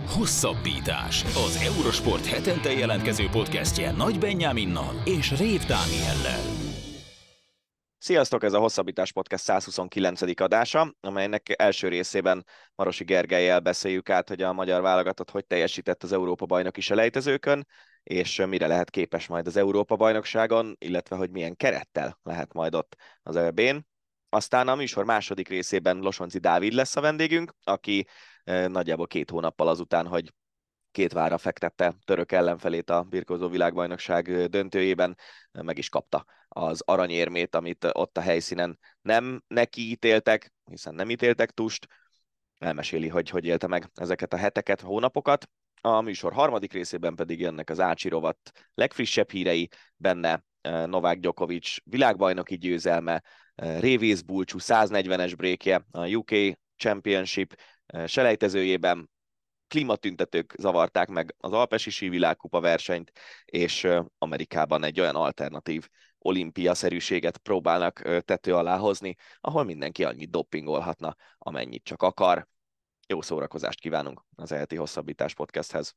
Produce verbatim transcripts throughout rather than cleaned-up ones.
Hosszabbítás. Az Eurosport hetente jelentkező podcastje Nagy Benyáminnal és Rév Dániellel. Sziasztok, ez a Hosszabbítás Podcast százhuszonkilencedik adása, amelynek első részében Marosi Gergellyel beszéljük át, hogy a magyar válogatott hogy teljesített az Európa-bajnoki selejtezőkön, és mire lehet képes majd az Európa-bajnokságon, illetve hogy milyen kerettel lehet majd ott az é bén. Aztán a műsor második részében Losonczy Dávid lesz a vendégünk, aki nagyjából két hónappal azután, hogy két vára fektette török ellenfelét a birkózó világbajnokság döntőjében, meg is kapta az aranyérmét, amit ott a helyszínen nem neki ítéltek, hiszen nem ítéltek tust. Elmeséli, hogy hogy élte meg ezeket a heteket, hónapokat. A műsor harmadik részében pedig jönnek az Ácsi rovat legfrissebb hírei, benne Novák Djokovic világbajnoki győzelme, Révész Bulcsú száznegyvenes breakje a u ká Championship selejtezőjében, klímatüntetők zavarták meg az alpesi sívilágkupa versenyt, és Amerikában egy olyan alternatív olimpiaszerűséget próbálnak tető alá hozni, ahol mindenki annyit doppingolhatna, amennyit csak akar. Jó szórakozást kívánunk az e heti Hosszabbítás podcasthez.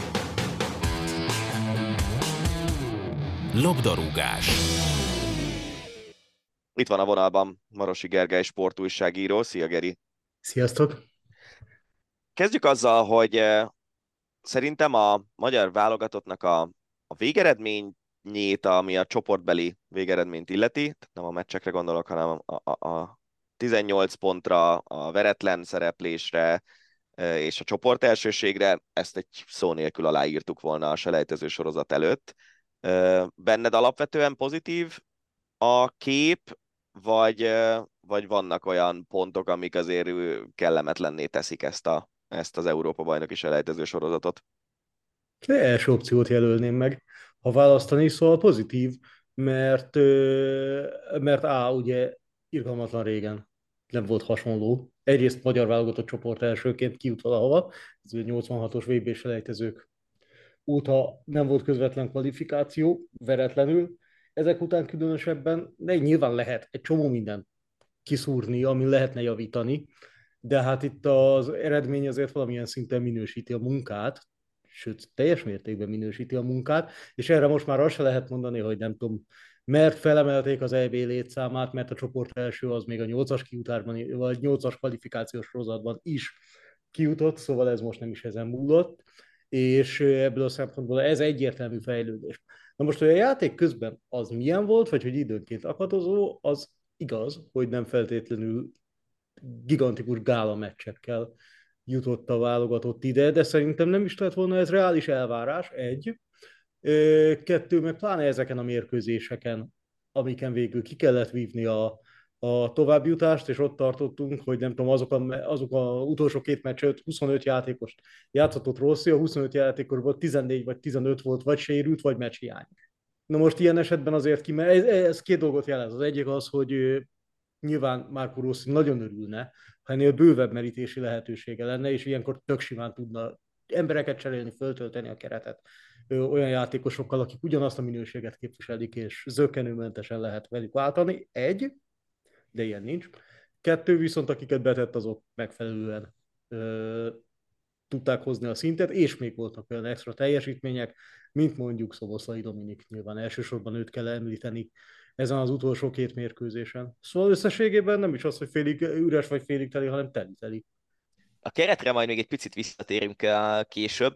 Labdarúgás. Itt van a vonalban Marosi Gergely sportújságíró. Szia, Geri! Sziasztok! Kezdjük azzal, hogy szerintem a magyar válogatottnak a, a végeredményét, ami a csoportbeli végeredményt illeti, tehát nem a meccsekre gondolok, hanem a, a, a tizennyolc pontra, a veretlen szereplésre és a csoport elsőségre, ezt egy szó nélkül aláírtuk volna a selejtező sorozat előtt. Benned alapvetően pozitív a kép, vagy, vagy vannak olyan pontok, amik azért kellemetlenné teszik ezt, a, ezt az Európa-bajnoki selejtező sorozatot? De első opciót jelölném meg, ha választani, szóval pozitív, mert, mert A, ugye irgalmatlan régen nem volt hasonló. Egyrészt magyar válogatott csoport elsőként kijut valahova, ez a nyolcvanhatos vé bé selejtezők óta nem volt közvetlen kvalifikáció, veretlenül. Ezek után különösebben, de nyilván lehet egy csomó mindent kiszúrni, ami lehetne javítani, de hát itt az eredmény azért valamilyen szinten minősíti a munkát, sőt, teljes mértékben minősíti a munkát, és erre most már azt se lehet mondani, hogy nem tudom, mert felemelték az é bé létszámát, mert a csoport első az még a nyolcas kijutásban, vagy nyolcas kvalifikációs sorozatban is kijutott, szóval ez most nem is ezen múlott, és ebből a szempontból ez egyértelmű fejlődés. Na most, hogy a játék közben az milyen volt, vagy hogy időnként akadozó, az igaz, hogy nem feltétlenül gigantikus gála meccsekkel jutott a válogatott ide, de szerintem nem is lett volna ez reális elvárás, egy. Kettő, meg pláne ezeken a mérkőzéseken, amiken végül ki kellett vívni a, a továbbjutást, és ott tartottunk, hogy nem tudom, azok a, azok a utolsó két meccset huszonöt játékost játszhatott Rossi, a huszonöt játékosból tizennégy vagy tizenöt volt, vagy sérült, vagy meccshiány. Na most ilyen esetben azért ki, ez, ez két dolgot jelent. Az egyik az, hogy nyilván Marco Rossi nagyon örülne, ha ennél bővebb merítési lehetősége lenne, és ilyenkor tök simán tudna embereket cserélni, föltölteni a keretet olyan játékosokkal, akik ugyanazt a minőséget képviselik, és zökkenőmentesen lehet velük váltani. Egy, de ilyen nincs. Kettő, viszont akiket betett, azok megfelelően ö, tudták hozni a szintet, és még voltak olyan extra teljesítmények, mint mondjuk Szoboszlai Dominik, nyilván elsősorban őt kell említeni ezen az utolsó két mérkőzésen. Szóval összességében nem is az, hogy félig üres vagy félig teli, hanem teli-teli. A keretre majd még egy picit visszatérünk később,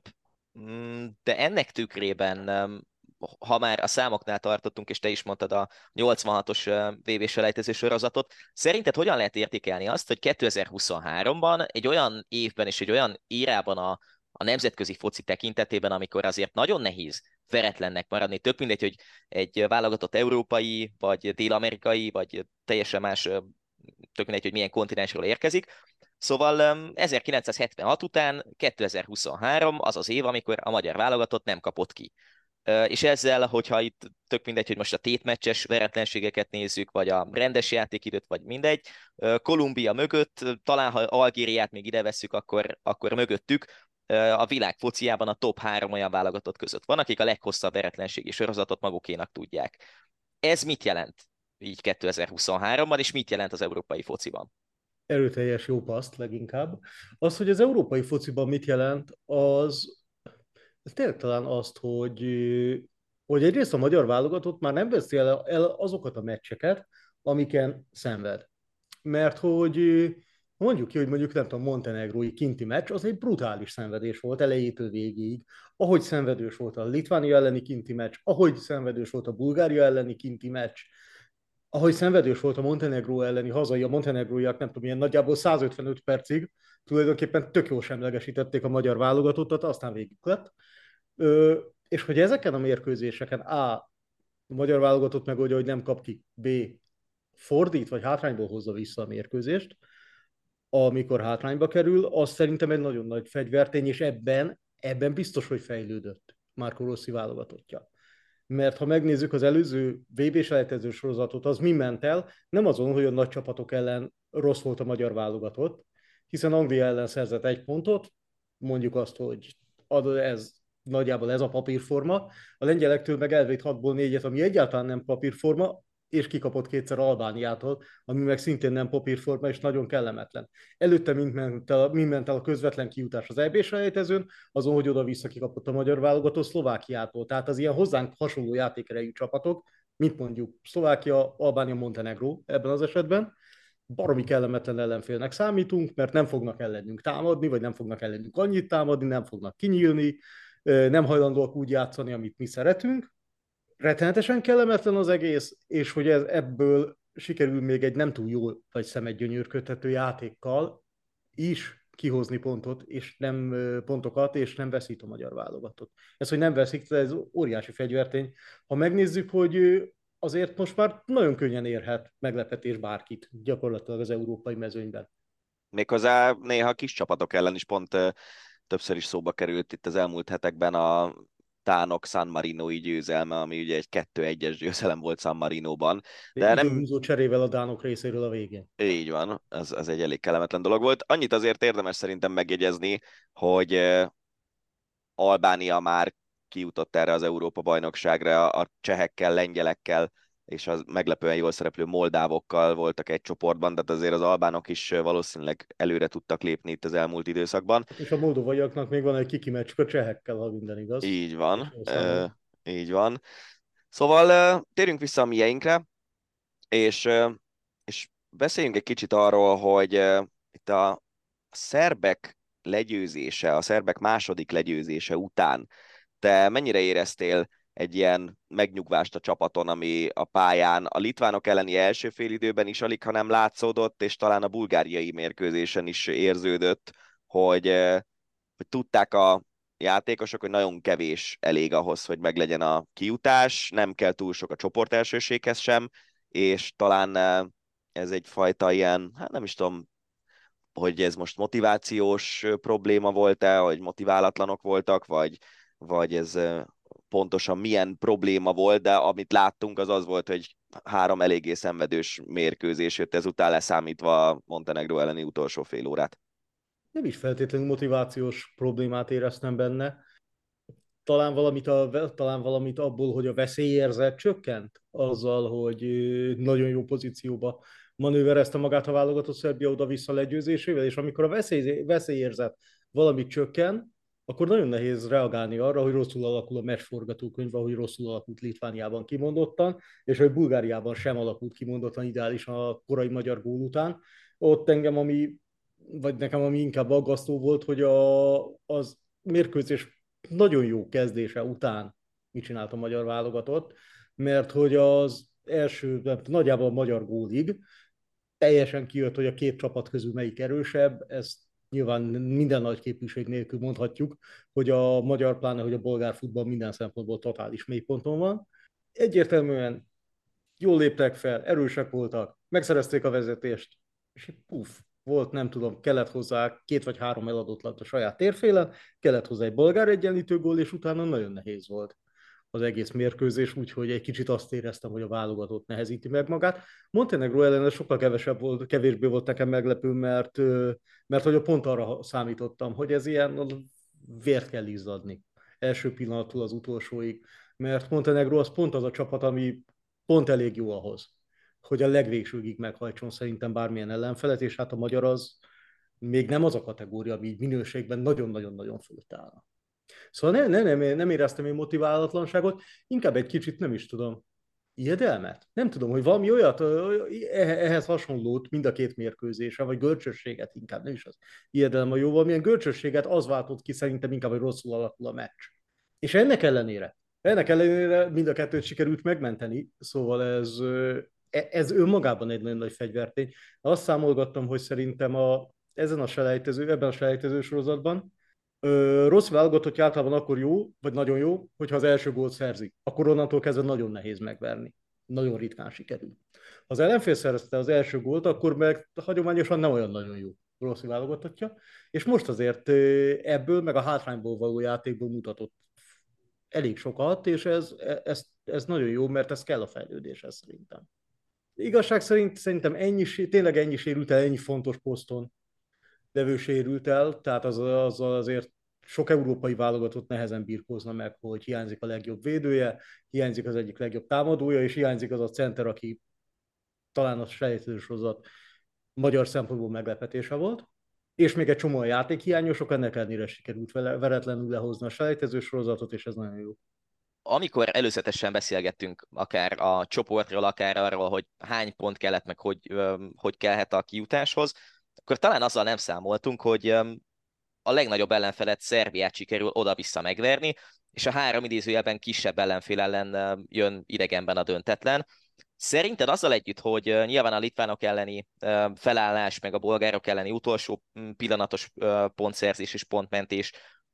de ennek tükrében, ha már a számoknál tartottunk, és te is mondtad a nyolcvanhatos vé bé selejtező sorozatot, szerinted hogyan lehet értékelni azt, hogy kétezer-huszonháromban egy olyan évben és egy olyan érában a, a nemzetközi foci tekintetében, amikor azért nagyon nehéz veretlennek maradni, tök mindegy, hogy egy válogatott európai, vagy dél-amerikai, vagy teljesen más, tök mindegy, hogy milyen kontinensről érkezik. Szóval ezerkilencszázhetvenhat után kétezer-huszonhárom az az év, amikor a magyar válogatott nem kapott ki. És ezzel, hogyha itt tök mindegy, hogy most a tétmeccses veretlenségeket nézzük, vagy a rendes játékidőt, vagy mindegy, Kolumbia mögött, talán ha Algériát még ide vesszük, akkor, akkor mögöttük a világ fociában a top három olyan válogatott között van, akik a leghosszabb veretlenségi sorozatot magukénak tudják. Ez mit jelent így kétezer-huszonháromban, és mit jelent az európai fociban? erőteljes jó paszt leginkább. Az, hogy az európai fociban mit jelent, az ez tényleg talán azt, hogy, hogy egyrészt a magyar válogatott már nem veszi el, el azokat a meccseket, amiken szenved. Mert hogy mondjuk ki, hogy mondjuk nem tudom, montenegrói kinti meccs, az egy brutális szenvedés volt elejétől végéig. Ahogy szenvedős volt a Litvánia elleni kinti meccs, ahogy szenvedős volt a Bulgária elleni kinti meccs, ahogy szenvedős volt a Montenegró elleni hazai, a montenegróiak nem tudom, ilyen nagyjából százötvenöt percig tulajdonképpen tök jól semlegesítették a magyar válogatottat, aztán végig lett. Ö, és hogy ezeken a mérkőzéseken A, a magyar válogatott megoldja, hogy nem kap ki, B, fordít, vagy hátrányból hozza vissza a mérkőzést, amikor hátrányba kerül, az szerintem egy nagyon nagy fegyvertény, és ebben, ebben biztos, hogy fejlődött Marco Rossi válogatottja. Mert ha megnézzük az előző vé bé selejtező sorozatot, az mi ment el? Nem azon, hogy a nagy csapatok ellen rossz volt a magyar válogatott, hiszen Anglia ellen szerzett egy pontot, mondjuk azt, hogy ez nagyjából ez a papírforma, a lengyelektől meg elvét hatból négyet, ami egyáltalán nem papírforma, és kikapott kétszer Albániától, ami meg szintén nem papírforma, és nagyon kellemetlen. Előtte mind ment el, mind ment el a közvetlen kijutás az é bé-selejtezőn, azon, hogy oda-vissza kikapott a magyar válogató Szlovákiától. Tehát az ilyen hozzánk hasonló játékerejű csapatok, mint mondjuk Szlovákia, Albánia, Montenegró ebben az esetben, baromi kellemetlen ellenfélnek számítunk, mert nem fognak ellenünk támadni, vagy nem fognak ellenünk annyit támadni, nem fognak kinyílni, nem hajlandóak úgy játszani, amit mi szeretünk. Rettenetesen kellemetlen az egész, és hogy ez, ebből sikerül még egy nem túl jól vagy szemet gyönyörködhető játékkal is kihozni pontot, és nem pontokat, és nem veszít a magyar válogatott. Ez, hogy nem veszik, ez óriási fegyvertény. Ha megnézzük, hogy azért most már nagyon könnyen érhet meglepetés bárkit gyakorlatilag az európai mezőnyben. Méghozzá néha kis csapatok ellen is pont többször is szóba került itt az elmúlt hetekben a tánok San Marinói győzelme, ami ugye egy kettő egyes győzelem volt San Marinóban. De nem időhúzó cserével a dánok részéről a végén. Így van, ez, ez egy elég kellemetlen dolog volt. Annyit azért érdemes szerintem megjegyezni, hogy Albánia már kijutott erre az Európa-bajnokságra, a csehekkel, lengyelekkel, és az meglepően jól szereplő moldávokkal voltak egy csoportban, tehát azért az albánok is valószínűleg előre tudtak lépni itt az elmúlt időszakban. És a moldovaiaknak még van egy kiki meccsük a csehekkel, ha minden igaz. Így van, uh, így van. Szóval uh, térjünk vissza a mieinkre, és, uh, és beszéljünk egy kicsit arról, hogy uh, itt a szerbek legyőzése, a szerbek második legyőzése után te mennyire éreztél egy ilyen megnyugvást a csapaton, ami a pályán a litvánok elleni első félidőben is alig, ha nem látszódott, és talán a bulgáriai mérkőzésen is érződött, hogy, hogy tudták a játékosok, hogy nagyon kevés elég ahhoz, hogy meglegyen a kijutás, nem kell túl sok a csoportelsőséghez sem, és talán ez egyfajta ilyen, hát nem is tudom, hogy ez most motivációs probléma volt-e, hogy motiválatlanok voltak, vagy, vagy ez pontosan milyen probléma volt, de amit láttunk, az az volt, hogy három eléggé szenvedős mérkőzés jött ezután, leszámítva a Montenegró elleni utolsó fél órát. Nem is feltétlenül motivációs problémát éreztem benne. Talán valamit, a, talán valamit abból, hogy a veszélyérzet csökkent, azzal, hogy nagyon jó pozícióba manőverezte magát a válogatott Szerbia oda-vissza legyőzésével, és amikor a veszély, veszélyérzet valamit csökken, akkor nagyon nehéz reagálni arra, hogy rosszul alakul a meccs forgatókönyv, ahogy rosszul alakult Litvániában kimondottan, és hogy Bulgáriában sem alakult kimondottan ideálisan a korai magyar gól után. Ott engem, ami, vagy nekem ami inkább aggasztó volt, hogy a, az mérkőzés nagyon jó kezdése után mit csinált a magyar válogatott, mert hogy az első, nagyjából a magyar gólig teljesen kijött, hogy a két csapat közül melyik erősebb, ezt nyilván minden nagy képviség nélkül mondhatjuk, hogy a magyar, pláne hogy a bolgár futball minden szempontból totális mélyponton van. Egyértelműen jól léptek fel, erősek voltak, megszerezték a vezetést, és puf, volt, nem tudom, kellett hozzá két vagy három eladott lett a saját térfélen, kellett hozzá egy bolgár egyenlítő gól, és utána nagyon nehéz volt az egész mérkőzés, úgyhogy egy kicsit azt éreztem, hogy a válogatott nehezíti meg magát. Montenegró ellen sokkal kevesebb volt, kevésbé volt nekem meglepő, mert, mert hogy pont arra számítottam, hogy ez ilyen vért kell izzadni első pillanattól az utolsóig, mert Montenegró az pont az a csapat, ami pont elég jó ahhoz, hogy a legvégsőkig meghajtson szerintem bármilyen ellenfelet, és hát a magyar az még nem az a kategória, ami így minőségben nagyon-nagyon-nagyon fölött állna. Szóval nem, nem, nem, nem éreztem én motiválatlanságot, inkább egy kicsit nem is tudom, ijedelmet? Nem tudom, hogy valami olyat, ehhez hasonlót mind a két mérkőzésre, vagy görcsösséget inkább, nem is az ijedelem a jó, valamilyen görcsösséget az váltott ki szerintem inkább, hogy rosszul alakul a meccs. És ennek ellenére, ennek ellenére mind a kettőt sikerült megmenteni, szóval ez, ez önmagában egy nagyon nagy fegyvertény. Azt számolgattam, hogy szerintem a, ezen a selejtező, ebben a selejtező sorozatban Ö, rossz válogatott általában akkor jó, vagy nagyon jó, hogyha az első gólt szerzik. Akkor onnantól kezdve nagyon nehéz megverni. Nagyon ritkán sikerül. Ha az ellenfél szerezte az első gólt, akkor meg hagyományosan nem olyan nagyon jó rossz válogatottja. És most azért ebből, meg a hátrányból való játékból mutatott elég sokat, és ez, ez, ez nagyon jó, mert ez kell a fejlődéshez szerintem. Igazság szerint szerintem ennyi, tényleg ennyi sérült el, ennyi fontos poszton levő sérült el, tehát az, azzal azért sok európai válogatott nehezen birkózna meg, hogy hiányzik a legjobb védője, hiányzik az egyik legjobb támadója, és hiányzik az a center, aki talán a sejtősorozat magyar szempontból meglepetése volt, és még egy csomó a játékhiányosok, ennek ellenére sikerült veretlenül lehozni a selejtező sorozatot, és ez nagyon jó. Amikor előzetesen beszélgettünk akár a csoportról, akár arról, hogy hány pont kellett, meg hogy, hogy kellhet a kijutáshoz, akkor talán azzal nem számoltunk, hogy a legnagyobb ellenfelet, Szerbiát sikerül oda-vissza megverni, és a három idézőjelben kisebb ellenfél ellen jön idegenben a döntetlen. Szerinted azzal együtt, hogy nyilván a litvánok elleni felállás, meg a bolgárok elleni utolsó pillanatos pontszerzés és pontmentés,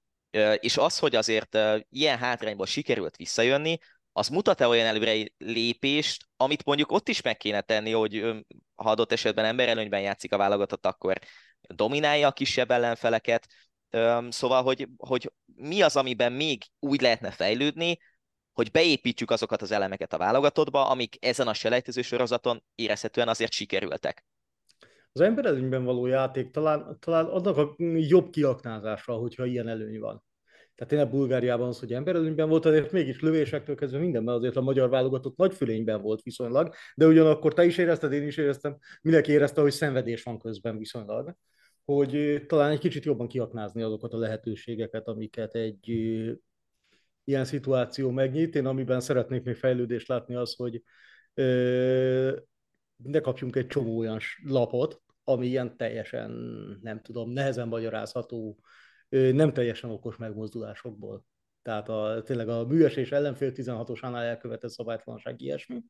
és az, hogy azért ilyen hátrányból sikerült visszajönni, az mutat-e olyan előre lépést, amit mondjuk ott is meg kéne tenni, hogy ha adott esetben emberelőnyben játszik a válogatott, akkor dominálja a kisebb ellenfeleket. Szóval, hogy, hogy mi az, amiben még úgy lehetne fejlődni, hogy beépítjük azokat az elemeket a válogatottba, amik ezen a selejtező sorozaton érezhetően azért sikerültek. Az emberelőnyben való játék talán, talán annak a jobb kiaknázása, hogyha ilyen előny van. Tehát tényleg Bulgáriában az, hogy emberelőnyben volt, azért mégis lövésektől kezdve mindenben azért a magyar válogatott nagy fölényben volt viszonylag, de ugyanakkor te is érezted, én is éreztem, mindenki érezte, hogy szenvedés van közben viszonylag, hogy talán egy kicsit jobban kiaknázni azokat a lehetőségeket, amiket egy ilyen szituáció megnyit. Én amiben szeretnék még fejlődést látni az, hogy ne kapjunk egy csomó olyan lapot, ami ilyen teljesen, nem tudom, nehezen magyarázható, nem teljesen okos megmozdulásokból. Tehát a, tényleg a műesés ellenfél tizenhatosánál elkövetett szabálytalanság ilyesmi.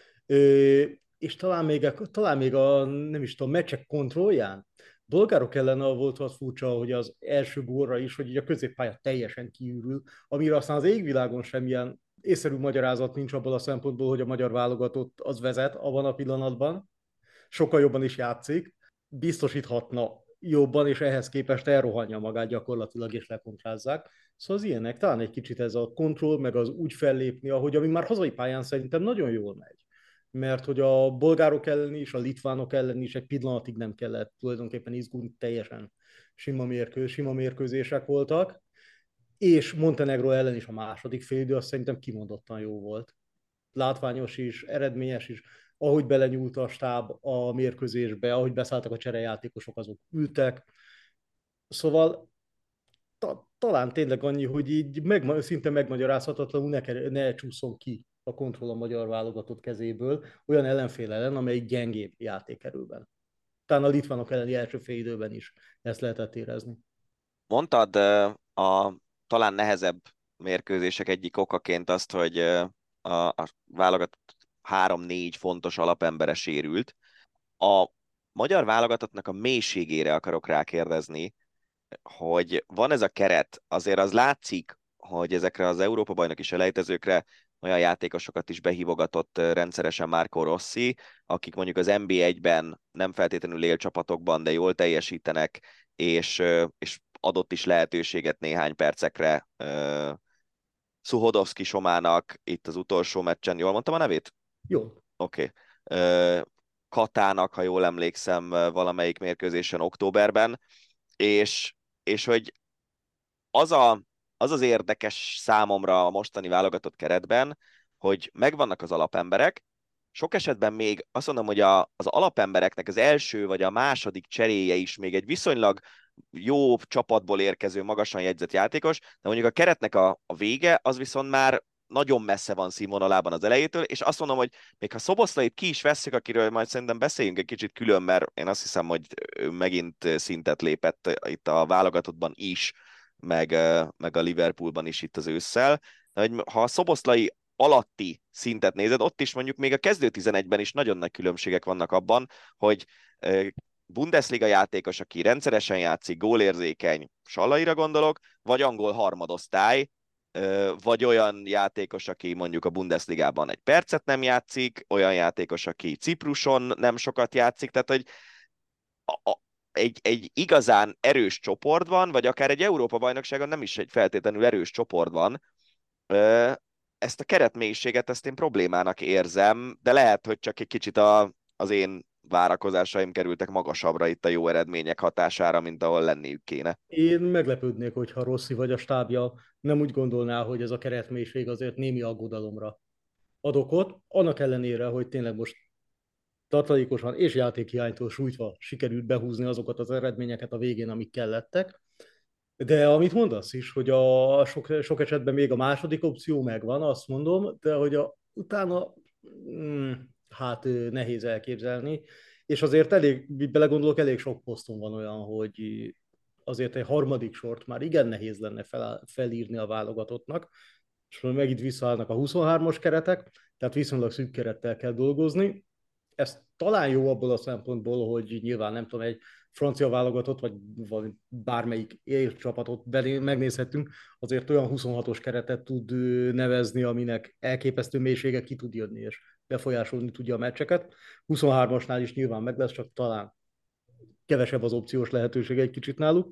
És talán még, a, talán még a, nem is tudom, meccsek kontrollján, bolgárok ellen volt az furcsa, hogy az első gólra is, hogy így a középpálya teljesen kiürül, amire aztán az égvilágon semmilyen észszerű magyarázat nincs abból a szempontból, hogy a magyar válogatott az vezet abban a pillanatban, sokkal jobban is játszik, biztosíthatna jobban, és ehhez képest elrohanja magát gyakorlatilag, és lekontrázzák. Szóval az ilyenek, talán egy kicsit ez a kontroll, meg az úgy fellépni, ahogy ami már hazai pályán szerintem nagyon jól megy. Mert hogy a bolgárok ellen is, a litvánok ellen is egy pillanatig nem kellett tulajdonképpen izgulni, teljesen sima, mérkő, sima mérkőzések voltak, és Montenegro ellen is a második félidő azt szerintem kimondottan jó volt. Látványos is, eredményes is, ahogy belenyúlt a stáb a mérkőzésbe, ahogy beszálltak a cserejátékosok, azok ültek. Szóval ta, talán tényleg annyi, hogy így meg, szinte megmagyarázhatatlanul ne, ne csúszom ki a kontroll a magyar válogatott kezéből olyan ellenfél ellen, amelyik gyengébb játékerőben. Talán a litvánok elleni első fél időben is ezt lehetett érezni. Mondtad a talán nehezebb mérkőzések egyik okaként azt, hogy a, a válogatott három-négy fontos alapembere sérült. A magyar válogatottnak a mélységére akarok rákérdezni, hogy van ez a keret, azért az látszik, hogy ezekre az Európa-bajnoki selejtezőkre olyan játékosokat is behívogatott rendszeresen Marco Rossi, akik mondjuk az en bé egyben nem feltétlenül élcsapatokban, de jól teljesítenek, és, és adott is lehetőséget néhány percekre uh, Szuhodovszki Somának itt az utolsó meccsen, jól mondtam a nevét? Jó. Oké. Okay. Uh, Katának, ha jól emlékszem, valamelyik mérkőzésen októberben, és, és hogy az, a, az az érdekes számomra a mostani válogatott keretben, hogy megvannak az alapemberek, sok esetben még azt mondom, hogy a, az alapembereknek az első vagy a második cseréje is még egy viszonylag jó csapatból érkező, magasan jegyzett játékos, de mondjuk a keretnek a, a vége, az viszont már nagyon messze van színvonalában az elejétől, és azt mondom, hogy még ha Szoboszlait ki is vesszük, akiről majd szerintem beszéljünk egy kicsit külön, mert én azt hiszem, hogy ő megint szintet lépett itt a válogatottban is, meg, meg a Liverpoolban is itt az ősszel. De hogy ha a Szoboszlai alatti szintet nézed, ott is mondjuk még a kezdő tizenegyben is nagyon nagy különbségek vannak abban, hogy Bundesliga játékos, aki rendszeresen játszik, gólérzékeny, Sallaira gondolok, vagy angol harmadosztály, vagy olyan játékos, aki mondjuk a Bundesligában egy percet nem játszik, olyan játékos, aki Cipruson nem sokat játszik, tehát hogy a, a, egy, egy igazán erős csoportban, vagy akár egy Európa-bajnokságon nem is egy feltétlenül erős csoportban, ezt a keretmélységet, ezt én problémának érzem, de lehet, hogy csak egy kicsit a, az én várakozásaim kerültek magasabbra itt a jó eredmények hatására, mint ahol lenniük kéne. Én meglepődnék, hogyha Rossi vagy a stábja nem úgy gondolná, hogy ez a keretmélység azért némi aggodalomra ad okot, annak ellenére, hogy tényleg most tartalékosan és játékhiánytól sújtva sikerült behúzni azokat az eredményeket a végén, amik kellettek. De amit mondasz is, hogy a sok, sok esetben még a második opció megvan, azt mondom, de hogy a, utána mm, hát nehéz elképzelni, és azért elég, belegondolok, elég sok poszton van olyan, hogy azért egy harmadik sort már igen nehéz lenne fel, felírni a válogatottnak, és megint visszaállnak a huszonhármas keretek, tehát viszonylag szűk kerettel kell dolgozni. Ez talán jó abból a szempontból, hogy nyilván nem tudom, egy francia válogatott, vagy, vagy bármelyik élcsapatot megnézhetünk, azért olyan huszonhatos keretet tud nevezni, aminek elképesztő mélysége ki tud jönni, és befolyásolni tudja a meccseket. huszonhármasnál is nyilván meg lesz, csak talán kevesebb az opciós lehetőség egy kicsit náluk.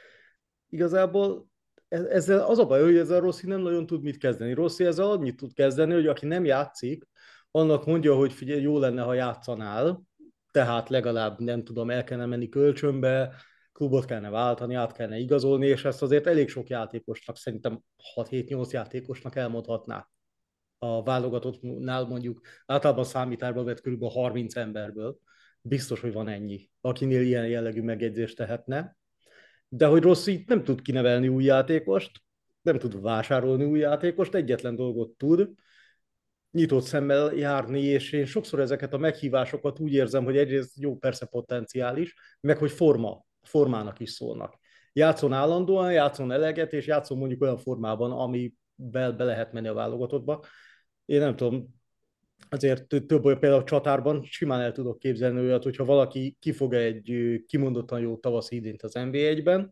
Igazából ezzel az a baj, hogy ezzel Rossi nem nagyon tud mit kezdeni. Rossi ezzel annyit tud kezdeni, hogy aki nem játszik, annak mondja, hogy figyelj, jó lenne, ha játszanál, tehát legalább nem tudom, el kellene menni kölcsönbe, klubot kellene váltani, át kellene igazolni, és ezt azért elég sok játékosnak, szerintem hat-hét-nyolc játékosnak elmondhatná. A válogatottnál mondjuk általában számításba vett kb. harminc emberből. Biztos, hogy van ennyi, akinél ilyen jellegű megjegyzést tehetne. De hogy Rossi nem tud kinevelni új játékost, nem tud vásárolni új játékost, egyetlen dolgot tud, nyitott szemmel járni, és én sokszor ezeket a meghívásokat úgy érzem, hogy egyrészt jó, persze potenciális, meg hogy forma, formának is szólnak. Játszon állandóan, játszon eleget, és játszon mondjuk olyan formában, amiben be lehet menni a válogatottba. Én nem tudom, azért több olyan például a csatárban simán el tudok képzelni olyat, hogyha valaki kifog egy kimondottan jó tavaszi idényt az en bé egyben,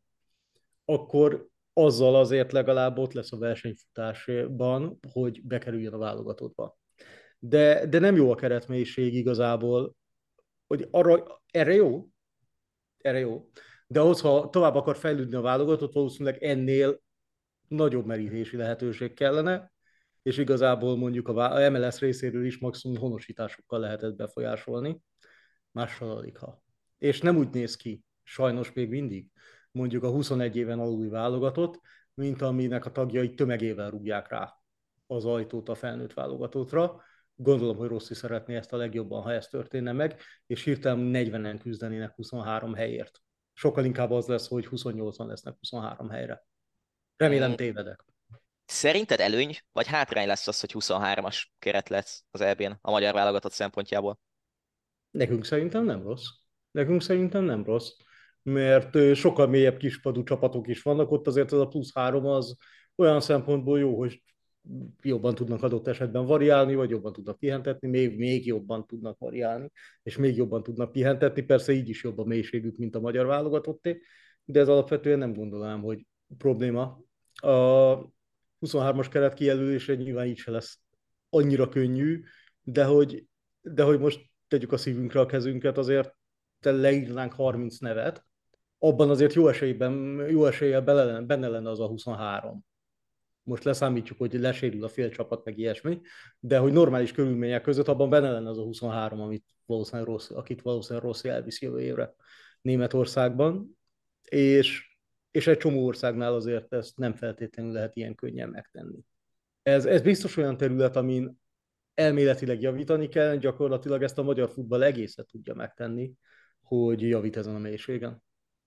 akkor azzal azért legalább ott lesz a versenyfutásban, hogy bekerüljön a válogatottba. De, de nem jó a keretmélység igazából, hogy arra, erre jó, erre jó, de ahhoz, ha tovább akar fejlődni a válogatott, valószínűleg ennél nagyobb merítési lehetőség kellene, és igazából mondjuk a em el es részéről is maximum honosításokkal lehetett befolyásolni, mással alig ha. És nem úgy néz ki, sajnos még mindig, mondjuk a huszonegy éven aluli válogatott, mint aminek a tagjai tömegével rúgják rá az ajtót a felnőtt válogatottra. Gondolom, hogy Rossi szeretné ezt a legjobban, ha ez történne meg, és hirtelen negyvenen küzdenének huszonhárom helyért. Sokkal inkább az lesz, hogy huszonnyolcan lesznek huszonhárom helyre. Remélem tévedek. Szerinted előny, vagy hátrány lesz az, hogy huszonhármas keret lesz az é bén a magyar válogatott szempontjából? Nekünk szerintem nem rossz. Nekünk szerintem nem rossz, mert sokkal mélyebb kispadú csapatok is vannak, ott azért ez a plusz három az olyan szempontból jó, hogy jobban tudnak adott esetben variálni, vagy jobban tudnak pihentetni, még, még jobban tudnak variálni, és még jobban tudnak pihentetni, persze így is jobb a mélységük, mint a magyar válogatotté, de ez alapvetően nem gondolom, hogy probléma. A huszonhármas keret kijelölése nyilván így se lesz annyira könnyű, de hogy, de hogy most tegyük a szívünkre a kezünket, azért leírnánk harminc nevet, abban azért jó esélyben, jó eséllyel benne lenne az a huszonhárom. Most leszámítjuk, hogy lesérül a fél csapat, meg ilyesmi, de hogy normális körülmények között abban benne lenne az a huszonhárom, amit valószínűleg rossz, akit valószínűleg Rossi elvisz jövő évre Németországban, és, és egy csomó országnál azért ezt nem feltétlenül lehet ilyen könnyen megtenni. Ez, ez biztos olyan terület, amin elméletileg javítani kell, gyakorlatilag ezt a magyar futball egészet tudja megtenni, hogy javít ezen a mélységen.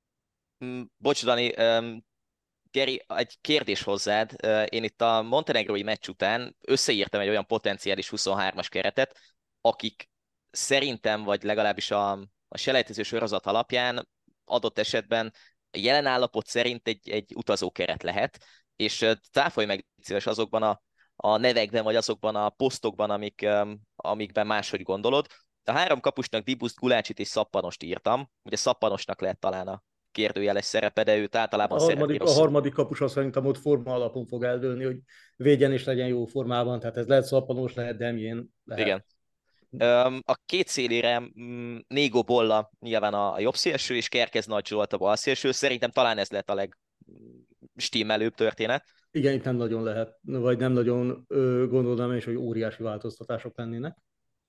Mm, Bocs, Dani, um, Geri, egy kérdés hozzád. Uh, Én itt a montenegrói meccs után összeírtam egy olyan potenciális huszonhármas keretet, akik szerintem, vagy legalábbis a, a selejtező sorozat alapján adott esetben jelen állapot szerint egy, egy utazó keret lehet, és uh, cáfolj meg szíves azokban a, a nevekben, vagy azokban a posztokban, amik, um, amikben máshogy gondolod. A három kapusnak Dibuszt, Gulácsit és Szappanost írtam. Ugye Szappanosnak lehet talán a kérdőjeles szerepe, de őt általában A szereti harmadik, a rosszul. harmadik kapus szerintem ott forma alapon fog eldőlni, hogy védjen és legyen jó formában, tehát ez lehet Szappanós, lehet Demjén, lehet. Igen. Öm, A két szélére mm, Négo Bolla nyilván a a jobb szélső, és Kerkez Nagy Zsolt a bal szélső. Szerintem talán ez lett a legstimmelőbb történet. Igen, itt nem nagyon lehet, vagy nem nagyon ö, gondolnám is, hogy óriási változtatások lennének.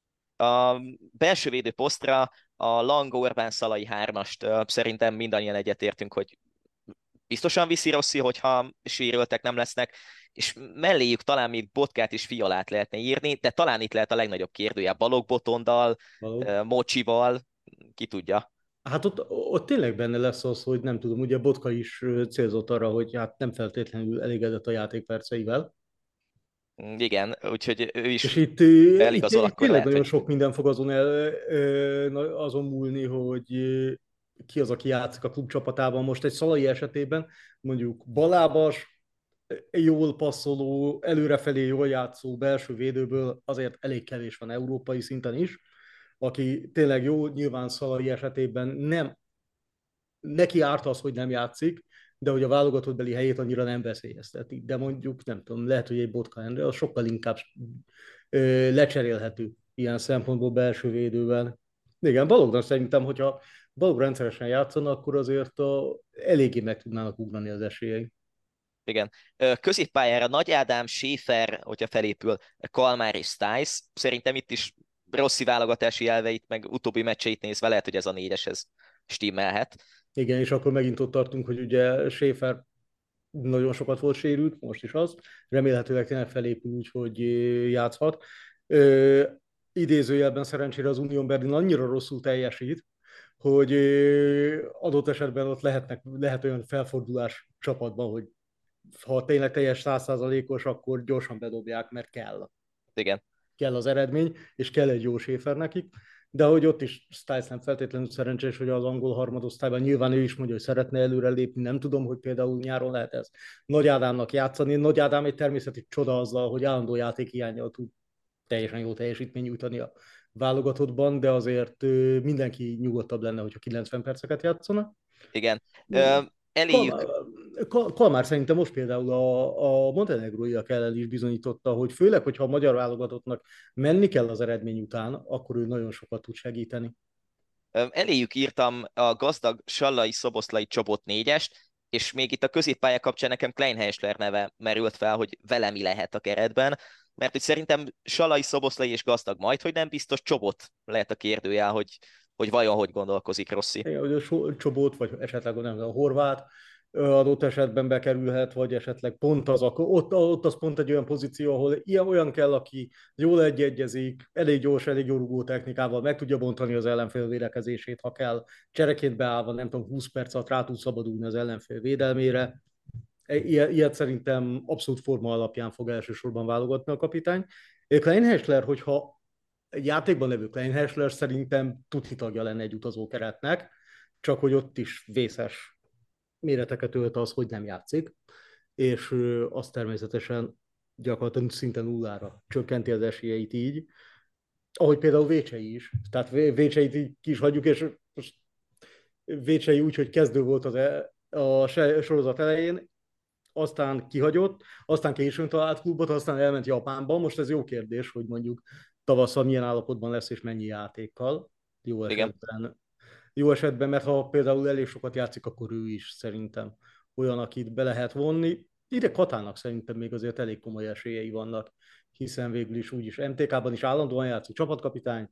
A belső védő posztra a Lang, Orbán, Szalai hármast ö, szerintem mindannyian egyetértünk, hogy biztosan viszi Rossi, hogyha sérültek nem lesznek, és melléjük talán még Botkát és Fiolát lehetne írni, de talán itt lehet a legnagyobb kérdője Balogh Botondal, Való. Mocsival, ki tudja. Hát ott, ott tényleg benne lesz az, hogy nem tudom, ugye Botka is célzott arra, hogy hát nem feltétlenül elégedett a játékperceivel. Igen, úgyhogy ő És is itt, itt, eligazol, itt akkor tényleg lehet, nagyon hogy sok minden fog azon, el, azon múlni, hogy ki az, aki játszik a klubcsapatában. Most egy Szalai esetében mondjuk balábas, jól passzoló, előrefelé jól játszó belső védőből azért elég kevés van európai szinten is, aki tényleg jó, nyilván Szalai esetében nem, neki árt az, hogy nem játszik, de hogy a válogatottbeli helyét annyira nem veszélyezteti. De mondjuk, nem tudom, lehet, hogy egy Botka Endre az sokkal inkább ö, lecserélhető ilyen szempontból belső védővel. Igen, Balognak szerintem, hogyha Balog rendszeresen játszana, akkor azért a, eléggé meg tudnának ugrani az esélyei. igen. Középpályára Nagy Ádám, Schäfer, hogyha felépül, Kalmár és Stiles. Szerintem itt is Rossi válogatási elveit, meg utóbbi meccseit nézve lehet, hogy ez a négyes, ez stimmelhet. Igen, és akkor megint ott tartunk, hogy ugye Schäfer nagyon sokat volt sérült, most is az. Remélhetőleg tényleg felépül úgy, hogy játszhat. Ö, idézőjelben szerencsére az Unión Berlin annyira rosszul teljesít, hogy adott esetben ott lehetnek, lehet olyan felfordulás csapatban, hogy ha tényleg teljes száz százalékos, akkor gyorsan bedobják, mert kell. Igen. Kell az eredmény, és kell egy jó Schäfer nekik. De hogy ott is Stiles nem feltétlenül szerencsés, hogy az angol harmadosztályban nyilván ő is mondja, hogy szeretne előrelépni. Nem tudom, hogy például nyáron lehet ez Nagy Ádámnak játszani. Nagy Ádám egy természeti csoda azzal, hogy állandó játék hiányjal tud teljesen jó teljesítmény nyújtani a válogatottban, de azért mindenki nyugodtabb lenne, hogyha kilencven perceket játszana. Igen. Ö, eléjük... Kalmár, Kalmár szerintem most például a, a montenegróiak ellen is bizonyította, hogy főleg, hogyha a magyar válogatottnak menni kell az eredmény után, akkor ő nagyon sokat tud segíteni. Eléjük írtam a gazdag Sallai Szoboszlai Csobot négyest, és még itt a középpálya kapcsán nekem Kleinheisler neve merült fel, hogy vele mi lehet a keretben, mert hogy szerintem Sallai Szoboszlai és gazdag majd, hogy nem biztos, Csobot lehet a kérdőjel, hogy, hogy vajon hogy gondolkozik Rossi. Igen, hogy a Csobot, vagy esetleg nem, a horvát adott esetben bekerülhet, vagy esetleg pont az, akkor ott, ott az pont egy olyan pozíció, ahol ilyen, olyan kell, aki jól egyegyezik, elég gyors, elég jó rugó technikával meg tudja bontani az ellenfél védekezését, ha kell, csereként beállva, nem tudom, húsz perc alatt rá tud szabadulni az ellenfél védelmére. Ilyet, ilyet szerintem abszolút forma alapján fog elsősorban válogatni a kapitány. Kleinheisler, hogyha egy játékban levő Kleinheisler szerintem tudni tagja lenne egy utazókeretnek, csak hogy ott is vészes méreteket ölt az, hogy nem játszik, és azt természetesen gyakorlatilag szinte nullára csökkenti az esélyeit így, ahogy például Vécsei is. Tehát Vécseit így ki is hagyjuk, és most Vécsei úgy, hogy kezdő volt az e, a sorozat elején, aztán kihagyott, aztán későn talált klubot, aztán elment Japánba. Most ez jó kérdés, hogy mondjuk tavasszal milyen állapotban lesz és mennyi játékkal. Jó esetben. Jó esetben, mert ha például elég sokat játszik, akkor ő is szerintem olyan, akit be lehet vonni. Ide Katának szerintem még azért elég komoly esélyei vannak, hiszen végül is úgyis em té ká-ban is állandóan játszik csapatkapitány.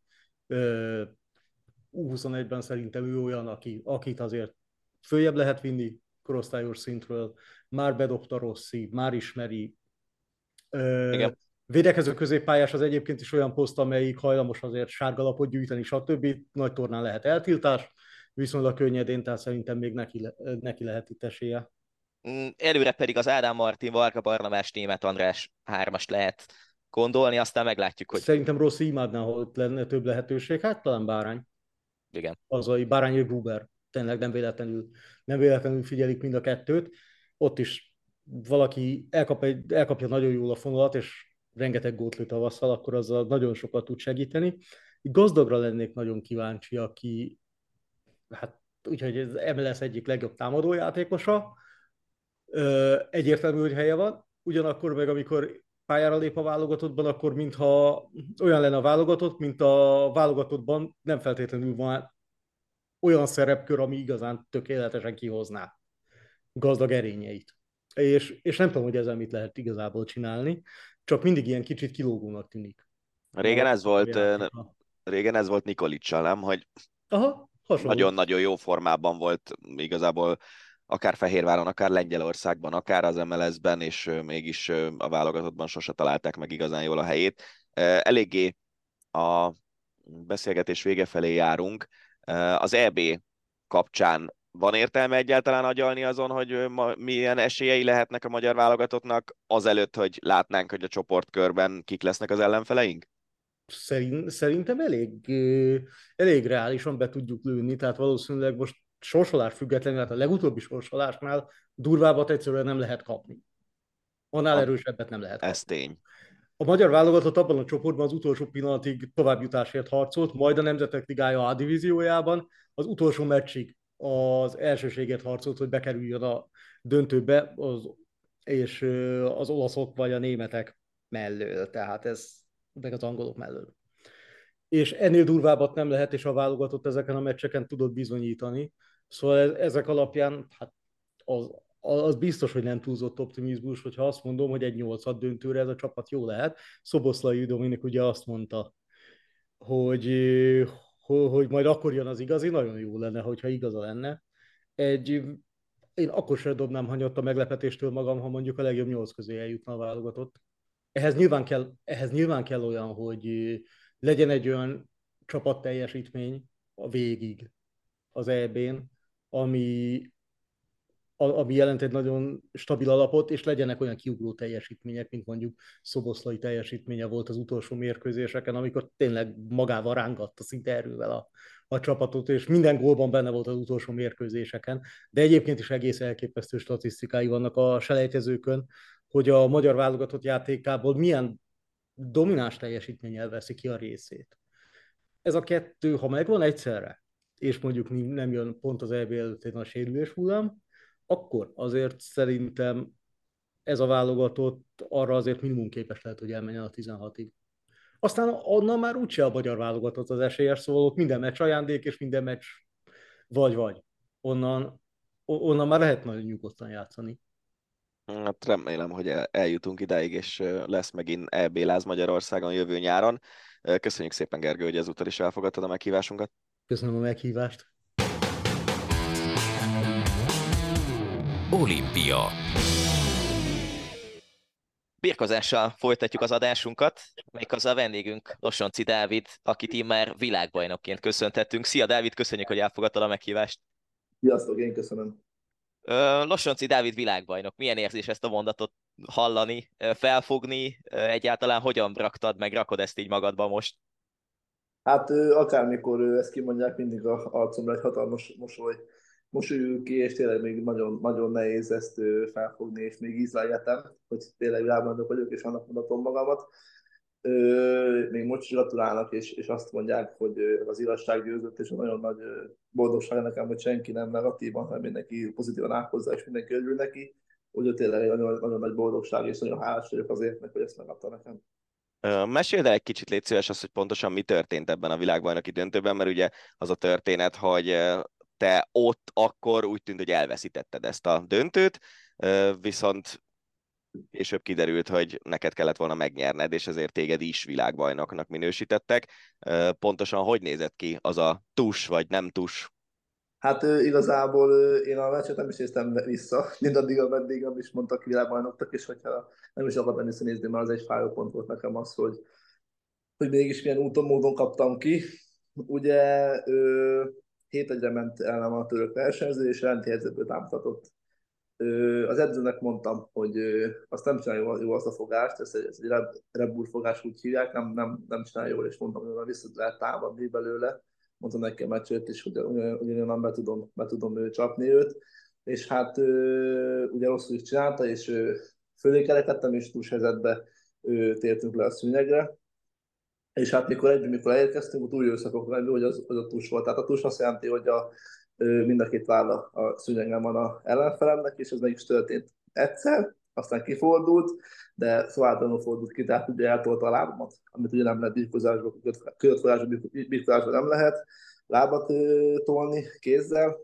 u huszonegyben szerintem ő olyan, aki, akit azért följebb lehet vinni korosztályos szintről, már bedobta Rossi, már ismeri. Igen. Védekező középpályás az egyébként is olyan poszt, amelyik hajlamos azért sárgalapot gyűjteni, stb. Nagy tornán lehet eltiltás, viszonylag könnyedén, tehát szerintem még neki, le, neki lehet itt esélye. Előre pedig az Ádám Martin, Varga Barnabás, Németh András hármast lehet gondolni, aztán meglátjuk, hogy... Szerintem Rossi imádná, ha ott lenne több lehetőség, hát talán Bárány. Igen. Azai Bárány vagy Gruber. Tényleg nem véletlenül, nem véletlenül figyelik mind a kettőt. Ott is valaki elkap egy, elkapja nagyon jól a fonalat, és rengeteg gót lő tavasszal, akkor azzal nagyon sokat tud segíteni. Gazdagra lennék nagyon kíváncsi, aki hát úgyhogy ez em el es egyik legjobb támadójátékosa. Egyértelmű, hogy helye van. Ugyanakkor meg amikor pályára lép a válogatottban, akkor mintha olyan lenne a válogatott, mint a válogatottban nem feltétlenül van olyan szerepkör, ami igazán tökéletesen kihozná gazdag erényeit. És, és nem tudom, hogy ezzel mit lehet igazából csinálni, csak mindig ilyen kicsit kilógónak tűnik. Régen A- ez volt, a játéka. régen ez volt Nikolicsal, nem? Hogy Aha, hasonló. nagyon-nagyon jó formában volt igazából akár Fehérváron, akár Lengyelországban, akár az em el es-ben, és mégis a válogatottban sose találták meg igazán jól a helyét. Eléggé a beszélgetés vége felé járunk. Az é bé kapcsán van értelme egyáltalán agyalni azon, hogy ma milyen esélyei lehetnek a magyar válogatottnak, azelőtt, hogy látnánk, hogy a csoportkörben kik lesznek az ellenfeleink? Szerint, szerintem elég, elég reálisan be tudjuk lőni, tehát valószínűleg most sorsolás függetlenül, hát a legutóbbi sorsolásnál durvábbat egyszerűen nem lehet kapni. Annál A, erősebbet nem lehet kapni. ez tény. A magyar válogatott abban a csoportban az utolsó pillanatig továbbjutásért harcolt, majd a Nemzetek Ligája A divíziójában az utolsó meccsig az elsőséget harcolt, hogy bekerüljön a döntőbe, az, és az olaszok vagy a németek mellől, tehát ez meg az angolok mellől. És ennél durvábbat nem lehet, és a válogatott ezeken a meccseken tudott bizonyítani. Szóval ezek alapján hát az, az biztos, hogy nem túlzott optimizmus, hogyha azt mondom, hogy egy nyolcad döntőre ez a csapat jó lehet. Szoboszlai Dominik ugye azt mondta, hogy, hogy majd akkor jön az igazi, nagyon jó lenne, hogyha igaza lenne. Egy, én akkor sem dobnám hanyat a meglepetéstől magam, ha mondjuk a legjobb nyolc közé eljutna a válogatott. Ehhez nyilván kell, ehhez nyilván kell olyan, hogy legyen egy olyan csapatteljesítmény a végig az é bén, ami, ami jelent egy nagyon stabil alapot, és legyenek olyan kiugró teljesítmények, mint mondjuk Szoboszlai teljesítménye volt az utolsó mérkőzéseken, amikor tényleg magával rángatta szinte erővel a, a csapatot, és minden gólban benne volt az utolsó mérkőzéseken, de egyébként is egész elképesztő statisztikái vannak a selejtezőkön, hogy a magyar válogatott játékából milyen domináns teljesítménnyel veszi ki a részét. Ez a kettő, ha megvan egyszerre, és mondjuk nem jön pont az é bé előtt egy nagy sérülés hullám, akkor azért szerintem ez a válogatott arra azért minimum képes lehet, hogy elmenjen a tizenhatig. Aztán onnan már úgyse a magyar válogatott az esélyes, szóval ott minden meccs ajándék, és minden meccs vagy-vagy. Onnan, onnan már lehet nagyon nyugodtan játszani. Hát remélem, hogy eljutunk idáig, és lesz megint é bé láz Magyarországon jövő nyáron. Köszönjük szépen, Gergő, hogy ezúttal is elfogadtad a meghívásunkat. Köszönöm a meghívást. Olimpia. Birkozással folytatjuk az adásunkat, méghozzá a vendégünk Lossonci Dávid, akit immár világbajnokként köszöntettünk. Szia Dávid, köszönjük, hogy elfogadtad a meghívást. Sziasztok, én köszönöm. Lossonci Dávid világbajnok. Milyen érzés ezt a mondatot hallani, felfogni? Egyáltalán hogyan raktad meg, rakod ezt így magadba most? Hát akármikor ezt kimondják, mindig a arcomra egy hatalmas mosoly, mosolyul ki, és tényleg még nagyon, nagyon nehéz ezt felfogni, és még ízleljetem, hogy tényleg világbajnok vagyok, és annak mondatom magamat. Még most is gratulálnak, és, és azt mondják, hogy az igazság győzött, és a nagyon nagy boldogság nekem, hogy senki nem negatívan, hanem mindenki pozitívan áll hozzá, és mindenki örül neki. Úgyhogy tényleg egy nagyon, nagyon nagy boldogság, és nagyon hálás vagyok azért, hogy ezt megadta nekem. Meséld el egy kicsit, légy szíves, azt, hogy pontosan mi történt ebben a világbajnoki döntőben, mert ugye az a történet, hogy te ott akkor úgy tűnt, hogy elveszítetted ezt a döntőt, viszont később kiderült, hogy neked kellett volna megnyerned, és ezért téged is világbajnoknak minősítettek. Pontosan hogy nézett ki az a tus, vagy nem tus? Hát ő, igazából ő, én a meccset nem is néztem vissza, mindaddig, ameddig nem is mondtak világbajnoknak, és hogyha nem is akartam visszanézni, mert az egy fájó pont volt nekem az, hogy, hogy mégis milyen úton, módon kaptam ki. Ugye ő hét egyre ment el a török versenyző, és rendi helyzetből támoghatott. Az edzőnek mondtam, hogy azt nem csinálja jól, jól azt a fogást, ezt egy, ezt egy Red Bull fogás úgy hívják, nem, nem, nem csinálja jól, és mondtam, hogy vissza lehet támadni belőle. Mondtam neki a meccsőt is, hogy ugyanilyen be tudom, be tudom csapni őt. És hát ugye rosszul is csinálta, és fölé kerekedtem, és túls helyzetbe tértünk le a szűnyegre. És hát mikor egyben, mikor elérkeztünk, ott új őszakok lenni, hogy az, az a tus volt. Tehát a tus azt jelenti, hogy a, mind a két válla a szűnyegen van a ellenfelemnek, és ez meg is történt egyszer, aztán kifordult, de szóval fordult ki, tehát ugye eltolta a lábamat, amit ugye nem lehet birkózásba, kötforrásba, birkózásba nem lehet lábat tolni kézzel,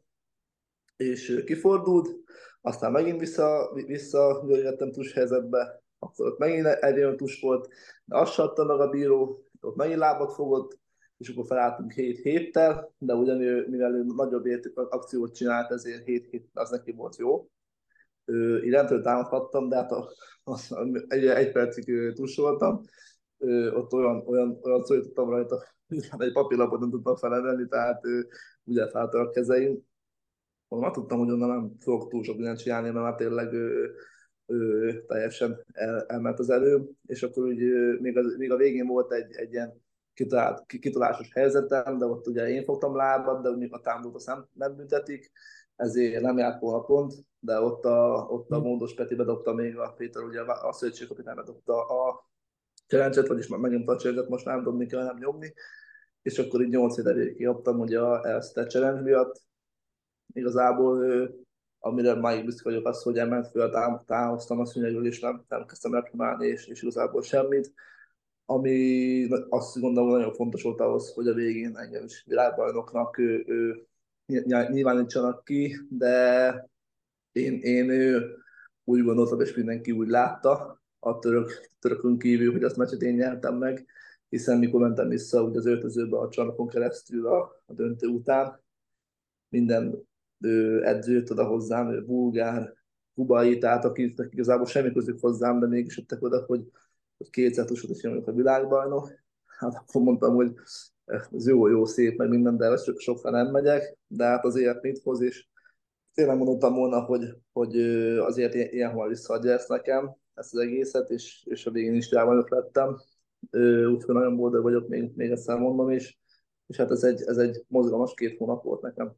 és kifordult, aztán megint vissza, vissza tus helyzetbe, akkor ott megint egy olyan tus volt, de azt adta meg a bíró, ott megint lábat fogott, és akkor felálltunk hét héttel, de ugyanúgy, mivel ő nagyobb értékű akciót csinált, ezért hét hét az neki volt jó. Én rendről támadhattam, de hát a, az, egy, egy percig tussoltam, ott olyan, olyan, olyan szólítottam rajta, egy papírlapot nem tudtam felemelni, tehát ugye fálltak a kezeim. Már tudtam, hogy onnan nem fogok túl sok mindent csinálni, mert már tényleg ő, ő, teljesen el, elment az elő, és akkor úgy, még, az, még a végén volt egy, egy ilyen kitalált, kitalásos helyzetem, de ott ugye én fogtam lábat, de még a támadót azt nem, nem büntetik, ezért nem járt volna pont, de ott a, ott a Módos Peti bedobta még a Péter, ugye a szövetségkapitány bedobta a challenge-et, vagyis már megnyomta a challenge-et, most nem dobni kell, nem nyomni, és akkor így nyolc hét elég kiadtam, ugye a Elszter challenge miatt. Igazából, amire máig biztos vagyok az, hogy emelt föl, távoztam a szűnyegről, és nem, nem kezdtem reprimálni, és, és igazából semmit. Ami azt gondolom, hogy nagyon fontos volt ahhoz, hogy a végén engem is világbajnoknak ő, ő, nyilvánítsanak ki, de én, én ő, úgy gondoltam, és mindenki úgy látta, a török, törökön kívül, hogy azt meccset én nyertem meg, hiszen mikor mentem vissza ugye az öltözőbe a csarnokon keresztül a, a döntő után, minden ő, edző jött oda hozzám, ő, bulgár, kubai, tehát akik igazából semmi közük hozzám, de mégis jöttek oda, hogy, hogy kétszer tusot is jönnek a világbajnok. Hát akkor mondtam, hogy ez jó, jó, szép, meg minden, de sok, sokra nem megyek, de hát azért mit hoz, és tényleg mondtam volna, hogy, hogy azért ilyen hamar visszaadja ezt nekem, ezt az egészet, és, és a végén is világbajnok lettem. Úgyhogy nagyon boldog vagyok, még, még egyszer mondom, és, és hát ez egy, ez egy mozgalmas két hónap volt nekem.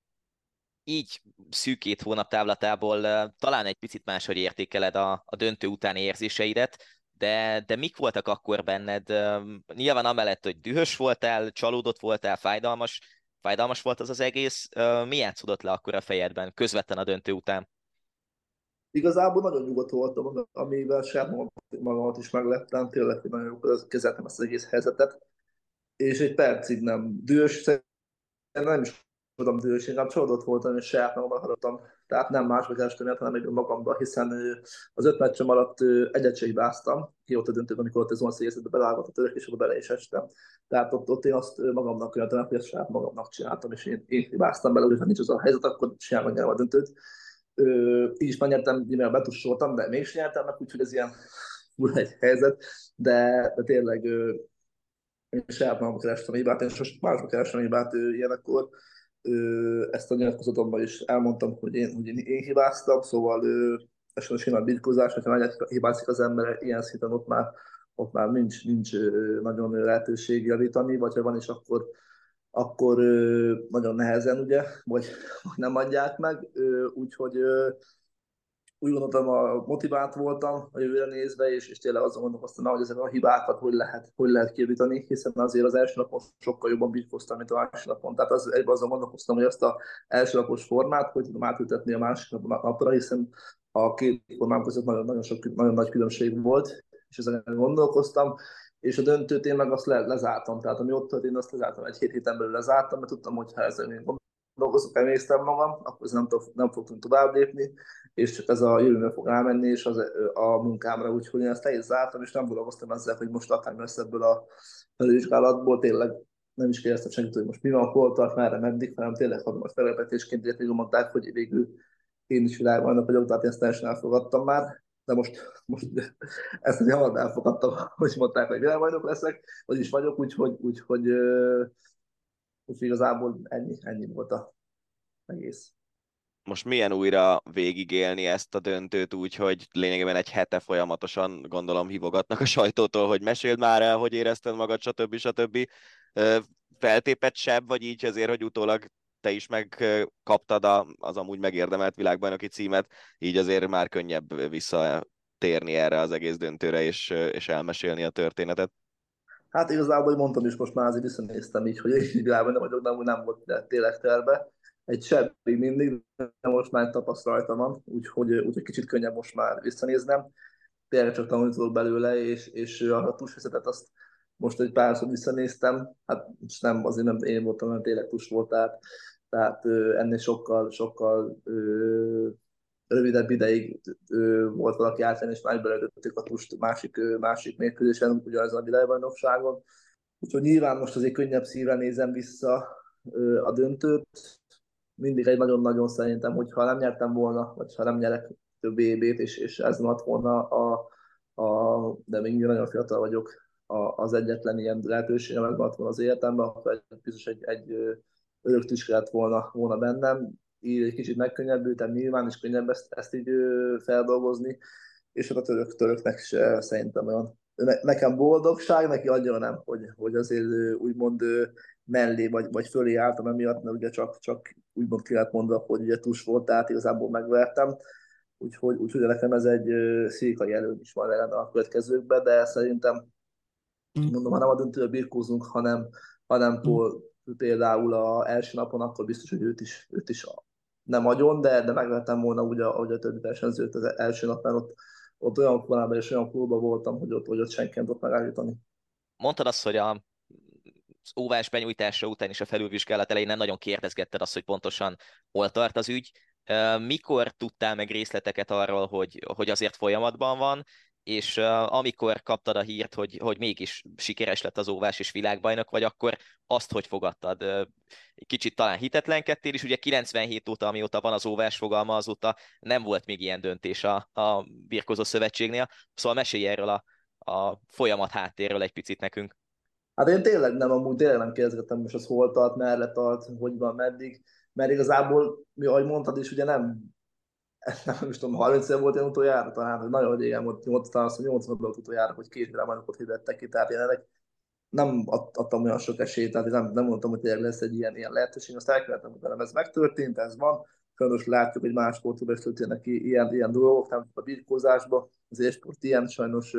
Így szűk két hónap távlatából talán egy picit máshogy értékeled a, a döntő utáni érzéseidet, de, de mik voltak akkor benned? Nyilván amellett, hogy dühös voltál, csalódott voltál, fájdalmas, fájdalmas volt az az egész. Mi játszódott le akkor a fejedben, közvetlen a döntő után? Igazából nagyon nyugodt voltam, amivel sem magamat is megleptem, tényleg, hogy nagyon jól kezeltem ezt az egész helyzetet, és egy percig nem dühös, nem is voltam dühös, inkább csalódott voltam, és saját magamban hallottam. Tehát nem másba kerestem, hanem még magamban, hiszen az öt meccsem alatt egyet se hibáztam, ki ott a döntőben, amikor ott az onszi részletbe belállott a török, és oda bele is estem. Tehát ott, ott én azt magamnak könyveltem, hogy ezt saját magamnak csináltam, és én, én hibáztam bele, hogyha nincs az a helyzet, akkor sem megnyerem a döntőt. Ö, így is megnyertem, mivel betussoltam, de mégis nyertem meg, úgyhogy ez ilyen fura egy helyzet, de, de tényleg ö, én saját magam kerestem a hibát, én sosem másba kerestem a hibát ö, ilyenekkor. Ö, ezt a nyilatkozatomban is elmondtam, hogy én, hogy én, én hibáztam, szóval esetleg simán birkózás, hogyha nagyon hibázik az ember ilyen szinten, ott már, ott már nincs, nincs ö, nagyon lehetőség javítani, vagy ha van is, akkor akkor ö, nagyon nehezen, ugye, vagy nem adják meg, ö, úgyhogy ö, úgy gondoltam, a motivált voltam a jövőre nézve, és, és tényleg azon gondolkoztam, hogy ezek a hibákat hogy lehet, hogy lehet kijavítani, hiszen azért az első napon sokkal jobban birkóztam, mint a másik napon. Tehát az, egyben azon gondolkoztam, hogy azt az első napos formát, hogy tudom átültetni a másik napra, hiszen a két formám között nagyon, nagyon, sok, nagyon nagy különbség volt, és ezen gondolkoztam, és a döntőt én meg azt le, lezártam. Tehát ami ott történt, azt lezártam, egy hét héten belül lezártam, mert tudtam, hogy ha ezzel én dolgozok, emésztem magam, akkor ez nem, nem fogtunk tovább lépni, és csak ez a jövőben fog elmenni, és az, a munkámra, úgyhogy én ezt le is zártam, és nem dolgoztam ezzel, hogy most akármi lesz ebből a felvizsgálatból, tényleg nem is kérdeztem senkit, hogy most mi van, hol tart, merre, meddig, hanem tényleg hatalmas meglepetésként érték, mondták, hogy végül én is világbajnok vagyok, tehát én ezt teljesen elfogadtam már, de most, most ezt azért hamar elfogadtam, hogy mondták, hogy világbajnok leszek, vagy is vagyok, úgyhogy, úgyhogy, úgyhogy igazából ennyi, ennyi volt az egész. Most milyen újra végigélni ezt a döntőt úgy, hogy lényegében egy hete folyamatosan, gondolom, hívogatnak a sajtótól, hogy meséld már el, hogy érezted magad, stb. stb. Feltépett sebb, vagy így azért, hogy utólag te is megkaptad az amúgy megérdemelt világbajnoki címet, így azért már könnyebb visszatérni erre az egész döntőre, és, és elmesélni a történetet? Hát igazából, hogy mondtam is, most már azért visszanéztem így, hogy én világban nem vagyok, de amúgy nem volt tényleg terve. Egy sebbig mindig, de most már tapasztaltam van, úgyhogy, úgyhogy kicsit könnyebb most már visszanéznem. Tényleg csak tanulni tudok belőle, és, és a tusvészetet azt most egy párszor visszanéztem, hát nem, azért nem én voltam, hanem tényleg tus volt, tehát, tehát ennél sokkal, sokkal ö, rövidebb ideig ö, volt valaki átvenni, és már belőttük a tust másik, ö, másik mérkőzésen, ugyanaz a világbajnokságon. Úgyhogy nyilván most azért könnyebb szívvel nézem vissza ö, a döntőt. Mindig egy nagyon-nagyon szerintem, hogyha nem nyertem volna, vagy ha nem nyerek több bé bét, és, és ez lett volna a, a, de még nagyon fiatal vagyok, a, az egyetlen ilyen lehetőség, meg lett volna az életemben, akkor egy, biztos egy, egy örök tüske lett volna, volna bennem. Így egy kicsit megkönnyebbültem nyilván, és könnyebb ezt, ezt így feldolgozni, és a török, töröknek se szerintem olyan. Ne, nekem boldogság, neki annyira nem, hogy, hogy azért úgymond mellé vagy, vagy fölé álltam emiatt, mert ugye csak, csak úgymond ki lehet mondva, hogy ugye tus volt, tehát igazából megvertem. Úgyhogy, úgyhogy nekem ez egy székai előny is van ellen a következőkben, de szerintem, mondom, ha nem a döntőre birkózunk, hanem, hanem például az első napon, akkor biztos, hogy őt is, őt is nem agyon, de, de megvettem volna ugye, ahogy a többi versenyzőt az első nap, mert ott, ott olyan korában és olyan klubban voltam, hogy ott, hogy ott senki nem tudott megállítani. Mondtad azt, hogy a az óvás benyújtása után és a felülvizsgálat elején nem nagyon kérdezgetted azt, hogy pontosan hol tart az ügy. Mikor tudtál meg részleteket arról, hogy, hogy azért folyamatban van, és amikor kaptad a hírt, hogy, hogy mégis sikeres lett az óvás és világbajnok vagy, akkor azt hogy fogadtad? Kicsit talán hitetlenkedtél is, ugye kilencvenhét óta, amióta van az óvás fogalma, azóta nem volt még ilyen döntés a, a birkózó szövetségnél, szóval mesélj erről a, a folyamat háttérről egy picit nekünk. Hát én tényleg nem, amúgy tényleg nem kérdezgettem, most az hol tart, merre tart, hogy van, meddig, mert igazából, mi, ahogy mondtad is, ugye nem, nem is tudom, harminc év volt én utoljára, talán, hogy nagyon régen volt, nyolc, talán azt nyolcvan volt utoljára, hogy két világbajnokot hirdettek ki, tehát jelenleg nem adtam olyan sok esélyt, tehát nem, nem mondtam, hogy tényleg lesz egy ilyen, ilyen lehetőség, azt elkövettem, hogy velem ez megtörtént, ez van, sajnos látjuk, hogy más sportokban is történnek ilyen, ilyen dolgok, nem a birkózásba, az élsport ilyen, sajnos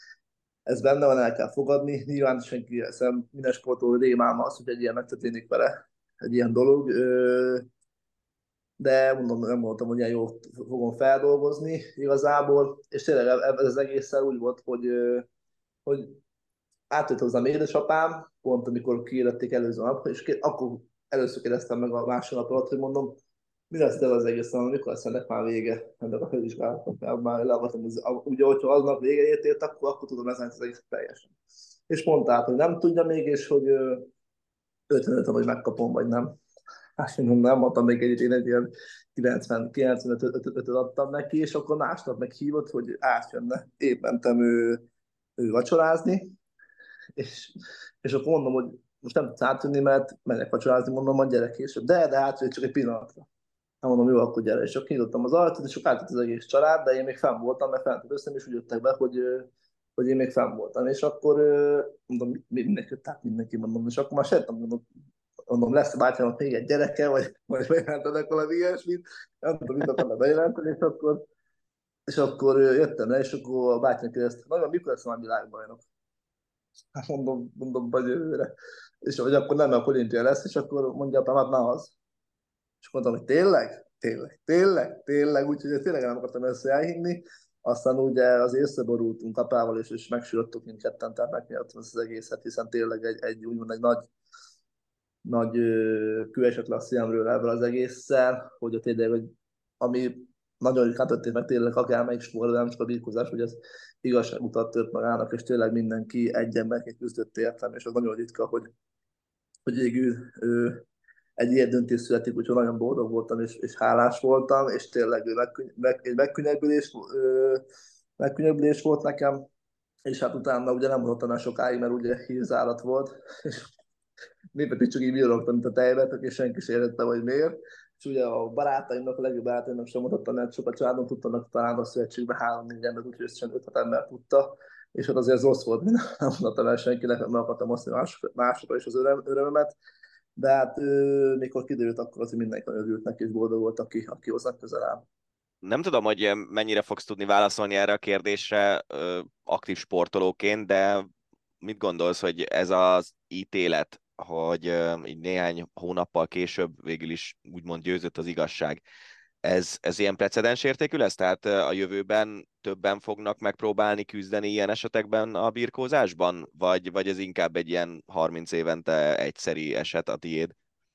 ez benne van, el kell fogadni. Nyilván senki, szerintem minden sportoló rémálma az, hogy egy ilyen megtörténik vele, egy ilyen dolog. De mondom, nem mondtam, hogy ilyen jól fogom feldolgozni igazából, és tényleg ez az egészen úgy volt, hogy, hogy átjött hozzám édesapám, pont amikor kiirdették előző nap, és akkor először kérdeztem meg a másodnap alatt, hogy mondom, mi lesz el az egész, mikor lesz ennek már vége, ennek a felvizsgálatnak, már leadtam, ugye, hogyha aznak vége értért, akkor, akkor tudom lezárni az egész teljesen. És mondták, hogy nem tudja még, és hogy ötvenöt, hogy megkapom, vagy nem. Hát mondom, nem adtam még egy, én egy ilyen kilencven kilencvenöt adtam neki, és akkor másnap meghívott, hogy átjönne. Épp mentem ő, ő vacsorázni, és, és akkor mondom, hogy most nem tudsz átjönni, mert megyek vacsorázni, mondom, majd gyere később. De, de átjön csak egy pillanatra. Nem mondom, jó, akkor gyere. És akkor kinyitottam az ajtót, és akkor átjött az egész család, de én még fenn voltam, mert fent összem, és úgy jöttek be, hogy, hogy én még fenn voltam. És akkor mondom, mindenki, tehát mindenki mondom, és akkor már sejtem, mondom, mondom, lesz a bátyámnak még egy gyereke, vagy, vagy bejelentenek valami ilyesmit, nem tudom, mit akarnak bejelenteni, és akkor, és akkor jöttem le, és akkor a bátyám kérdezte, nagyon, mikor lesz már világbajnok? Hát mondom, mondom, vagy jövőre. És hogy akkor nem, akkor olimpia lesz, és akkor mondja, hát na az. És mondtam, hogy tényleg? Tényleg, tényleg, tényleg, úgyhogy tényleg nem akartam ezt elhinni. Aztán ugye azért összeborultunk apával, és, és megsülöttük mindketten, tehát megnyertem ezt az egészet, hiszen tényleg egy, egy úgymond egy nagy, nagy kő esett le a szívemről ebből az egésszel, hogy a tényleg, hogy ami nagyon ritkán történt meg tényleg akármelyik sport, nem csak a birkózás, hogy ez igazságutat tört magának, és tényleg mindenki egy emberként küzdött értem, és az nagyon ritka, hogy hogy végül ő, egy ilyen döntés születik, úgyhogy nagyon boldog voltam, és, és hálás voltam, és tényleg meg, meg, egy megkönnyebbülés, ö, megkönnyebbülés volt nekem, és hát utána ugye nem voltam el sokáig, mert ugye hírzálat volt, és népek csak így virrogtam, mint a tejbetek, és senki sem értette, hogy miért. És ugye a barátaimnak, a legjobb barátaimnak sem mondottam, mert csak a családon tudtanak talán a szövetségben három-négy ember, úgyhogy összesen öt-hat ember tudta. És hát azért az rossz volt, hogy nem mondottam el senkinek, mert meg akartam azt más, másokra is az öröm, örömömet. De hát ö, mikor kiderült, akkor azért mindenki nagyon örült neki, és boldog volt, aki, aki hozzánk közel áll. Nem tudom, hogy mennyire fogsz tudni válaszolni erre a kérdésre ö, aktív sportolóként, de mit gondolsz, hogy ez az ítélet, hogy ö, így néhány hónappal később végül is úgymond győzött az igazság, ez, ez ilyen precedens értékű lesz? Tehát ö, a jövőben többen fognak megpróbálni küzdeni ilyen esetekben a birkózásban? Vagy, vagy ez inkább egy ilyen harminc évente egyszeri eset a tiéd?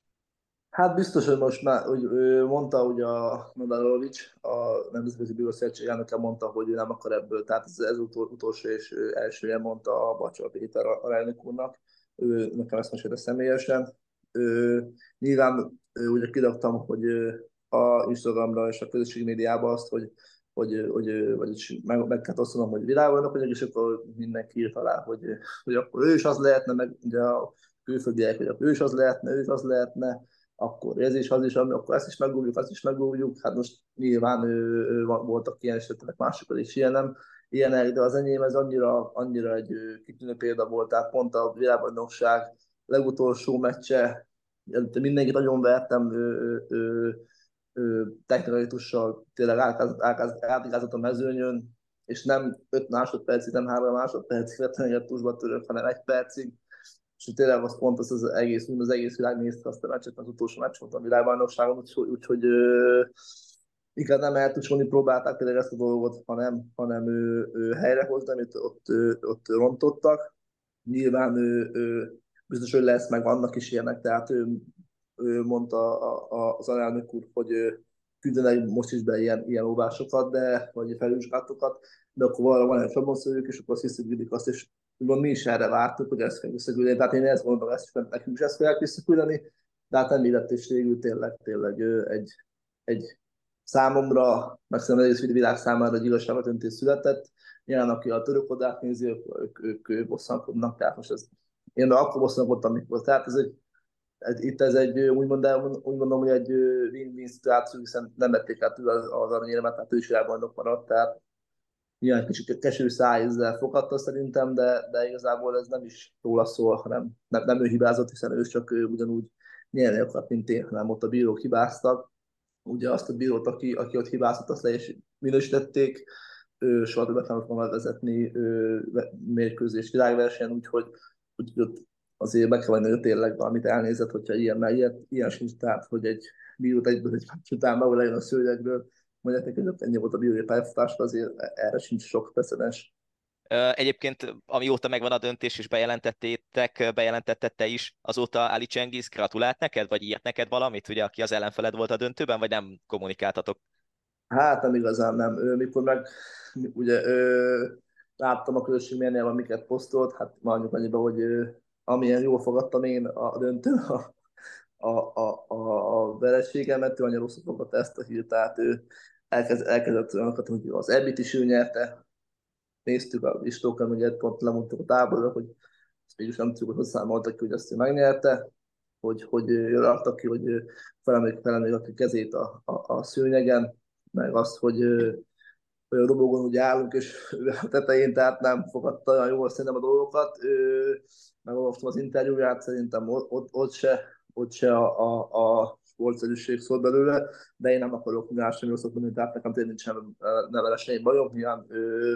Hát biztos, hogy most már, hogy ő mondta, hogy a Nadalovics, a Nemzetközi Bíró Szövetség elnöke mondta, hogy ő nem akar ebből, tehát ez, ez utol, utolsó és ő első ilyen mondta a Bacsal Péter a, a elnök úrnak, ő, nekem ezt mesélte személyesen. Ő, nyilván ő, ugye kiraktam, hogy ő, a Instagramra és a közösségi médiában azt, hogy hogy, hogy, vagyis meg, meg kell osztanom, hogy világban vagyok, és akkor mindenki írt alá, hogy, hogy akkor ő is az lehetne, meg ugye a külföldiek, hogy akkor ő is az lehetne, ő is az lehetne, akkor ez is, az is, ami, akkor ezt is megújjuk, azt is megújjuk. Hát most nyilván ő, ő, voltak ilyen esetek, másokkal is ilyenem, ilyenek, de az enyém ez annyira, annyira egy kitűnő példa volt, tehát pont a világbajnokság legutolsó meccse, mindenkit nagyon vertem, ő, ő, ő, ő, technikai tussal tényleg átigázott a mezőnyön, és nem öt másodpercig, nem három másodpercig vettem egy tusba török, hanem egy percig, és tényleg az pont az, az egész, az egész világ nézte azt a meccset, az utolsó meccs volt a világbajnokságon, úgyhogy, úgyhogy inkább nem eltusolni próbálták tényleg ezt a dolgot, hanem, hanem ő, ő helyrehozni, amit ott, ott, ott rontottak. Nyilván ő, ő, biztos, hogy lesz, meg vannak is ilyenek, tehát ő, ő mondta a, a, az alelnök úr, hogy küldenek most is be ilyen, ilyen óvásokat, de, vagy felvizsgálatokat, de akkor valahol van egy szabonszörjük, és akkor azt hiszük, azt is úgymond mi is erre vártuk, hogy ezt kell visszaküldeni. Tehát én ezt gondolom, ezt, nekünk is ezt kell visszaküldeni, de hát nem illett, és végül tényleg, tényleg egy, egy számomra, meg szerintem egész világ számára egy igazságot döntés született. Nyilván, aki a török oldalt nézi, ők, ők, ők, ők bosszankodnak, tehát most ez, én akkor bosszankodtam, amikor. Tehát ez egy, ez, itt ez egy, úgy, mondom, úgy mondom, hogy egy win-win szituáció, hiszen nem vették át az, az aranyérmet, tehát ő is világbajnok maradt, tehát nyilván kicsit keső szájézzel fogadta szerintem, de, de igazából ez nem is róla szól, hanem nem, nem ő hibázott, hiszen ő csak ő ugyanúgy nyerni akart, mint én, hanem ott a bírók hibáztak. Ugye azt a bírót, aki, aki ott hibázott, azt le is minősítették, ő soha többet nem volna vezetni mérkőzés világversenyen, úgyhogy úgy, ott azért meg kell venni tényleg valamit elnézett, hogyha ilyen, mert ilyen, ilyen sincs, tehát hogy egy bírót egyből egy meccs után megvan legyen a szőnyegről, mondják neki, hogy ennyi volt a bírói pályafutás, azért erre sincs sok precedens. Egyébként, amióta megvan a döntés, és bejelentettétek, bejelentetted te is, azóta Ali Cengiz gratulált neked, vagy írt neked valamit, ugye, aki az ellenfeled volt a döntőben, vagy nem kommunikáltatok? Hát nem igazán nem. Ő, mikor meg ugye ő, láttam a közösség médiában, amiket posztolt, hát mondjuk annyiba, hogy ő, amilyen jól fogadtam én a döntőn a, a, a, a, a vereségemet, ő annyira rosszul fogadta ezt a hírt, tehát ő elkezd, elkezdett olyanokat, hogy az Ebit is ő nyerte, néztük a listókon, ugye pont lemondtuk a táborra, hogy ezt mégis nem tudjuk, hogy számoltak ki, hogy azt ő megnyerte, hogy, hogy ő raktak ki, hogy felemelik, felemelik a kezét a, a, a szőnyegen, meg azt, hogy, hogy a dobogon úgy állunk, és a tetején, tehát nem fogadta olyan jól szerintem a dolgokat. Megolvastam az interjúját, szerintem ott, ott se, ott se a, a, a sportszerűség szólt belőle, de én nem akarok más sem rosszat mondani, tehát nekem tényleg nincsen nevele semmi bajom, nyilván ő,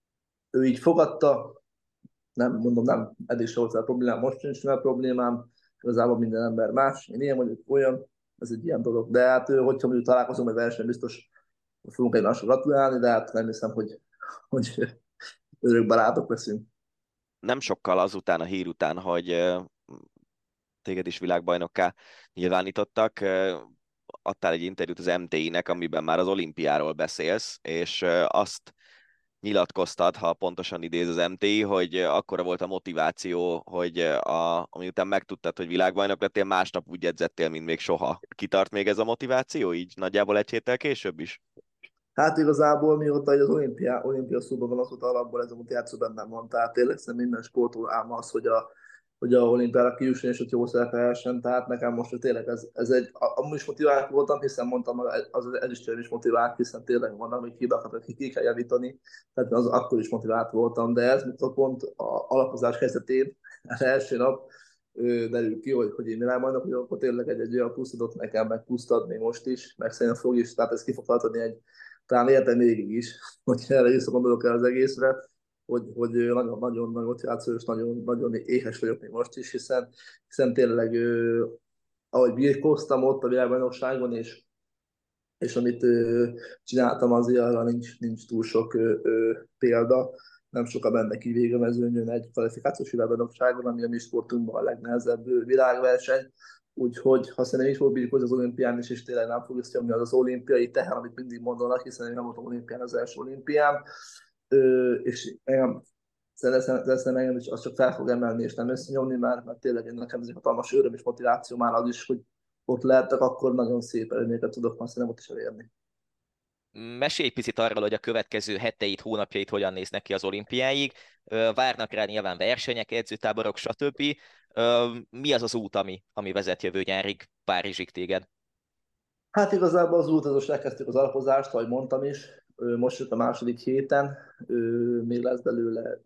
ő így fogadta, nem mondom, nem, eddig se volt a problémám, most sincs vele problémám, igazából minden ember más, én ilyen vagyok, olyan, ez egy ilyen dolog, de hát hogyha mondjuk találkozom egy verseny, biztos fogunk egymásra gratulálni, de hát nem hiszem, hogy, hogy örök barátok leszünk. Nem sokkal azután, a hír után, hogy téged is világbajnokká nyilvánítottak, adtál egy interjút az em té i-nek, amiben már az olimpiáról beszélsz, és azt nyilatkoztat, ha pontosan idéz az em té i, hogy akkora volt a motiváció, hogy a, amiután megtudtad, hogy világbajnok lettél, másnap úgy edzettél, mint még soha. Kitart még ez a motiváció, így nagyjából egy héttel később is? Hát igazából mióta az olimpia, olimpia szóban van, azóta alapból ez a motiváció bennem van. Tehát tényleg szerintem minden sportoló álma az, hogy a, hogy a olimpiára kijusson és hogy jól szerepelhessen. Tehát nekem most hogy tényleg ez, ez egy, amúgy is motivált voltam, hiszen mondtam, az ez is is motivált, hiszen tényleg vannak még hibákat, akik ki kell javítani. Tehát az akkor is motivált voltam, de ez mikor pont a alapozás kezdetén, az első nap derül ki, hogy, hogy én világbajnok vagyok, akkor tényleg egy, egy olyan plusz adott nekem, meg pluszt adni most is, meg szerintem fog is, tehát ez ki fog adni egy talán értem végig is, hogy erre visszagondolok el az egészre, hogy, hogy nagyon, nagyon nagy motiváció, és nagyon, nagyon éhes vagyok még most is, hiszen, hiszen tényleg, ahogy birkóztam ott a világbajnokságon, és, és amit csináltam, azért arra nincs, nincs túl sok példa, nem sokan mennek ki végig a mezőnyön egy kvalifikációs világbajnokságon, ami a mi sportunkban a legnehezebb világverseny. Úgyhogy ha szerintem is fog birkózni az olimpián is, és tényleg nem fog összeomni az az olimpiai teher, amit mindig mondanak, hiszen én nem voltam olimpián az első olimpián, Ö, és engem szerintem engem is az csak fel fog emelni, és nem összenyomni, mert, mert tényleg nekem ez egy hatalmas öröm és motiváció már az is, hogy ott lehetek, akkor nagyon szép eredményeket tudok már szerintem ott is elérni. Mesélj egy picit arról, hogy a következő heteit, hónapjait hogyan néznek ki az olimpiáig. Várnak rá nyilván versenyek, edzőtáborok, stb. Mi az az út, ami, ami vezet jövő nyárig, Párizsig téged? Hát igazából az utazós elkezdtük az alapozást, ahogy mondtam is. Most jött a második héten, még lesz belőle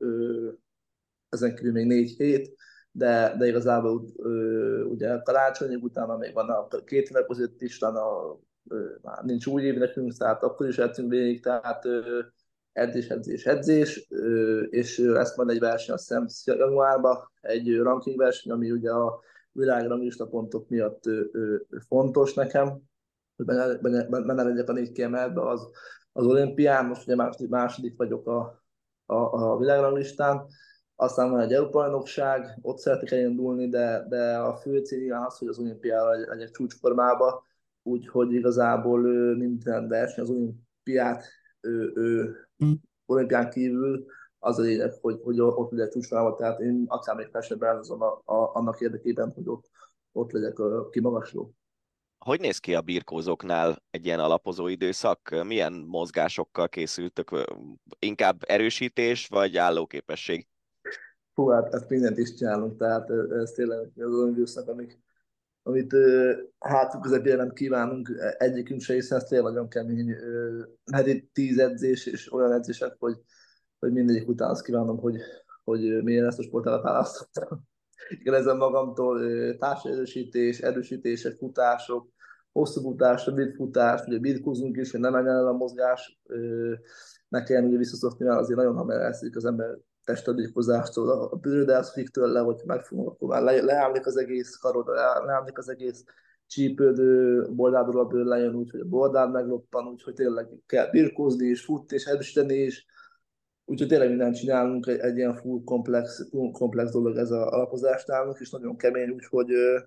ezen kívül még négy hét, de, de igazából ugye karácsonyig utána még van a két évek között is, a, már nincs új év nekünk, tehát akkor is edzünk végig, tehát edzés, edzés, edzés, és lesz majd egy verseny, azt hiszem januárban, egy ranking verseny, ami ugye a világranglista pontok miatt fontos nekem, hogy benne, benne, benne legyek a négy kiemeltbe az, az olimpián, most ugye második, második vagyok a, a, a világranglistán, aztán van egy Európa-bajnokság, ott szeretnék elindulni, de, de a fő cél az, hogy az olimpiára legyek csúcsformába, úgyhogy igazából minden verseny az olimpiát, ő, ő, olimpián kívül az a lényeg, hogy, hogy ott legyek csúcsformába, tehát én akár még felsőbb elhozom a, a, annak érdekében, hogy ott, ott legyek a kimagasló. Hogy néz ki a birkózóknál egy ilyen alapozó időszak? Milyen mozgásokkal készültök? Inkább erősítés, vagy állóképesség? Hú, hát ezt mindent is csinálunk, tehát ez tényleg az olyan időszak, amik, amit hátul közepére nem kívánunk egyikünk se, hiszen ez tényleg nagyon kemény. Heti tíz edzés és olyan edzések, hogy, hogy mindegyik után azt kívánom, hogy, hogy milyen ezt a sportágat választottam. Kérdezem magamtól társerősítés, erősítések, futások, hosszú futás, rövid futás, ugye birkózunk is, hogy nem menjen el a mozgás, ne kelljen ugye visszaszokni, mert azért nagyon hamar elszik az ember testadékozástól, a bőröd elszokik tőle, hogy megfogom, akkor már le, leállnik az egész karod, leállnik az egész csípődő, boldádról a bőr lejön úgy, hogy a boldád megloppan, úgyhogy tényleg kell birkózni és futni és erősíteni is. Úgyhogy tényleg mindent csinálunk, egy, egy ilyen full komplex, full komplex dolog ez az alapozás nálunk, és nagyon kemény, úgyhogy,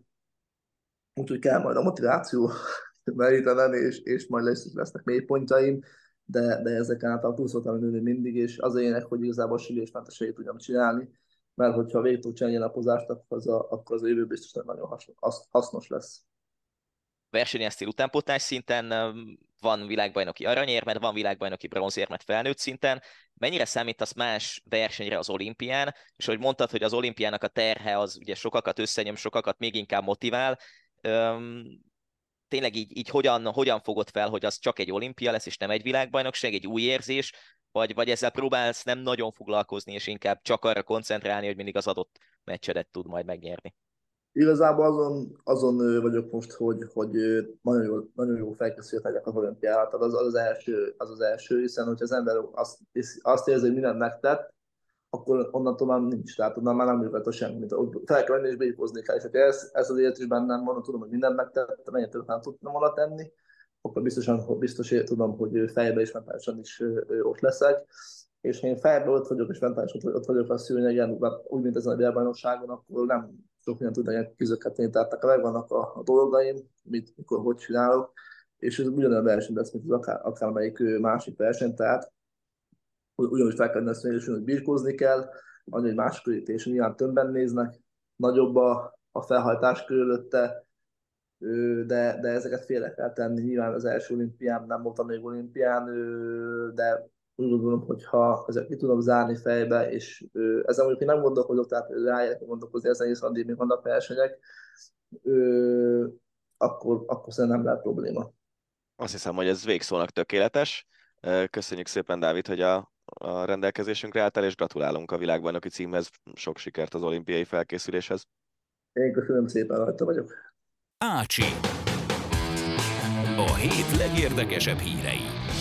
úgyhogy kell majd a motiváció merítenem, és, és majd lesz, lesznek mélypontjaim, de, de ezeken által túl szoktam nőni mindig, és az a lényeg, hogy igazából sülésmentesen tudjam csinálni, mert hogyha végig tud csinálni a lapozást, akkor az a, akkor az a jövő biztos nagyon hasznos lesz. Versenyeztél utánpótlás szinten, van világbajnoki aranyérmed, van világbajnoki bronzérmed felnőtt szinten. Mennyire számítasz más versenyre az olimpián? És hogy mondtad, hogy az olimpiának a terhe az ugye sokakat összenyom, sokakat még inkább motivál. Üm, tényleg így, így hogyan, hogyan fogod fel, hogy az csak egy olimpia lesz, és nem egy világbajnokság, egy új érzés, vagy, vagy ezzel próbálsz nem nagyon foglalkozni, és inkább csak arra koncentrálni, hogy mindig az adott meccsedet tud majd megnyerni? Igazából azon, azon vagyok most, hogy, hogy nagyon jó, nagyon jó felkészült legyek az olimpiára. Tehát az, az, az, első, az az első, hiszen hogyha az ember azt, azt érzi, hogy mindent megtett, akkor onnantól már nincs, tehát onnan már nem művelt a semmit. Fel kell menni és beípozni kell, és ha ez, ez az élet is bennem van, tudom, hogy mindent megtettem, mennyit többet nem tudtam volna tenni, akkor biztosan, biztos tudom, hogy fejben és mentálisan is ott leszek. És ha én fejben ott vagyok, és mentálisan ott, ott vagyok a szőnyegen, úgy, mint ezen a világbajnokságon, akkor nem sok mindent tudnak kizökkenteni, tehát megvannak a, a dolgaim, mit, mikor, hogy csinálok, és ez ugyanolyan verseny lesz, mint az akár, akármelyik másik verseny, tehát ugyanúgy fel kell nőni, és hogy birkózni kell, annyi, hogy más körítés, nyilván többen néznek, nagyobb a, a felhajtás körülötte, de, de ezeket félre kell tenni. Nyilván az első olimpián nem voltam még olimpián, de úgy gondolom, hogy ha ezeket ki tudom zárni fejbe, és ezen mondjuk én nem gondolkodok, tehát rájárok gondolkozni, ezen is addig még vannak versenyek, akkor, akkor szerintem nem lehet probléma. Azt hiszem, hogy ez végszónak tökéletes. Köszönjük szépen, Dávid, hogy a, a rendelkezésünkre álltál, és gratulálunk a világbajnoki címhez. Sok sikert az olimpiai felkészüléshez. Én köszönöm szépen, rajta vagyok. Ácsi. A hét legérdekesebb hírei.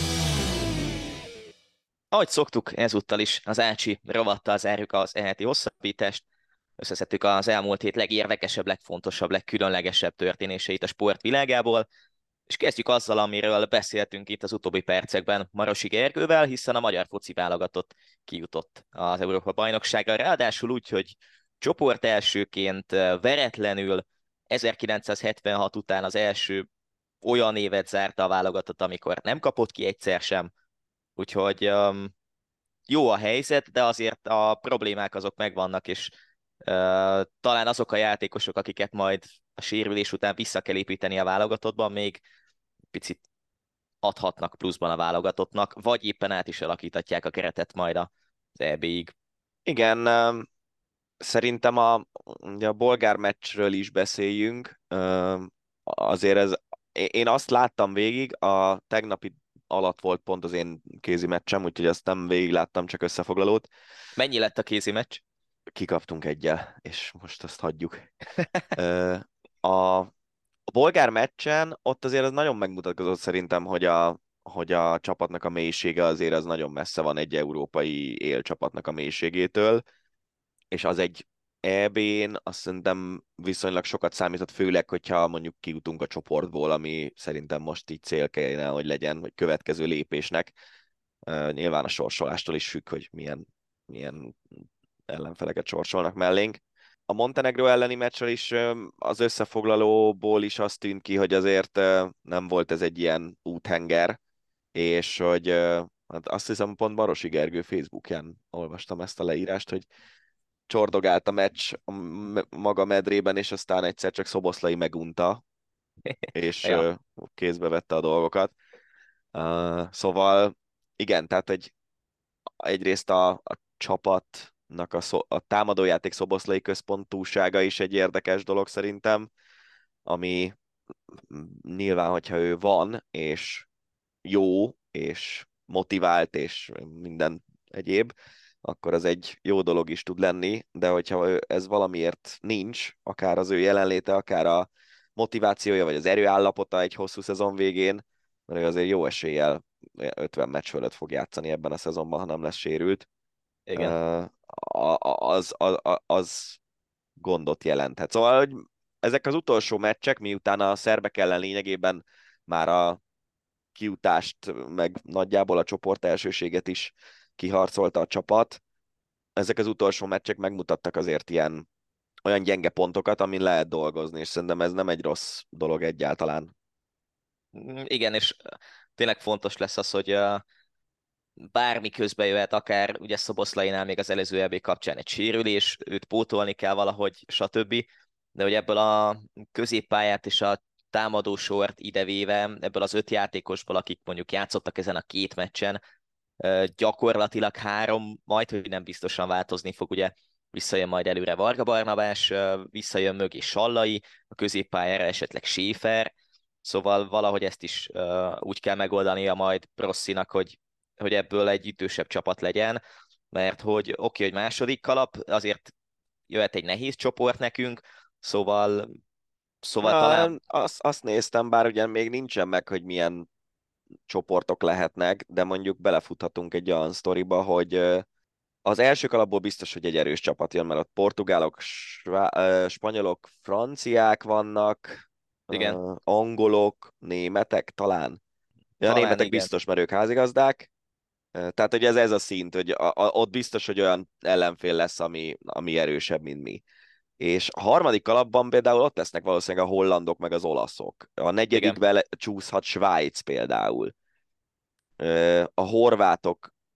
Ahogy szoktuk, ezúttal is az Ácsi rovattal zárjuk az eheti hosszabbítást. Összeszedtük az elmúlt hét legérdekesebb, legfontosabb, legkülönlegesebb történéseit a sport világából, és kezdjük azzal, amiről beszéltünk itt az utóbbi percekben Marosi Gergővel, hiszen a magyar foci válogatott kijutott az Európa-bajnokságra, ráadásul úgy, hogy csoport elsőként veretlenül ezerkilencszázhetvenhat után az első olyan évet zárta a válogatott, amikor nem kapott ki egyszer sem, úgyhogy um, jó a helyzet, de azért a problémák azok megvannak, és uh, talán azok a játékosok, akiket majd a sérülés után vissza kell építeni a válogatottban, még picit adhatnak pluszban a válogatottnak, vagy éppen át is alakítatják a keretet majd az é bé-ig. Igen, szerintem a, ugye a bolgár meccsről is beszéljünk. Azért ez, én azt láttam végig, a tegnapi alatt volt pont az én kézi meccsem, úgyhogy azt nem végig láttam, csak összefoglalót. Mennyi lett a kézi meccs? Kikaptunk egyel, és most azt hagyjuk. A, a bolgár meccsen ott azért az nagyon megmutatkozott szerintem, hogy a, hogy a csapatnak a mélysége azért az nagyon messze van egy európai élcsapatnak a mélységétől, és az egy é bén azt szerintem viszonylag sokat számított, főleg, hogyha mondjuk kijutunk a csoportból, ami szerintem most így cél kellene, hogy legyen, vagy következő lépésnek. Uh, nyilván a sorsolástól is függ, hogy milyen, milyen ellenfeleket sorsolnak mellénk. A Montenegro elleni meccsről is az összefoglalóból is azt tűnt ki, hogy azért nem volt ez egy ilyen úthenger, és hogy hát azt hiszem pont Barosi Gergő Facebookján olvastam ezt a leírást, hogy csordogált a meccs a maga medrében, és aztán egyszer csak Szoboszlai megunta, és Ja. kézbe vette a dolgokat. Szóval igen, tehát egy, egyrészt a, a csapatnak a, szó, a támadójáték Szoboszlai központúsága is egy érdekes dolog szerintem, ami nyilván, hogyha ő van, és jó, és motivált, és minden egyéb, akkor az egy jó dolog is tud lenni, de hogyha ez valamiért nincs, akár az ő jelenléte, akár a motivációja, vagy az erőállapota egy hosszú szezon végén, mert ő azért jó eséllyel ötven meccs fölött fog játszani ebben a szezonban, ha nem lesz sérült. Igen. Az, az, az gondot jelenthet. Szóval, hogy ezek az utolsó meccsek, miután a szerbek ellen lényegében már a kiutást, meg nagyjából a csoport elsőséget is kiharcolta a csapat, ezek az utolsó meccsek megmutattak azért ilyen olyan gyenge pontokat, amin lehet dolgozni, és szerintem ez nem egy rossz dolog egyáltalán. Igen, és tényleg fontos lesz az, hogy bármi közbe jöhet, akár ugye Szoboszlainál még az előző é bé kapcsán egy sérülés, őt pótolni kell valahogy, stb. De hogy ebből a középpályát és a támadósort idevéve, ebből az öt játékosból, akik mondjuk játszottak ezen a két meccsen, gyakorlatilag három, majd, hogy nem biztosan változni fog, ugye visszajön majd előre Varga Barnabás, visszajön mögé Sallai, a középpályára esetleg Schäfer, szóval valahogy ezt is úgy kell megoldania majd Prossinak, hogy hogy ebből egy idősebb csapat legyen, mert hogy oké, okay, hogy második kalap, azért jöhet egy nehéz csoport nekünk, szóval, szóval Na, talán... Azt, azt néztem, bár ugye még nincsen meg, hogy milyen csoportok lehetnek, de mondjuk belefuthatunk egy olyan sztoriba, hogy az első kalapból biztos, hogy egy erős csapat jön, mert ott portugálok, svá- spanyolok, franciák vannak, Igen. angolok, németek talán. Ja, a Talán németek igen. biztos, mert ők házigazdag. Tehát, hogy ez ez a szint, hogy a, a, ott biztos, hogy olyan ellenfél lesz, ami, ami erősebb, mint mi. És a harmadik kalapban például ott lesznek valószínűleg a hollandok, meg az olaszok. A negyedikbe csúszhat Svájc például. A horvátok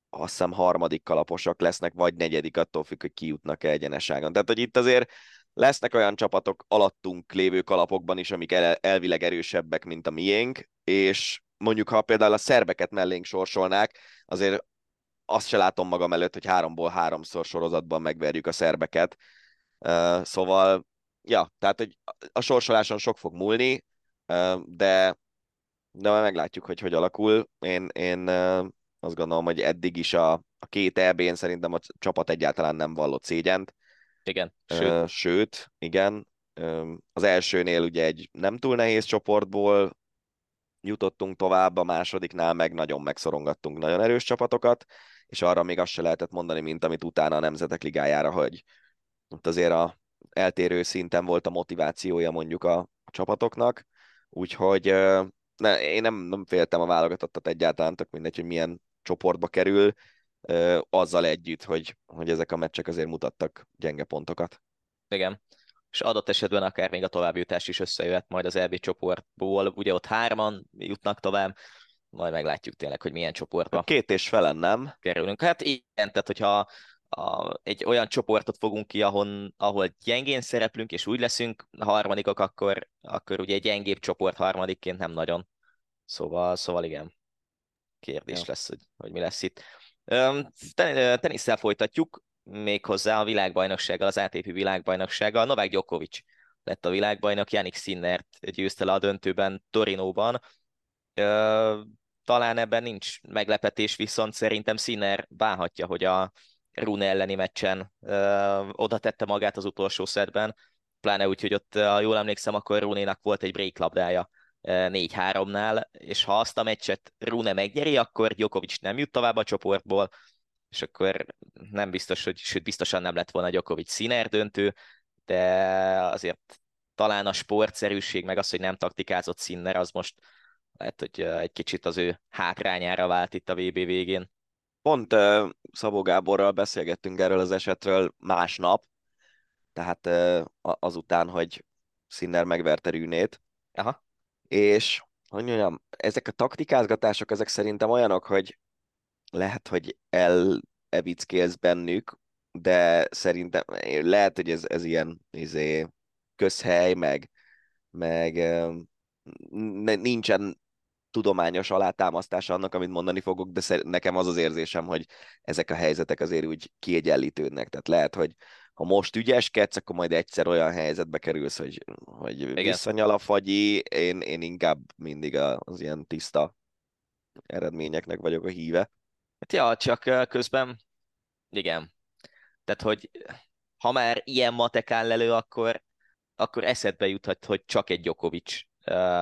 azt hiszem harmadik kalaposak lesznek, vagy negyedik, attól függ, hogy kijutnak-e egyeneságon. Tehát, hogy itt azért lesznek olyan csapatok alattunk lévő kalapokban is, amik el- elvileg erősebbek, mint a miénk, és mondjuk, ha például a szerbeket mellénk sorsolnák, azért azt se látom magam előtt, hogy háromból háromszor sorozatban megverjük a szerbeket. Uh, szóval, ja, tehát hogy a sorsoláson sok fog múlni, uh, de, de majd meglátjuk, hogy hogy alakul. Én, én uh, azt gondolom, hogy eddig is a, a két é bén szerintem a csapat egyáltalán nem vallott szégyent. Igen, sőt. Uh, sőt, igen. Uh, az elsőnél ugye egy nem túl nehéz csoportból jutottunk tovább, a másodiknál meg nagyon megszorongattunk nagyon erős csapatokat, és arra még azt se lehetett mondani, mint amit utána a Nemzetek Ligájára, hogy ott azért a eltérő szinten volt a motivációja mondjuk a, a csapatoknak, úgyhogy ö, ne, én nem, nem féltem a válogatottat egyáltalán, tök mindegy, hogy milyen csoportba kerül, ö, azzal együtt, hogy, hogy ezek a meccsek azért mutattak gyenge pontokat. Igen. És adott esetben akár még a továbbjutás is összejöhet majd az é bé csoportból. Ugye ott hárman jutnak tovább, majd meglátjuk tényleg, hogy milyen csoportba Két és felen, nem? kerülünk. Hát igen, tehát hogyha a, egy olyan csoportot fogunk ki, ahon, ahol gyengén szereplünk, és úgy leszünk harmadikok, akkor, akkor ugye egy gyengébb csoport harmadikként nem nagyon. Szóval, szóval igen, kérdés Ja. lesz, hogy, hogy mi lesz itt. Öm, ten- Tenisszel folytatjuk, méghozzá a világbajnoksággal, az á té pé világbajnoksággal. Novák Djokovic lett a világbajnok, Jannik Sinnert győzte le a döntőben Torinóban. Ö, talán ebben nincs meglepetés, viszont szerintem Sinner bánhatja, hogy a Rune elleni meccsen ö, oda tette magát az utolsó szedben, pláne úgy, hogy ott, ha jól emlékszem, akkor Runénak volt egy break labdája négy háromnál, és ha azt a meccset Rune megnyeri, akkor Djokovic nem jut tovább a csoportból, és akkor nem biztos, hogy, sőt biztosan nem lett volna Djokovic Sinner döntő, de azért talán a sportszerűség, meg az, hogy nem taktikázott Sinner, az most lehet, hogy egy kicsit az ő hátrányára vált itt a vé bé végén. Pont uh, Szabó Gáborral beszélgettünk erről az esetről másnap, tehát uh, azután, hogy Sinner megverte Rünét, Aha. és hogy mondjam, ezek a taktikázgatások, ezek szerintem olyanok, hogy lehet, hogy elevickélsz bennük, de szerintem lehet, hogy ez, ez ilyen izé, közhely, meg, meg um, nincsen tudományos alátámasztása annak, amit mondani fogok, de szer- nekem az az érzésem, hogy ezek a helyzetek azért úgy kiegyenlítődnek. Tehát lehet, hogy ha most ügyeskedsz, akkor majd egyszer olyan helyzetbe kerülsz, hogy, hogy Igen. visszanyal a fagyi. Én, én inkább mindig az ilyen tiszta eredményeknek vagyok a híve. Hát ja, csak közben, igen. Tehát, hogy ha már ilyen matek áll elő, akkor, akkor eszedbe juthat, hogy csak egy Djokovic uh,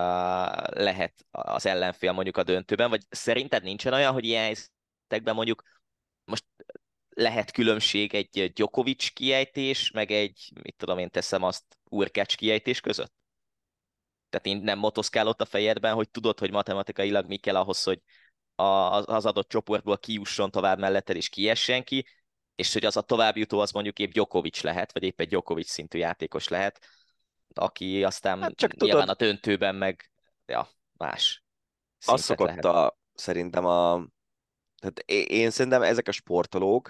lehet az ellenfél mondjuk a döntőben, vagy szerinted nincsen olyan, hogy ilyen helyzetekben mondjuk most lehet különbség egy Djokovic kiejtés, meg egy, mit tudom én, teszem azt, Urkács kiejtés között? Tehát én nem motoszkál ott a fejedben, hogy tudod, hogy matematikailag mi kell ahhoz, hogy a, az adott csoportból kijusson tovább melletted és kiessen ki, és hogy az a továbbjutó az mondjuk épp Djokovic lehet, vagy épp egy Djokovic szintű játékos lehet, aki aztán Hát csak nyilván tudod, a döntőben meg ja, más az szintet szokott lehet. a, szerintem a, tehát én, én szerintem ezek a sportolók,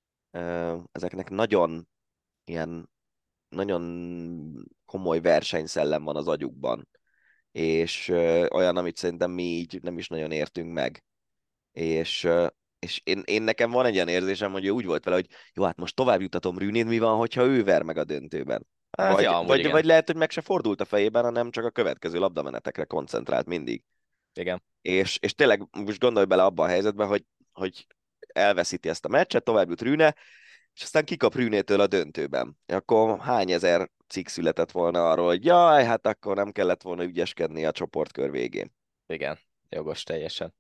ö, ezeknek nagyon ilyen, nagyon komoly versenyszellem van az agyukban, és ö, olyan, amit szerintem mi így nem is nagyon értünk meg. És, ö, és én, én nekem van egy ilyen érzésem, hogy ő úgy volt vele, hogy jó, hát most tovább jutatom Rünét, mi van, hogyha ő ver meg a döntőben. Hát ja, Vagy, amúgy vagy, igen. vagy lehet, hogy meg se fordult a fejében, hanem csak a következő labdamenetekre koncentrált mindig. Igen. És, és tényleg most gondolj bele abba a helyzetbe, hogy, hogy elveszíti ezt a meccset, tovább jut Rüne, és aztán kikap Rünétől a döntőben. Akkor hány ezer cikk született volna arról, hogy jaj, hát akkor nem kellett volna ügyeskedni a csoportkör végén. Igen, jogos teljesen.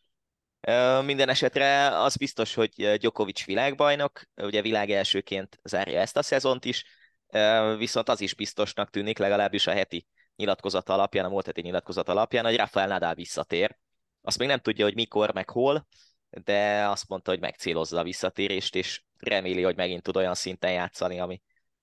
Ö, Minden esetre az biztos, hogy Djokovic világbajnok, ugye világ elsőként zárja ezt a szezont is, Ö, viszont az is biztosnak tűnik, legalábbis a heti nyilatkozat alapján, a múlt heti nyilatkozat alapján, hogy Rafael Nadal visszatér. Azt még nem tudja, hogy mikor, meg hol, de azt mondta, hogy megcélozza a visszatérést, és reméli, hogy megint tud olyan szinten játszani, ami,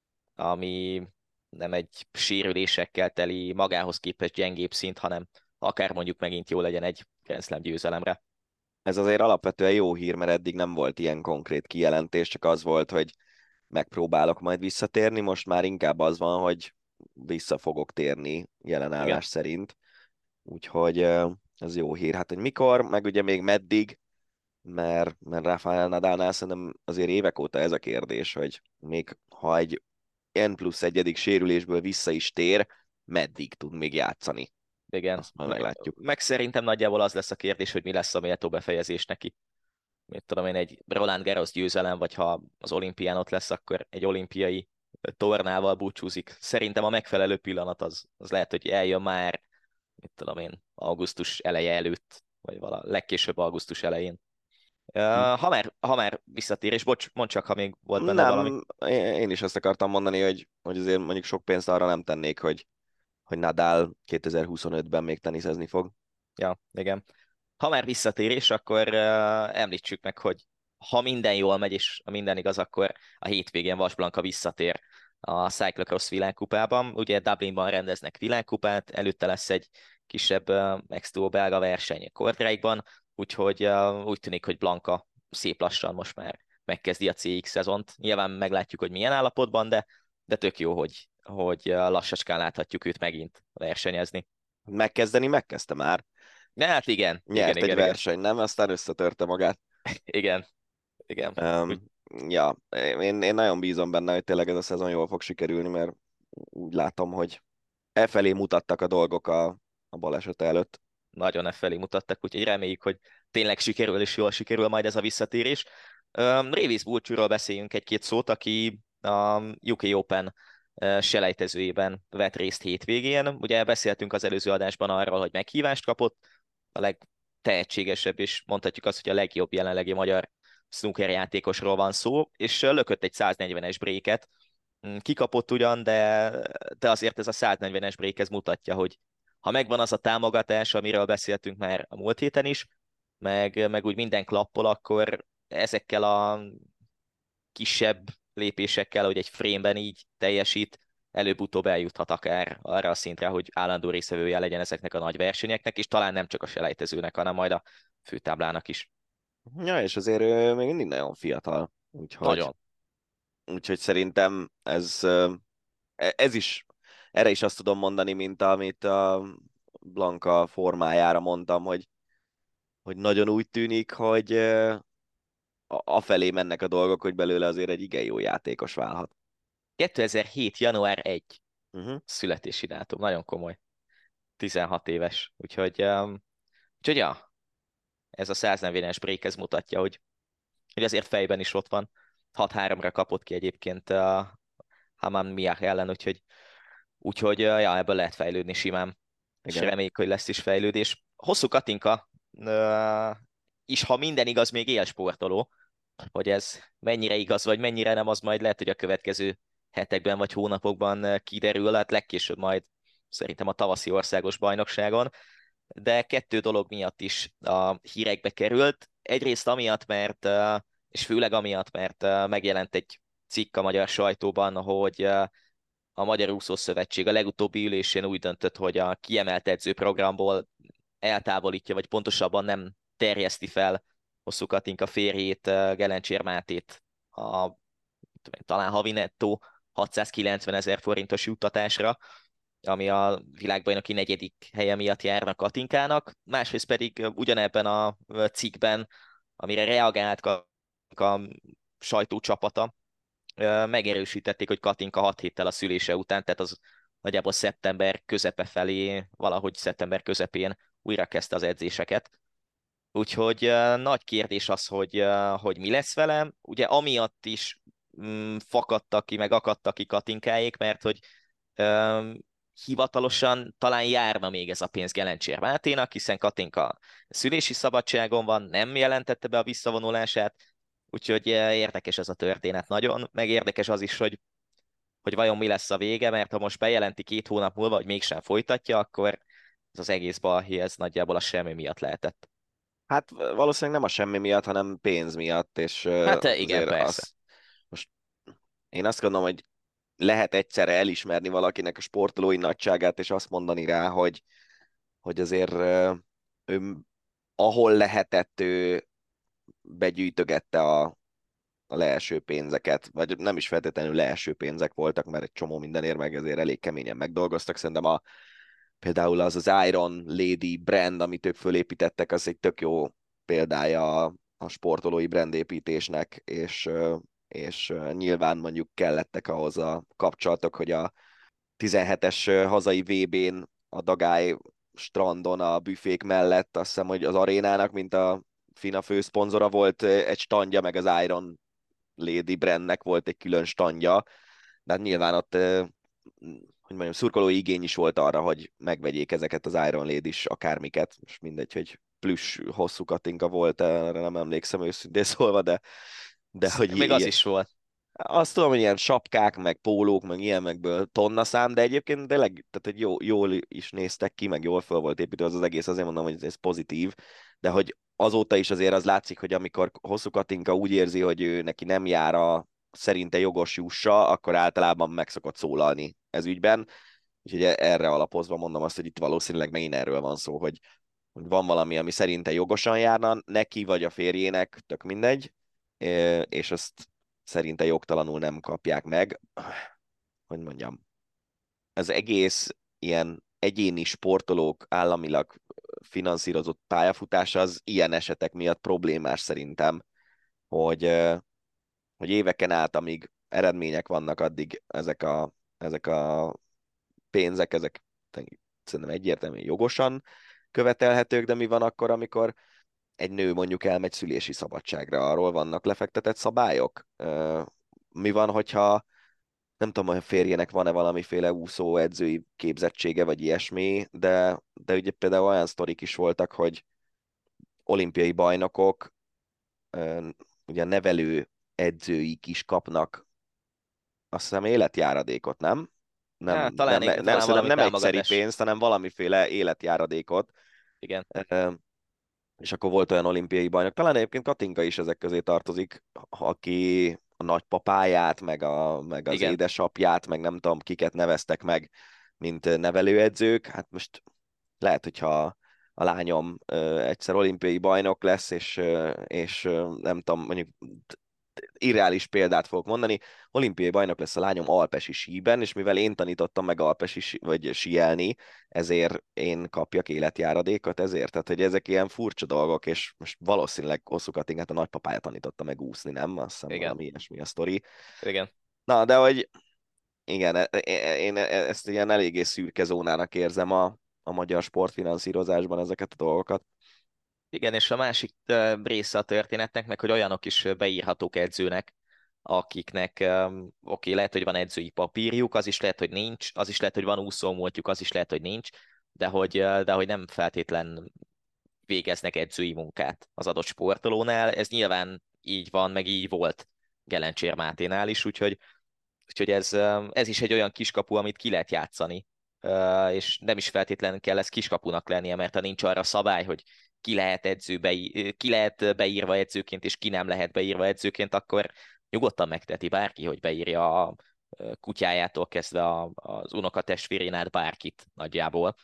ami nem egy sérülésekkel teli, magához képest gyengébb szint, hanem akár mondjuk megint jó legyen egy Grand Slam győzelemre. Ez azért alapvetően jó hír, mert eddig nem volt ilyen konkrét kijelentés, csak az volt, hogy megpróbálok majd visszatérni, most már inkább az van, hogy vissza fogok térni jelenállás Igen. szerint. Úgyhogy ö, ez jó hír. Hát, hogy mikor, meg ugye még meddig, mert, mert Rafael Nadalnál szerintem azért évek óta ez a kérdés, hogy még ha egy N plusz egyedik sérülésből vissza is tér, meddig tud még játszani. Igen. Azt majd Meg, meglátjuk. meg szerintem nagyjából az lesz a kérdés, hogy mi lesz a méltó befejezés neki. Mit tudom én, egy Roland Garros győzelem, vagy ha az olimpián ott lesz, akkor egy olimpiai tornával búcsúzik. Szerintem a megfelelő pillanat az, az lehet, hogy eljön már, mit tudom én, augusztus eleje előtt, vagy vala legkésőbb augusztus elején. Uh, Hm. ha már, ha már visszatér, és bocs, mondd csak, ha még volt benne valami. Nem, én én is ezt akartam mondani, hogy, hogy azért mondjuk sok pénzt arra nem tennék, hogy, hogy Nadal kétezer-huszonötben még teniszezni fog. Ja, igen. Ha már visszatérés, akkor uh, említsük meg, hogy ha minden jól megy, és ha minden igaz, akkor a hétvégén Vas Blanka visszatér a Cyclocross világkupában. Ugye Dublinban rendeznek világkupát, előtte lesz egy kisebb uh, extró belga verseny Kortrijkban, úgyhogy uh, úgy tűnik, hogy Blanka szép lassan most már megkezdi a cé iksz szezont. Nyilván meglátjuk, hogy milyen állapotban, de, de tök jó, hogy, hogy uh, lassacskán láthatjuk őt megint versenyezni. Megkezdeni megkezdte már. De hát igen, igen, Nyert igen, egy igen, verseny, nem? Aztán összetörte magát. igen, igen. Úgy, Um, ja, én, én nagyon bízom benne, hogy tényleg ez a szezon jól fog sikerülni, mert úgy látom, hogy e felé mutattak a dolgok a, a baleset előtt. nagyon e felé mutattak, úgyhogy reméljük, hogy tényleg sikerül, és jól sikerül majd ez a visszatérés. Um, Révész Bulcsúról beszéljünk egy-két szót, aki a u ká Open uh, selejtezőjében vett részt hétvégén. Ugye beszéltünk az előző adásban arról, hogy meghívást kapott, a legtehetségesebb, és mondhatjuk azt, hogy a legjobb jelenlegi magyar snooker játékosról van szó, és lökött egy száznegyvenes bréket. Kikapott ugyan, de, de azért ez a száznegyvenes brék ez mutatja, hogy ha megvan az a támogatás, amiről beszéltünk már a múlt héten is, meg, meg úgy minden klappol, akkor ezekkel a kisebb lépésekkel, hogy egy frame-ben így teljesít, előbb-utóbb eljuthat akár arra a szintre, hogy állandó részevője legyen ezeknek a nagy versenyeknek, és talán nem csak a selejtezőnek, hanem majd a főtáblának is. Ja, és azért ő még mindig nagyon fiatal. Úgyhogy, Nagyon. úgyhogy szerintem ez, ö, e- ez is, erre is azt tudom mondani, mint amit a Blanka formájára mondtam, hogy, hogy nagyon úgy tűnik, hogy ö, a- afelé mennek a dolgok, hogy belőle azért egy igen jó játékos válhat. kétezer-hét. január elseje Uh-huh. születési dátum, nagyon komoly. tizenhat éves, úgyhogy, um, úgyhogy ja, ez a száznegyvenes break ez mutatja, hogy, hogy azért fejben is ott van. hat háromra kapott ki egyébként a Haman Miach ellen, úgyhogy, úgyhogy uh, ja, ebből lehet fejlődni simán, és Igen. reméljük, hogy lesz is fejlődés. Hosszú Katinka uh, is, ha minden igaz, még élsportoló, hogy ez mennyire igaz, vagy mennyire nem, az majd lehet, hogy a következő hetekben vagy hónapokban uh, kiderül, hát legkésőbb majd szerintem a tavaszi országos bajnokságon, de kettő dolog miatt is a hírekbe került. Egyrészt amiatt, mert, uh, és főleg amiatt, mert uh, megjelent egy cikk a magyar sajtóban, hogy uh, a Magyar Úszó Szövetség a legutóbbi ülésén úgy döntött, hogy a kiemelt edzőprogramból eltávolítja, vagy pontosabban nem terjeszti fel Hosszú Katinka férjét, uh, Gelencsér Mátét a tudom én, talán havi nettó hatszázkilencven ezer forintos juttatásra, ami a világbajnoki negyedik helye miatt járnak Katinkának, másrészt pedig ugyanebben a cikkben, amire reagált a sajtócsapata, megerősítették, hogy Katinka hat héttel a szülése után, tehát az nagyjából szeptember közepe felé, valahogy szeptember közepén újra kezdte az edzéseket. Úgyhogy uh, nagy kérdés az, hogy, uh, hogy mi lesz velem. Ugye amiatt is mm, fakadtak ki, meg akadtak ki Katinkáék, mert hogy um, hivatalosan talán járna még ez a pénz Gelencsér Máténak, hiszen Katinka szülési szabadságon van, nem jelentette be a visszavonulását, úgyhogy uh, érdekes ez a történet nagyon, meg érdekes az is, hogy, hogy vajon mi lesz a vége, mert ha most bejelenti két hónap múlva, hogy mégsem folytatja, akkor ez az egész balhé, ez nagyjából a semmi miatt lehetett. Hát valószínűleg nem a semmi miatt, hanem pénz miatt, és Hát igen, azért persze. az, most én azt gondolom, hogy lehet egyszerre elismerni valakinek a sportolói nagyságát, és azt mondani rá, hogy, hogy azért ő ahol lehetett, ő begyűjtögette a, a leeső pénzeket, vagy nem is feltétlenül leeső pénzek voltak, mert egy csomó mindenért meg ezért elég keményen megdolgoztak. Szerintem a, például az az Iron Lady brand, amit ők fölépítettek, az egy tök jó példája a, a sportolói brandépítésnek, és, ö, és ö, nyilván mondjuk kellettek ahhoz a kapcsolatok, hogy a tizenhetes hazai vé bén a Dagály strandon a büfék mellett, azt hiszem, hogy az arénának, mint a FINA főszponzora volt egy standja, meg az Iron Lady brandnek volt egy külön standja, de hát nyilván ott, hogy mondjam, szurkolói igény is volt arra, hogy megvegyék ezeket az Iron Lady-s akármiket, most mindegy, hogy plusz hosszú katinka volt, erre nem emlékszem őszintén szólva, de, de hogy Még az is volt. azt tudom, hogy ilyen sapkák, meg pólók, meg ilyenekből tonna szám, de egyébként tényleg, tehát hogy jó, jól is néztek ki, meg jól föl volt építve az az egész, azért mondom, hogy ez pozitív, de hogy azóta is azért az látszik, hogy amikor Hosszú Katinka úgy érzi, hogy ő neki nem jár a szerinte jogos jussa, akkor általában meg szokott szólalni ez ügyben, úgyhogy erre alapozva mondom azt, hogy itt valószínűleg megint erről van szó, hogy, hogy van valami, ami szerinte jogosan járna neki, vagy a férjének, tök mindegy, és azt szerinte jogtalanul nem kapják meg. Hogy mondjam, az egész ilyen egyéni sportolók államilag finanszírozott pályafutása az ilyen esetek miatt problémás szerintem, hogy, hogy éveken át, amíg eredmények vannak, addig ezek a, ezek a pénzek, ezek szerintem egyértelműen jogosan követelhetők, de mi van akkor, amikor egy nő mondjuk elmegy szülési szabadságra, arról vannak lefektetett szabályok? Mi van, hogyha nem tudom, hogy a férjének van-e valamiféle úszó edzői képzettsége, vagy ilyesmi, de, de ugye például olyan sztorik is voltak, hogy olimpiai bajnokok, ugye nevelő edzőik is kapnak, azt hiszem, életjáradékot, nem? Nem, Hát, talán, nem, nem, talán szerintem nem egyszeri támogatás. pénzt, hanem valamiféle életjáradékot. Igen. És akkor volt olyan olimpiai bajnok, talán egyébként Katinka is ezek közé tartozik, aki a nagypapáját, meg, a, meg az Igen. édesapját, meg nem tudom, kiket neveztek meg, mint nevelőedzők. Hát most lehet, hogyha a lányom ö, egyszer olimpiai bajnok lesz, és, ö, és ö, nem tudom, mondjuk irreális példát fogok mondani, olimpiai bajnok lesz a lányom alpesi síben, és mivel én tanítottam meg alpesi sí, vagy síelni, ezért én kapjak életjáradékot ezért. Tehát, hogy ezek ilyen furcsa dolgok, és most valószínűleg Hosszú Katingát a nagypapája tanította meg úszni, nem? Azt hiszem, Igen. valami ilyesmi a sztori. Igen. Na, de hogy igen, e- e- én ezt ilyen eléggé szürke zónának érzem a, a magyar sportfinanszírozásban ezeket a dolgokat. Igen, és a másik ö, része a történetnek, meg hogy olyanok is ö, beírhatók edzőnek, akiknek, öm, oké, lehet, hogy van edzői papírjuk, az is lehet, hogy nincs, az is lehet, hogy van úszómúltjuk, az is lehet, hogy nincs, de hogy, ö, de hogy nem feltétlen végeznek edzői munkát az adott sportolónál. Ez nyilván így van, meg így volt Gelencsér Máténál is, úgyhogy, úgyhogy ez, öm, ez is egy olyan kiskapu, amit ki lehet játszani, Ö, és nem is feltétlenül kell ez kiskapunak lennie, mert ha nincs arra szabály, hogy ki lehet, edző beí- ki lehet beírva edzőként, és ki nem lehet beírva edzőként, akkor nyugodtan megteti bárki, hogy beírja a kutyájától kezdve a, az unokatestvérén át bárkit nagyjából.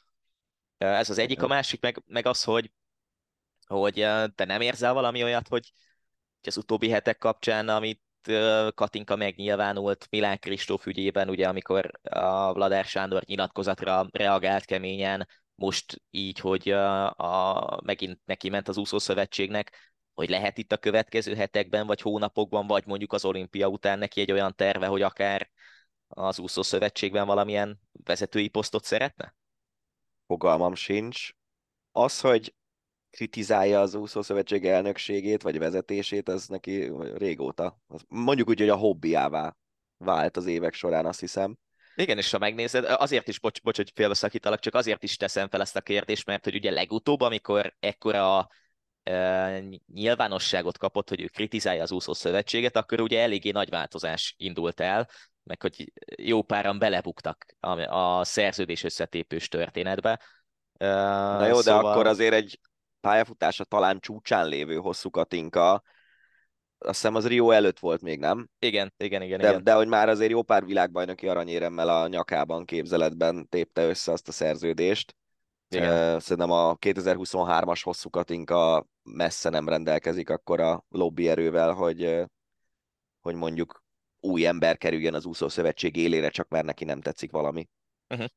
Ez az egyik, a másik meg, meg az, hogy, hogy te nem érzel valami olyat, hogy az utóbbi hetek kapcsán, amit Katinka megnyilvánult Milán Kristóf ügyében, ugye amikor a Vladár Sándor nyilatkozatra reagált keményen, most így, hogy a, a, megint neki ment az úszószövetségnek, hogy lehet itt a következő hetekben, vagy hónapokban, vagy mondjuk az olimpia után neki egy olyan terve, hogy akár az úszószövetségben valamilyen vezetői posztot szeretne? Fogalmam sincs. Az, hogy kritizálja az úszószövetség elnökségét, vagy vezetését, ez neki régóta. Mondjuk úgy, hogy a hobbiává vált az évek során, azt hiszem. Igen, és ha megnézed, azért is, bocs, bocs hogy félbeszakítalak, csak azért is teszem fel ezt a kérdést, mert hogy ugye legutóbb, amikor ekkora e, nyilvánosságot kapott, hogy ő kritizálja az úszó szövetséget, akkor ugye eléggé nagy változás indult el, meg hogy jó páran belebuktak a, a szerződés összetépős történetbe. E, Na jó, szóval... de akkor azért egy pályafutása talán csúcsán lévő Hosszú Katinka, azt hiszem az Rio előtt volt még, nem? Igen, igen, igen. De, igen. de hogy már azért jó pár világbajnoki aranyéremmel a nyakában, képzeletben tépte össze azt a szerződést. Igen. Szerintem a kétezer-huszonhármas hosszú Katinka messze nem rendelkezik akkor a lobbyerővel, hogy, hogy mondjuk új ember kerüljön az úszószövetség élére, csak mert neki nem tetszik valami. Uh-huh.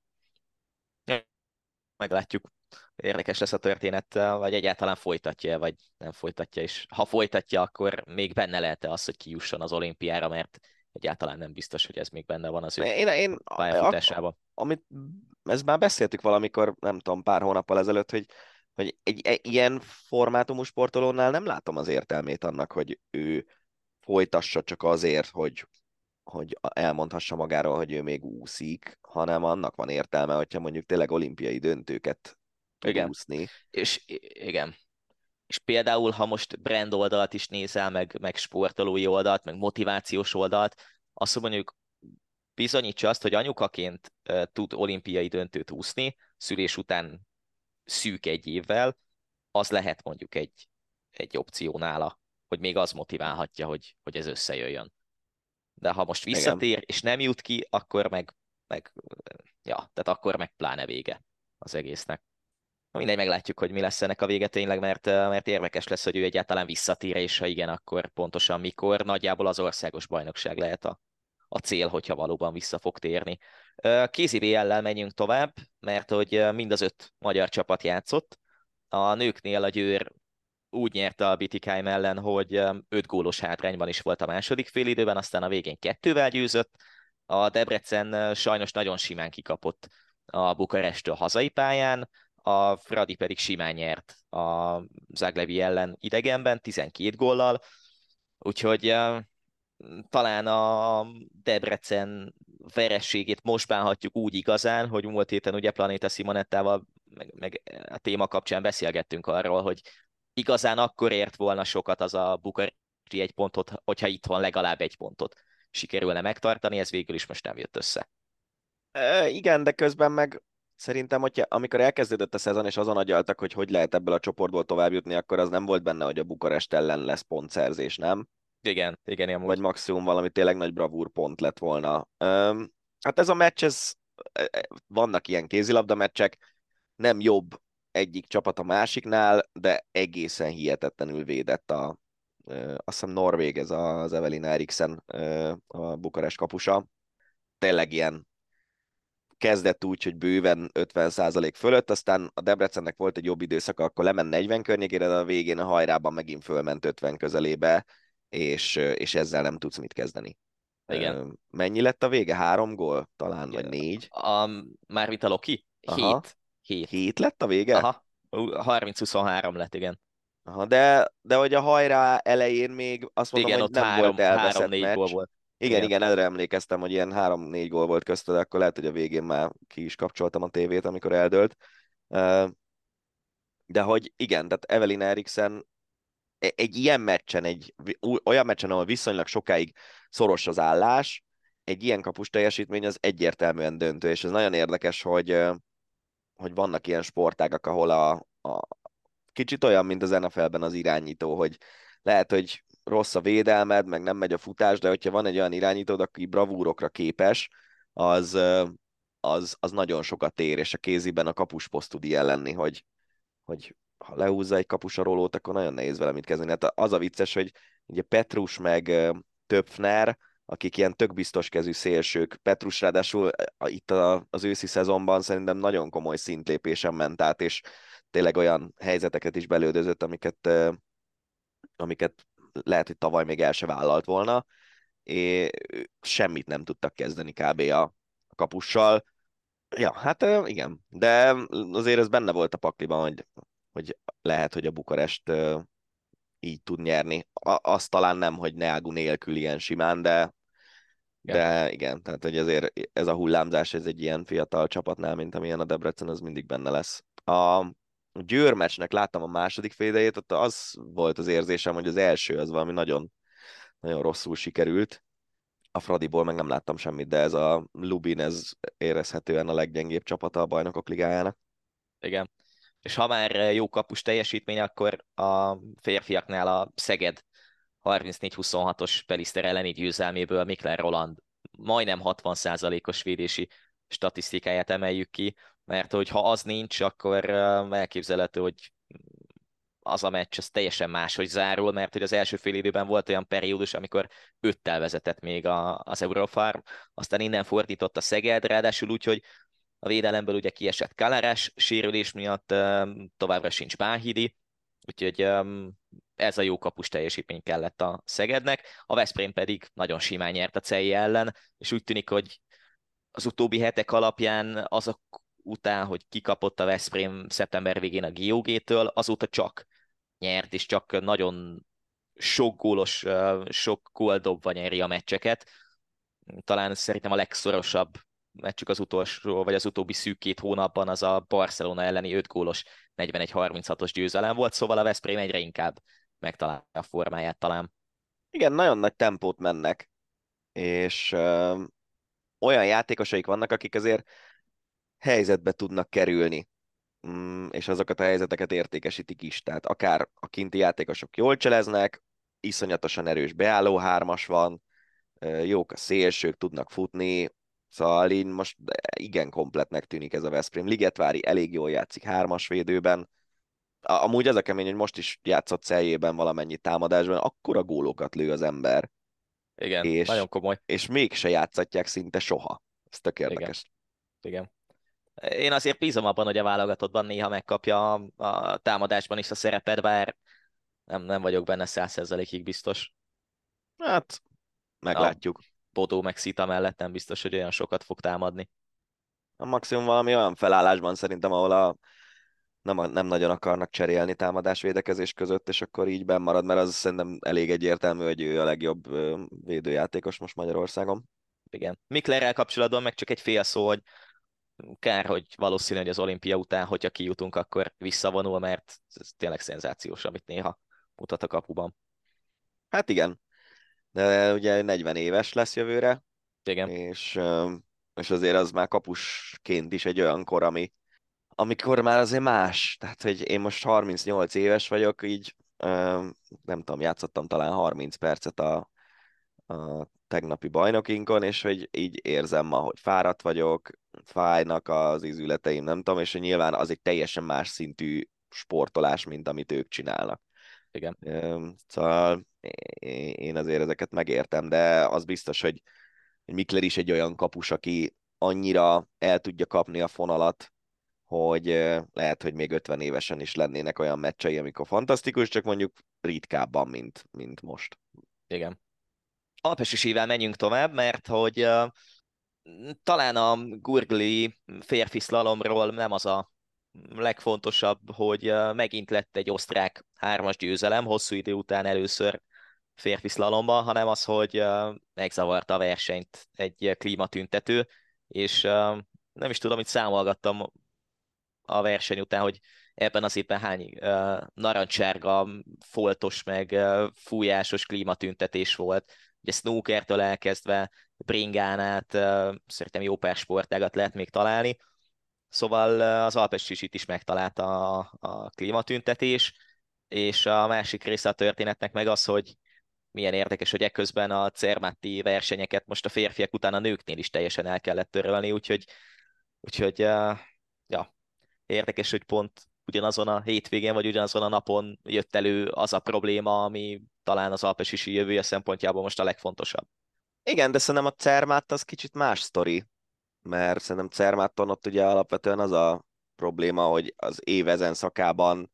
Meglátjuk. Érdekes lesz a történet, vagy egyáltalán folytatja, vagy nem folytatja, és ha folytatja, akkor még benne lehet-e az, hogy kijusson az olimpiára, mert egyáltalán nem biztos, hogy ez még benne van az ő Én, én pályafutásában. Amit, ezt már beszéltük valamikor, nem tudom, pár hónappal ezelőtt, hogy, hogy egy, egy ilyen formátumú sportolónál nem látom az értelmét annak, hogy ő folytassa csak azért, hogy, hogy elmondhassa magáról, hogy ő még úszik, hanem annak van értelme, hogyha mondjuk tényleg olimpiai döntőket tud Igen. úszni. És igen. És például, ha most brand oldalt is nézel, meg, meg sportolói oldalt, meg motivációs oldalt, azt mondjuk bizonyítsa azt, hogy anyukaként uh, tud olimpiai döntőt úszni, szülés után szűk egy évvel, az lehet mondjuk egy, egy opció nála, hogy még az motiválhatja, hogy, hogy ez összejöjjön. De ha most visszatér, igen, és nem jut ki, akkor meg, meg, ja, tehát akkor meg pláne vége az egésznek. Mindegy, meglátjuk, hogy mi lesz ennek a vége tényleg, mert, mert érdekes lesz, hogy ő egyáltalán visszatér, és ha igen, akkor pontosan mikor. Nagyjából az országos bajnokság lehet a, a cél, hogyha valóban vissza fog térni. Kézi bé el-lel menjünk tovább, mert hogy mind az öt magyar csapat játszott. A nőknél a Győr úgy nyerte a Bietigheim ellen, hogy öt gólos hátrányban is volt a második félidőben, aztán a végén kettővel győzött. A Debrecen sajnos nagyon simán kikapott a Bukarestől hazai pályán, a Fradi pedig simán nyert a Zaglebi ellen idegenben, tizenkét góllal, úgyhogy uh, talán a Debrecen verességét most bánhatjuk úgy igazán, hogy múlt héten ugye Planéta Simonettával meg, meg a téma kapcsán beszélgettünk arról, hogy igazán akkor ért volna sokat az a bukaresti egy pontot, hogyha itthon legalább egy pontot sikerülne megtartani, ez végül is most nem jött össze. E, igen, de közben meg szerintem, hogyha, amikor elkezdődött a szezon, és azon agyaltak, hogy hogy lehet ebből a csoportból tovább jutni, akkor az nem volt benne, hogy a Bukarest ellen lesz pontszerzés, nem? Igen, igen, igen. Vagy maximum valami tényleg nagy bravúr pont lett volna. Üm, hát ez a meccs, ez, vannak ilyen kézilabda meccsek, nem jobb egyik csapat a másiknál, de egészen hihetetlenül védett a, ö, azt hiszem Norvég, ez az Evelina Eriksen, ö, a Bukarest kapusa. Tényleg ilyen kezdett úgy, hogy bőven ötven százalék fölött, aztán a Debrecennek volt egy jobb időszaka, akkor lement negyven környékére, de a végén a hajrában megint fölment ötven közelébe, és, és ezzel nem tudsz mit kezdeni. Igen. Mennyi lett a vége? Három gól? Talán, vagy négy? A, Mármint a Loki? Hét. Hét. Hét lett a vége? Aha. harminc huszonhárom lett, igen. Aha, de, de hogy a hajrá elején még azt mondom, igen, hogy ott nem három, volt elveszett három-négy meccs. gól volt. Igen, igen, igen, erre emlékeztem, hogy ilyen három-négy gól volt közted, akkor lehet, hogy a végén már ki is kapcsoltam a tévét, amikor eldőlt. De hogy igen, tehát Evelina Eriksen egy ilyen meccsen, egy olyan meccsen, ahol viszonylag sokáig szoros az állás, egy ilyen kapus teljesítmény az egyértelműen döntő, és ez nagyon érdekes, hogy, hogy vannak ilyen sportágak, ahol a, a kicsit olyan, mint az en ef el-ben az irányító, hogy lehet, hogy rossz a védelmed, meg nem megy a futás, de hogyha van egy olyan irányítód, aki bravúrokra képes, az, az, az nagyon sokat ér, és a kéziben a kapusposzt tud ilyen lenni, hogy, hogy ha lehúzza egy kapusarolót, akkor nagyon nehéz vele mit kezdeni. Hát az a vicces, hogy ugye Petrus meg Töpfner, akik ilyen tök biztos kezű szélsők, Petrus ráadásul itt az őszi szezonban szerintem nagyon komoly szintlépésen ment át, és tényleg olyan helyzeteket is belődözött, amiket, amiket lehet, hogy tavaly még el se vállalt volna, és semmit nem tudtak kezdeni kb. A kapussal. Ja, hát igen, de azért ez benne volt a pakliban, hogy, hogy lehet, hogy a Bukarest így tud nyerni. Azt talán nem, hogy Neagu nélkül ilyen simán, de, de igen, tehát hogy azért ez a hullámzás, ez egy ilyen fiatal csapatnál, mint amilyen a Debrecen, az mindig benne lesz. A Győr meccsnek láttam a második félidejét, ott az volt az érzésem, hogy az első az valami nagyon, nagyon rosszul sikerült. A Fradiból meg nem láttam semmit, de ez a Lubin, ez érezhetően a leggyengébb csapata a Bajnokok Ligájának. Igen. És ha már jó kapus teljesítmény, akkor a férfiaknál a Szeged harmincnégy huszonhatos Peliszter elleni győzelméből Mikler Roland majdnem hatvan százalékos védési statisztikáját emeljük ki, mert hogyha az nincs, akkor elképzelhető, hogy az a meccs az teljesen máshogy zárul, mert hogy az első fél időben volt olyan periódus, amikor öttel vezetett még a, az Eurofarm, aztán innen fordított a Szeged, ráadásul úgy, hogy a védelemből ugye kiesett Kalares sérülés miatt, továbbra sincs Báhidi, úgyhogy ez a jó kapus teljesítmény kellett a Szegednek, a Veszprém pedig nagyon simán nyert a Celje ellen, és úgy tűnik, hogy az utóbbi hetek alapján azok után, hogy kikapott a Veszprém szeptember végén a gé o gé-től, azóta csak nyert, és csak nagyon sok gólos, sok gól dobva nyeri a meccseket. Talán szerintem a legszorosabb meccsük az utolsó, vagy az utóbbi szűk két hónapban az a Barcelona elleni öt gólos negyvenegy harminchatos győzelem volt, szóval a Veszprém egyre inkább megtalálja a formáját talán. Igen, nagyon nagy tempót mennek, és ö, olyan játékosaik vannak, akik azért helyzetbe tudnak kerülni, mm, és azokat a helyzeteket értékesítik is. Tehát akár a kinti játékosok jól cseleznek, iszonyatosan erős beálló hármas van, jók a szélsők, tudnak futni, szóval így most igen kompletnek tűnik ez a Veszprém. Ligetvári elég jól játszik hármas védőben. Amúgy az a kemény, hogy most is játszott Celjében valamennyi támadásban, akkora gólokat lő az ember. Igen, és, nagyon komoly. És mégse játszatják szinte soha. Ez tök érdekes. Igen. Igen. Én azért bízom abban, hogy a válogatottban néha megkapja a, a támadásban is a szerepet, bár nem, nem vagyok benne száz százalékig biztos. Hát, meglátjuk. A Bodó meg Szita mellett nem biztos, hogy olyan sokat fog támadni. A maximum valami olyan felállásban szerintem, ahol a, nem, nem nagyon akarnak cserélni támadás-védekezés között, és akkor így benn marad, mert az szerintem elég egyértelmű, hogy ő a legjobb védőjátékos most Magyarországon. Igen. Miklerrel kapcsolatban meg csak egy fél szó, hogy kár, hogy valószínű, hogy az olimpia után, hogyha kijutunk, akkor visszavonul, mert ez tényleg szenzációs, amit néha mutat a kapuban. Hát igen, de ugye negyven éves lesz jövőre, Igen. és, és azért az már kapusként is egy olyan kor, ami, amikor már azért más. Tehát, hogy én most harmincnyolc éves vagyok, így nem tudom, játszottam talán harminc percet a, a tegnapi bajnokinkon, és hogy így érzem ma, hogy fáradt vagyok, fájnak az izületeim, nem tudom, és hogy nyilván az egy teljesen más szintű sportolás, mint amit ők csinálnak. Igen. Szóval én azért ezeket megértem, de az biztos, hogy Mikler is egy olyan kapus, aki annyira el tudja kapni a fonalat, hogy lehet, hogy még ötven évesen is lennének olyan meccsei, amikor fantasztikus, csak mondjuk ritkábban, mint, mint most. Igen. Alpesisével menjünk tovább, mert hogy uh, talán a gurgli férfi szlalomról nem az a legfontosabb, hogy uh, megint lett egy osztrák hármas győzelem, hosszú idő után először férfi szlalomban, hanem az, hogy uh, megzavarta a versenyt egy klímatüntető, és uh, nem is tudom, itt számolgattam a verseny után, hogy ebben az évben hány uh, narancsárga, foltos, meg uh, fújásos klímatüntetés volt. Ugye snookertől elkezdve bringán át, uh, szerintem jó pár sportágat lehet még találni. Szóval uh, az Alpes-Sisit is megtalálta a, a klímatüntetés, és a másik része a történetnek meg az, hogy milyen érdekes, hogy ekközben a Zermatti versenyeket most a férfiak után a nőknél is teljesen el kellett törölni, úgyhogy, úgyhogy uh, ja, érdekes, hogy pont ugyanazon a hétvégén, vagy ugyanazon a napon jött elő az a probléma, ami talán az alpesisi jövője szempontjából most a legfontosabb. Igen, de szerintem a Zermatt az kicsit más sztori, mert szerintem Zermatton ott ugye alapvetően az a probléma, hogy az év ezen szakában,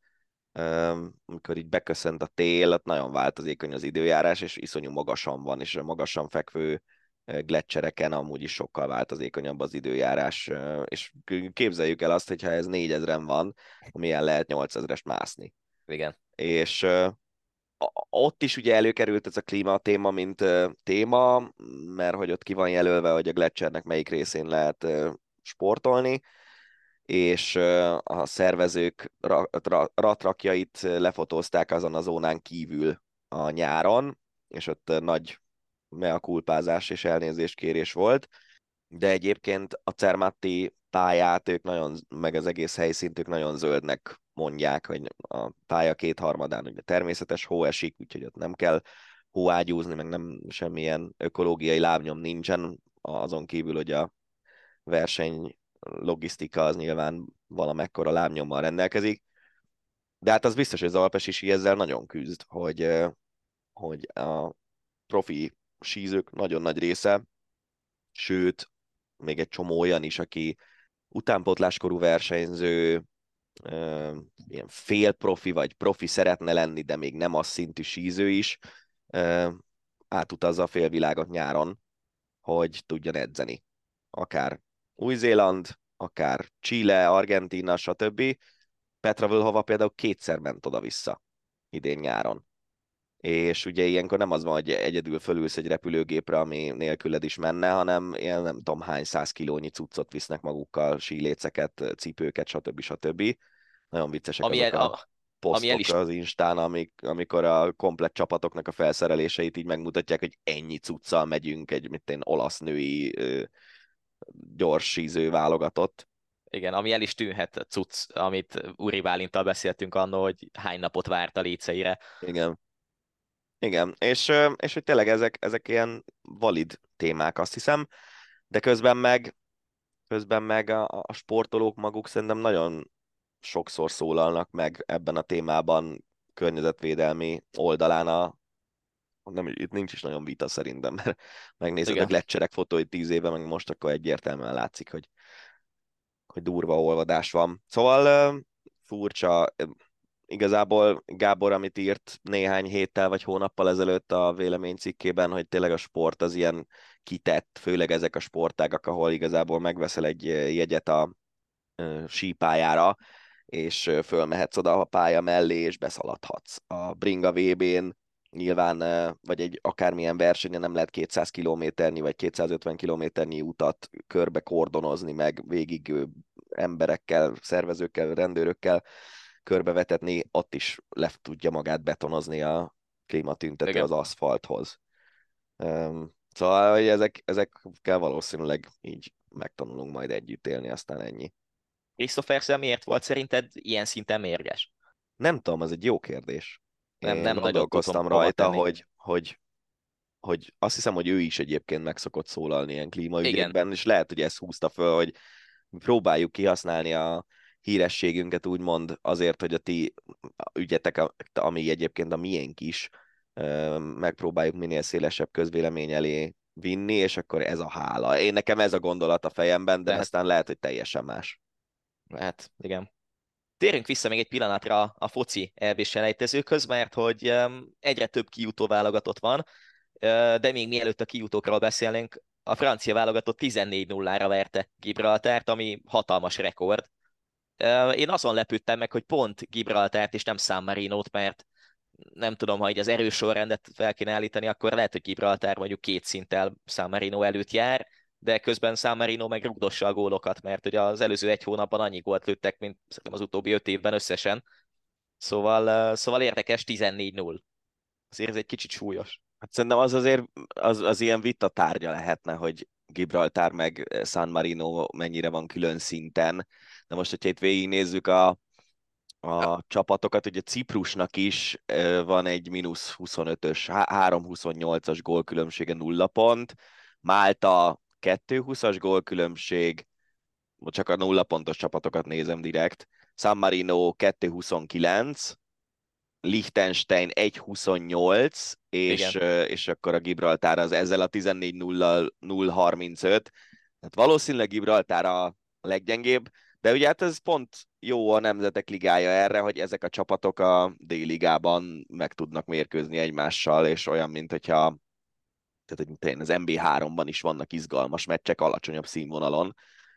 amikor így beköszönt a tél, ott nagyon változékony az időjárás, és iszonyú magasan van, és a magasan fekvő gletszereken amúgy is sokkal változékonyabb az időjárás, és képzeljük el azt, hogyha ez négyezren van, milyen lehet nyolcezrest mászni. Igen. És ott is ugye előkerült ez a klíma téma, mint téma, mert hogy ott ki van jelölve, hogy a gletszernek melyik részén lehet sportolni, és a szervezők ratrakjait lefotózták azon a zónán kívül a nyáron, és ott nagy meakulpázás és elnézéskérés volt, de egyébként a Zermatti pályát ők nagyon, meg az egész helyszínt ők nagyon zöldnek mondják, hogy a pálya kétharmadán ugye természetes hó esik, úgyhogy ott nem kell hóágyúzni, meg nem semmilyen ökológiai lábnyom nincsen, azon kívül, hogy a verseny logisztika az nyilván valamekkora lábnyommal rendelkezik, de hát az biztos, hogy az alpesi sí ezzel nagyon küzd, hogy, hogy a profi sízők nagyon nagy része, sőt, még egy csomó olyan is, aki utánpótláskorú versenyző, ilyen fél profi vagy profi szeretne lenni, de még nem az szintű síző is, átutazza a félvilágot nyáron, hogy tudjon edzeni. Akár Új-Zéland, akár Chile, Argentína, stb. Petra Vlhova például kétszer ment oda-vissza idén nyáron. És ugye ilyenkor nem az van, hogy egyedül fölülsz egy repülőgépre, ami nélküled is menne, hanem ilyen nem tudom hány száz kilónyi cuccot visznek magukkal, síléceket, cipőket, stb. stb. Nagyon viccesek Ami azok el, a a, ami el posztok is, az Instán, amik, amikor a komplett csapatoknak a felszereléseit így megmutatják, hogy ennyi cuccal megyünk egy, mint én, olasz női ö, gyors síző válogatott. igen, ami el is tűnhet cucc, amit Uri Bálinttal beszéltünk annól, hogy hány napot várt a léceire. Igen. Igen, és, ö, és hogy tényleg ezek, ezek ilyen valid témák, azt hiszem, de közben meg, közben meg a, a sportolók maguk szerintem nagyon sokszor szólalnak meg ebben a témában környezetvédelmi oldalán a nem, itt nincs is nagyon vita szerintem, mert megnézed a Igen. gletszerek fotóit tíz éve, meg most akkor egyértelműen látszik, hogy, hogy durva olvadás van. Szóval ö, furcsa, igazából Gábor, amit írt néhány héttel vagy hónappal ezelőtt a véleménycikkében, hogy tényleg a sport az ilyen kitett, főleg ezek a sportágak, ahol igazából megveszel egy jegyet a ö, sípályára, és ö, fölmehetsz oda a pálya mellé, és beszaladhatsz. A bringa vé bén nyilván, ö, vagy egy akármilyen versenyen nem lehet kétszáz kilométernyi, vagy kétszázötven kilométernyi utat körbe kordonozni, meg végig ö, emberekkel, szervezőkkel, rendőrökkel körbevetetni, ott is le tudja magát betonozni a klímatüntető Igen. az aszfalthoz. Um, szóval, hogy ezek, ezekkel valószínűleg így megtanulunk majd együtt élni, aztán ennyi. Christophersen miért volt szerinted ilyen szinten mérges? Nem tudom, ez egy jó kérdés. Nem, Én nem nagyon tudom gondolkoztam hova rajta, tenni. hogy, hogy, hogy azt hiszem, hogy ő is egyébként meg szokott szólalni ilyen klímaügyekben, és lehet, hogy ez húzta föl, hogy próbáljuk kihasználni a hírességünket úgymond azért, hogy a ti ügyetek, ami egyébként a miénk is, megpróbáljuk minél szélesebb közvélemény elé vinni, és akkor ez a hála. Én nekem ez a gondolat a fejemben, de Lehet. aztán lehet, hogy teljesen más. Hát, igen. Térjünk vissza még egy pillanatra a foci é bé-selejtezőkhöz, mert hogy um, egyre több kijutó válogatott van, uh, de még mielőtt a kijutókról beszélnénk, a francia válogatott tizennégy nullára verte Gibraltárt, ami hatalmas rekord. Uh, én azon lepődtem meg, hogy pont Gibraltárt és nem San Marinót, mert nem tudom, ha így az erős sorrendet fel kéne állítani, akkor lehet, hogy Gibraltár mondjuk két szinttel San Marino előtt jár, de közben San Marino meg rugdossa a gólokat, mert ugye az előző egy hónapban annyi gólt lőttek, mint szerintem az utóbbi öt évben összesen. Szóval, szóval érdekes, tizennégy null. Azért ez egy kicsit súlyos. Hát szerintem az azért az, az ilyen vita tárgya lehetne, hogy Gibraltár meg San Marino mennyire van külön szinten. De most, hogyha itt végignézzük a, a csapatokat, ugye Ciprusnak is ö, van egy mínusz huszonötös, három huszonnyolcas gólkülönbsége, nulla pont. Málta kettő húszas gólkülönbség, csak a nulla pontos csapatokat nézem direkt. San Marino kettő huszonkilenc, Liechtenstein egy huszonnyolc, és, és akkor a Gibraltár az ezzel a tizennégy nullal nulla harmincöt. Tehát valószínűleg Gibraltár a leggyengébb, de ugye hát ez pont jó a Nemzetek Ligája erre, hogy ezek a csapatok a D-ligában meg tudnak mérkőzni egymással, és olyan, mint hogyha tehát, hogy az en bé háromban is vannak izgalmas meccsek alacsonyabb színvonalon.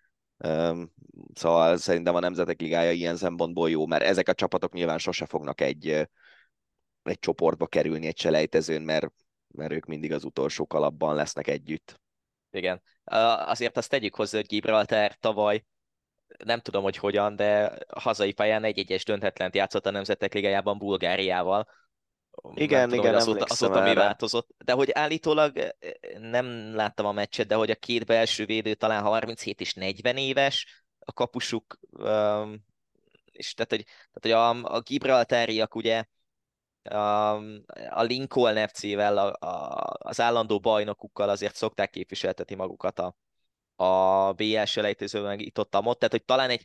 Szóval szerintem a Nemzetek Ligája ilyen szempontból jó, mert ezek a csapatok nyilván sose fognak egy, egy csoportba kerülni egy selejtezőn, mert, mert ők mindig az utolsó kalapban lesznek együtt. Igen. Azért azt tegyük hozzá, hogy Gibraltár tavaly, nem tudom, hogy hogyan, de hazai pályán egy-egyes döntetlent játszott a Nemzetek Ligájában Bulgáriával. Igen, nem tudom, igen, hogy azóta, azóta mi erre. változott. De hogy állítólag nem láttam a meccset, de hogy a két belső védő talán harminchét és negyven éves, a kapusuk, um, és tehát, hogy, tehát, hogy a, a Gibraltáriak ugye a, a Lincoln ef cé-vel, a, a, az állandó bajnokukkal azért szokták képviseltetni magukat a, a bé el selejtezőben meg itt ott, ott, tehát hogy talán egy,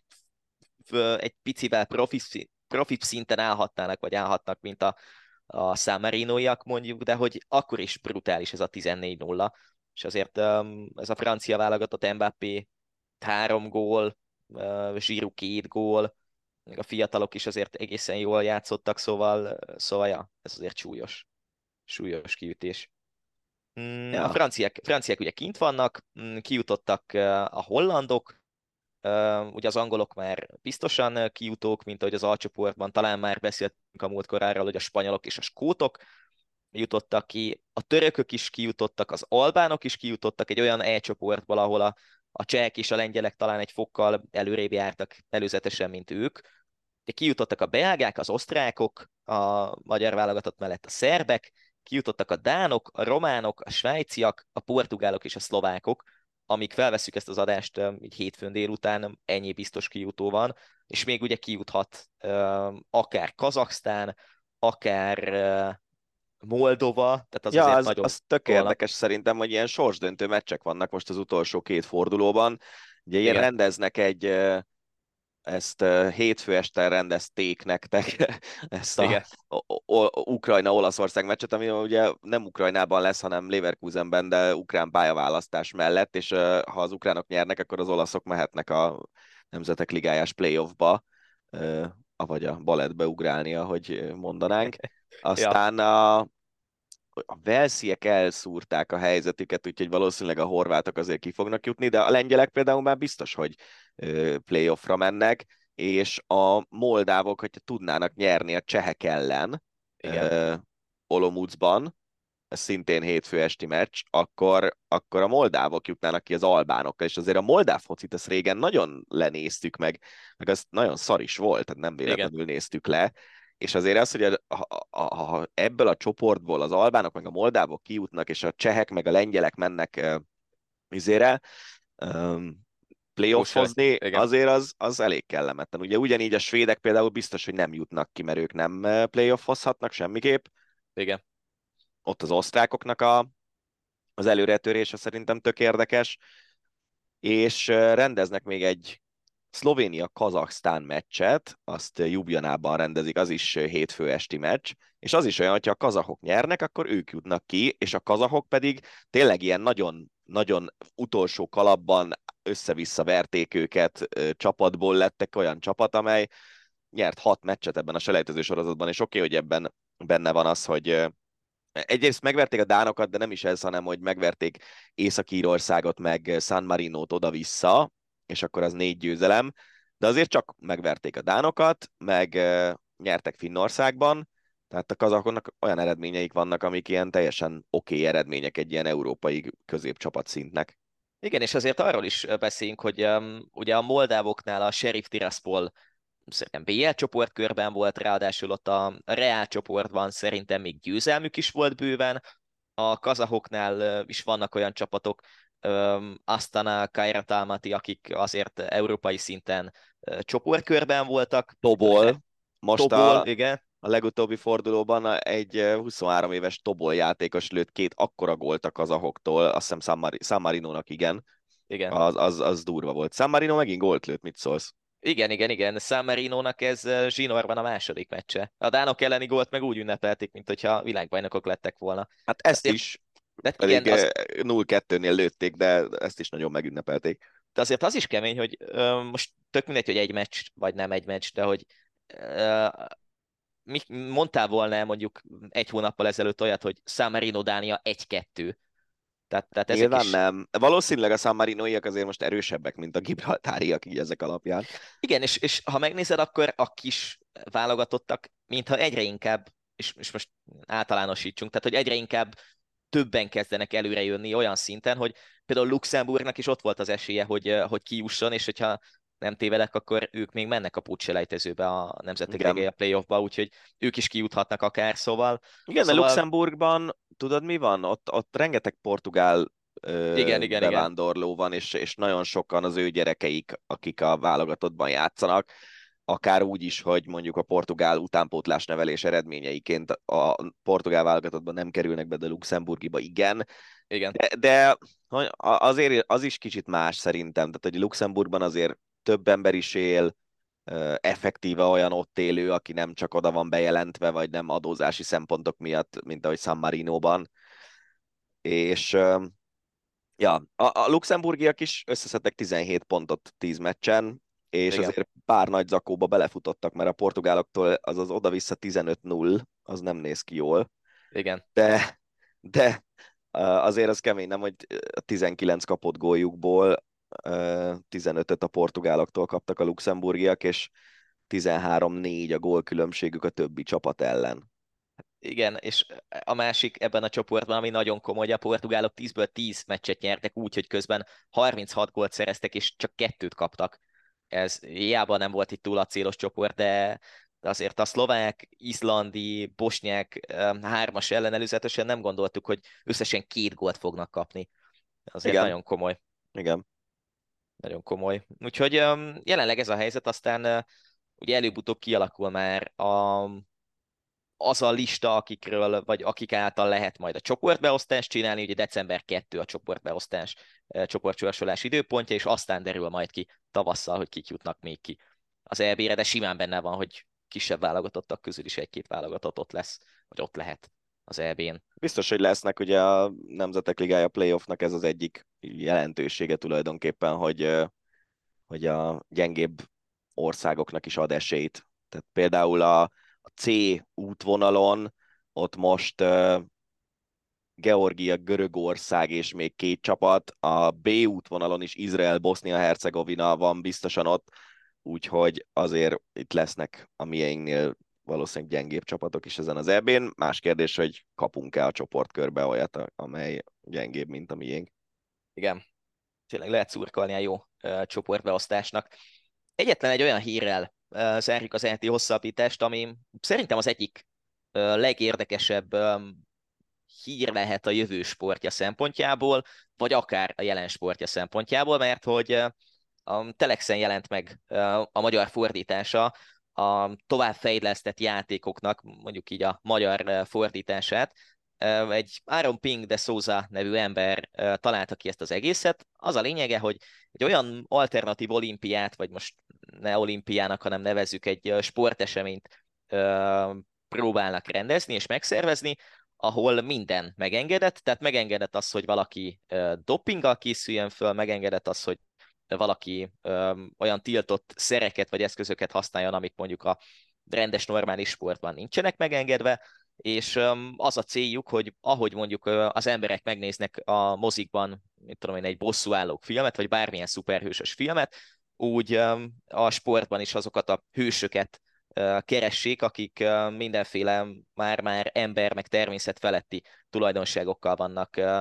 egy picivel profi, profi szinten állhatnának, vagy állhatnak, mint a, a San Marinoiak mondjuk, de hogy akkor is brutális ez a tizennégy nulla, és azért ez a francia válogatott Mbappé három gól, Giroud két gól, a fiatalok is azért egészen jól játszottak, szóval, szóval ja, ez azért súlyos, súlyos kiütés. Ja. A franciák, franciák ugye kint vannak, kijutottak a hollandok, ugye az angolok már biztosan kijutók, mint ahogy az alcsoportban talán már beszéltünk a múltkor arról, hogy a spanyolok és a skótok jutottak ki, a törökök is kijutottak, az albánok is kijutottak egy olyan E-csoportból, ahol a, a csehek és a lengyelek talán egy fokkal előrébb jártak előzetesen, mint ők. De kijutottak a belgák, az osztrákok, a magyar válogatott mellett a szerbek, kijutottak a dánok, a románok, a svájciak, a portugálok és a szlovákok, amíg felveszük ezt az adást így hétfőn délután, ennyi biztos kijutó van, és még ugye kijuthat akár Kazaksztán, akár Moldova, tehát az ja, azért az, nagyon... az tök érdekes szerintem, hogy ilyen sorsdöntő meccsek vannak most az utolsó két fordulóban. Ugye ilyen rendeznek egy, ezt hétfő este rendezték nektek, ezt a Ukrajna-Olaszország meccset, ami ugye nem Ukrajnában lesz, hanem Leverkusenben, de ukrán pályaválasztás mellett, és ha az ukránok nyernek, akkor az olaszok mehetnek a Nemzetek Ligájás playoffba, avagy a balettbe ugrálni, ahogy mondanánk. Aztán ja. a, a velsziek elszúrták a helyzetüket, úgyhogy valószínűleg a horvátok azért ki fognak jutni, de a lengyelek például már biztos, hogy playoffra mennek, és a moldávok, hogyha tudnának nyerni a csehek ellen uh, Olomoucban, ez szintén hétfő esti meccs, akkor, akkor a moldávok jutnának ki az albánokkal, és azért a moldáv focit ezt régen nagyon lenéztük meg, meg az nagyon szar is volt, tehát nem véletlenül Igen. néztük le, és azért az, hogy a, a, a, a, ebből a csoportból az albánok meg a moldávok kijutnak, és a csehek meg a lengyelek mennek uh, izére, um, playoffhozni, azért az, az elég kellemetlen. Ugye ugyanígy a svédek például biztos, hogy nem jutnak ki, mert ők nem playoffozhatnak semmiképp. Igen. Ott az osztrákoknak a, az előretörése szerintem tök érdekes. És rendeznek még egy Szlovénia-Kazaksztán meccset, azt Ljubljanában rendezik, az is hétfő esti meccs, és az is olyan, hogyha a kazahok nyernek, akkor ők jutnak ki, és a kazahok pedig tényleg ilyen nagyon, nagyon utolsó kalapban össze-vissza verték őket, csapatból lettek olyan csapat, amely nyert hat meccset ebben a selejtező sorozatban, és oké, okay, hogy ebben benne van az, hogy egyrészt megverték a dánokat, de nem is ez, hanem hogy megverték Észak-Írországot, meg San Marinót oda-vissza, és akkor az négy győzelem, de azért csak megverték a dánokat, meg nyertek Finnországban, tehát a kazakoknak olyan eredményeik vannak, amik ilyen teljesen oké okay eredmények egy ilyen európai középcsapat szintnek. Igen, és azért arról is beszéljünk, hogy um, ugye a moldávoknál a Sheriff Tiraspol szerintem bé el csoportkörben volt, ráadásul ott a Real csoportban szerintem még győzelmük is volt bőven, a kazahoknál is vannak olyan csapatok, um, Astana, Kairat Almaty, akik azért európai szinten uh, csoportkörben voltak. Tobol, most Tobol, a... igen. A legutóbbi fordulóban egy huszonhárom éves Tobol játékos lőtt két akkora gólt a kazahoktól, azt hiszem San, Mar- San Marinónak igen. igen. Az, az, az durva volt. San Marino megint gólt lőtt, mit szólsz? Igen, igen, igen. San Marinónak ez zsinórban a második meccse. A dánok elleni gólt meg úgy ünnepelték, mint hogyha világbajnokok lettek volna. Hát ezt azért, is, de pedig igen, az... nulla kettőnél lőtték, de ezt is nagyon megünnepelték. De azért az is kemény, hogy ö, most tök mindegy, hogy egy meccs, vagy nem egy meccs, de hogy ö, mi mondtál volna mondjuk egy hónappal ezelőtt olyat, hogy San Marino Dánia egy kettő. Tehát, tehát ezek Nyilván is... nem. Valószínűleg a San Marinoiak azért most erősebbek, mint a gibraltáriak így ezek alapján. Igen, és, és ha megnézed, akkor a kis válogatottak, mintha egyre inkább, és, és most általánosítsunk, tehát hogy egyre inkább többen kezdenek előre jönni olyan szinten, hogy például Luxemburgnak is ott volt az esélye, hogy, hogy kijusson, és hogyha nem tévedek, akkor ők még mennek a pótselejtezőbe a Nemzetek Ligája playoffba, úgyhogy ők is kijuthatnak akár, szóval... Igen, szóval... de Luxemburgban, tudod mi van? Ott, ott rengeteg portugál ö, igen, igen, bevándorló igen. van, és, és nagyon sokan az ő gyerekeik, akik a válogatottban játszanak. akár úgy is, hogy mondjuk a portugál utánpótlás nevelés eredményeiként a portugál válogatottban nem kerülnek be, de Luxemburgiba igen. Igen. De, de azért az is kicsit más szerintem, tehát hogy Luxemburgban azért több ember is él, effektíve olyan ott élő, aki nem csak oda van bejelentve, vagy nem adózási szempontok miatt, mint ahogy San Marinóban. És ja, a, a luxemburgiak is összeszedtek tizenhét pontot tíz meccsen, és Igen. azért pár nagy zakóba belefutottak, mert a portugáloktól az az oda-vissza tizenöt null, az nem néz ki jól. Igen. De, de azért az kemény, nem, hogy tizenkilenc kapott góljukból tizenötöt a portugáloktól kaptak a luxemburgiak, és tizenhárom négy a gólkülönbségük a többi csapat ellen. Igen, és a másik ebben a csoportban, ami nagyon komoly, a portugálok tízből tíz meccset nyertek úgy, hogy közben harminchat gólt szereztek, és csak kettőt kaptak. Ez hiába nem volt itt túl acélos csoport, de azért a szlovák, izlandi, bosnyák hármas ellen előzetesen nem gondoltuk, hogy összesen két gólt fognak kapni. Azért Igen. nagyon komoly. Igen. Nagyon komoly. Úgyhogy jelenleg ez a helyzet, aztán ugye előbb-utóbb kialakul már a az a lista, akikről, vagy akik által lehet majd a csoportbeosztást csinálni, ugye december kettő a csoportbeosztás, csoportsorsolás időpontja, és aztán derül majd ki tavasszal, hogy kik jutnak még ki az é bé-re, de simán benne van, hogy kisebb válogatottak közül is egy-két válogatott ott lesz, vagy ott lehet az é bén. Biztos, hogy lesznek, ugye a Nemzetek Ligája playoffnak ez az egyik jelentősége tulajdonképpen, hogy, hogy a gyengébb országoknak is ad esélyt. Tehát például a, a C útvonalon ott most uh, Georgia, Görögország és még két csapat, a B útvonalon is Izrael, Bosznia-Hercegovina van biztosan ott, úgyhogy azért itt lesznek a mieinknél valószínűleg gyengébb csapatok is ezen az é bén. Más kérdés, hogy kapunk-e a csoportkörbe olyat, amely gyengébb, mint a miénk. Igen, tényleg lehet szurkolni a jó uh, csoportbeosztásnak. Egyetlen egy olyan hírrel uh, zárjuk az é té hosszabbítást, ami szerintem az egyik uh, legérdekesebb um, hír lehet a jövő sportja szempontjából, vagy akár a jelen sportja szempontjából, mert hogy uh, a Telexen jelent meg uh, a magyar fordítása a továbbfejlesztett játékoknak, mondjuk így a magyar uh, fordítását. Uh, egy Aaron Ping de Souza nevű ember uh, találta ki ezt az egészet. Az a lényege, hogy egy olyan alternatív olimpiát, vagy most ne olimpiának, hanem nevezzük egy uh, sporteseményt uh, próbálnak rendezni és megszervezni, ahol minden megengedett, tehát megengedett az, hogy valaki uh, dopinggal készüljön föl, megengedett az, hogy valaki um, olyan tiltott szereket vagy eszközöket használjon, amik mondjuk a rendes, normális sportban nincsenek megengedve, és um, az a céljuk, hogy ahogy mondjuk uh, az emberek megnéznek a mozikban, mit tudom én, egy bosszúállók filmet, vagy bármilyen szuperhősös filmet, úgy um, a sportban is azokat a hősöket uh, keressék, akik uh, mindenféle már-már ember, meg természet feletti tulajdonságokkal vannak uh,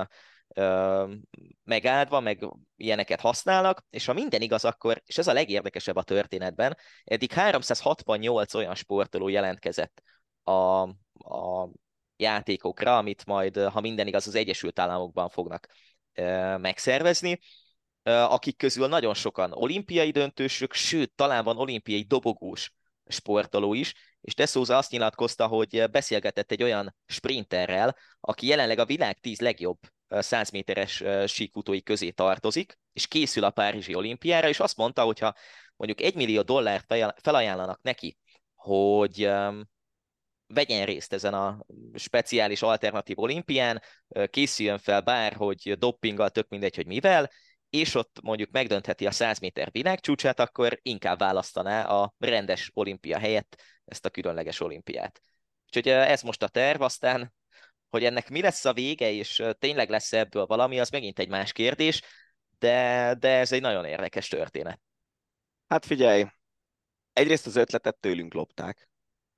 megáldva, meg ilyeneket használnak, és ha minden igaz, akkor, és ez a legérdekesebb a történetben, eddig háromszázhatvannyolc olyan sportoló jelentkezett a, a játékokra, amit majd, ha minden igaz, az Egyesült Államokban fognak megszervezni, akik közül nagyon sokan olimpiai döntősök, sőt, talán van olimpiai dobogós sportoló is, és De Souza azt nyilatkozta, hogy beszélgetett egy olyan sprinterrel, aki jelenleg a világ tíz legjobb száz méteres síkfutói közé tartozik, és készül a Párizsi olimpiára, és azt mondta, hogyha mondjuk egy millió dollárt felajánlanak neki, hogy um, vegyen részt ezen a speciális alternatív olimpián, készüljön fel bár, hogy doppinggal, tök mindegy, hogy mivel, és ott mondjuk megdöntheti a száz méter világcsúcsát, akkor inkább választaná a rendes olimpia helyett ezt a különleges olimpiát. Úgyhogy ez most a terv, aztán hogy ennek mi lesz a vége, és tényleg lesz ebből valami, az megint egy más kérdés, de, de ez egy nagyon érdekes történet. Hát figyelj, egyrészt az ötletet tőlünk lopták.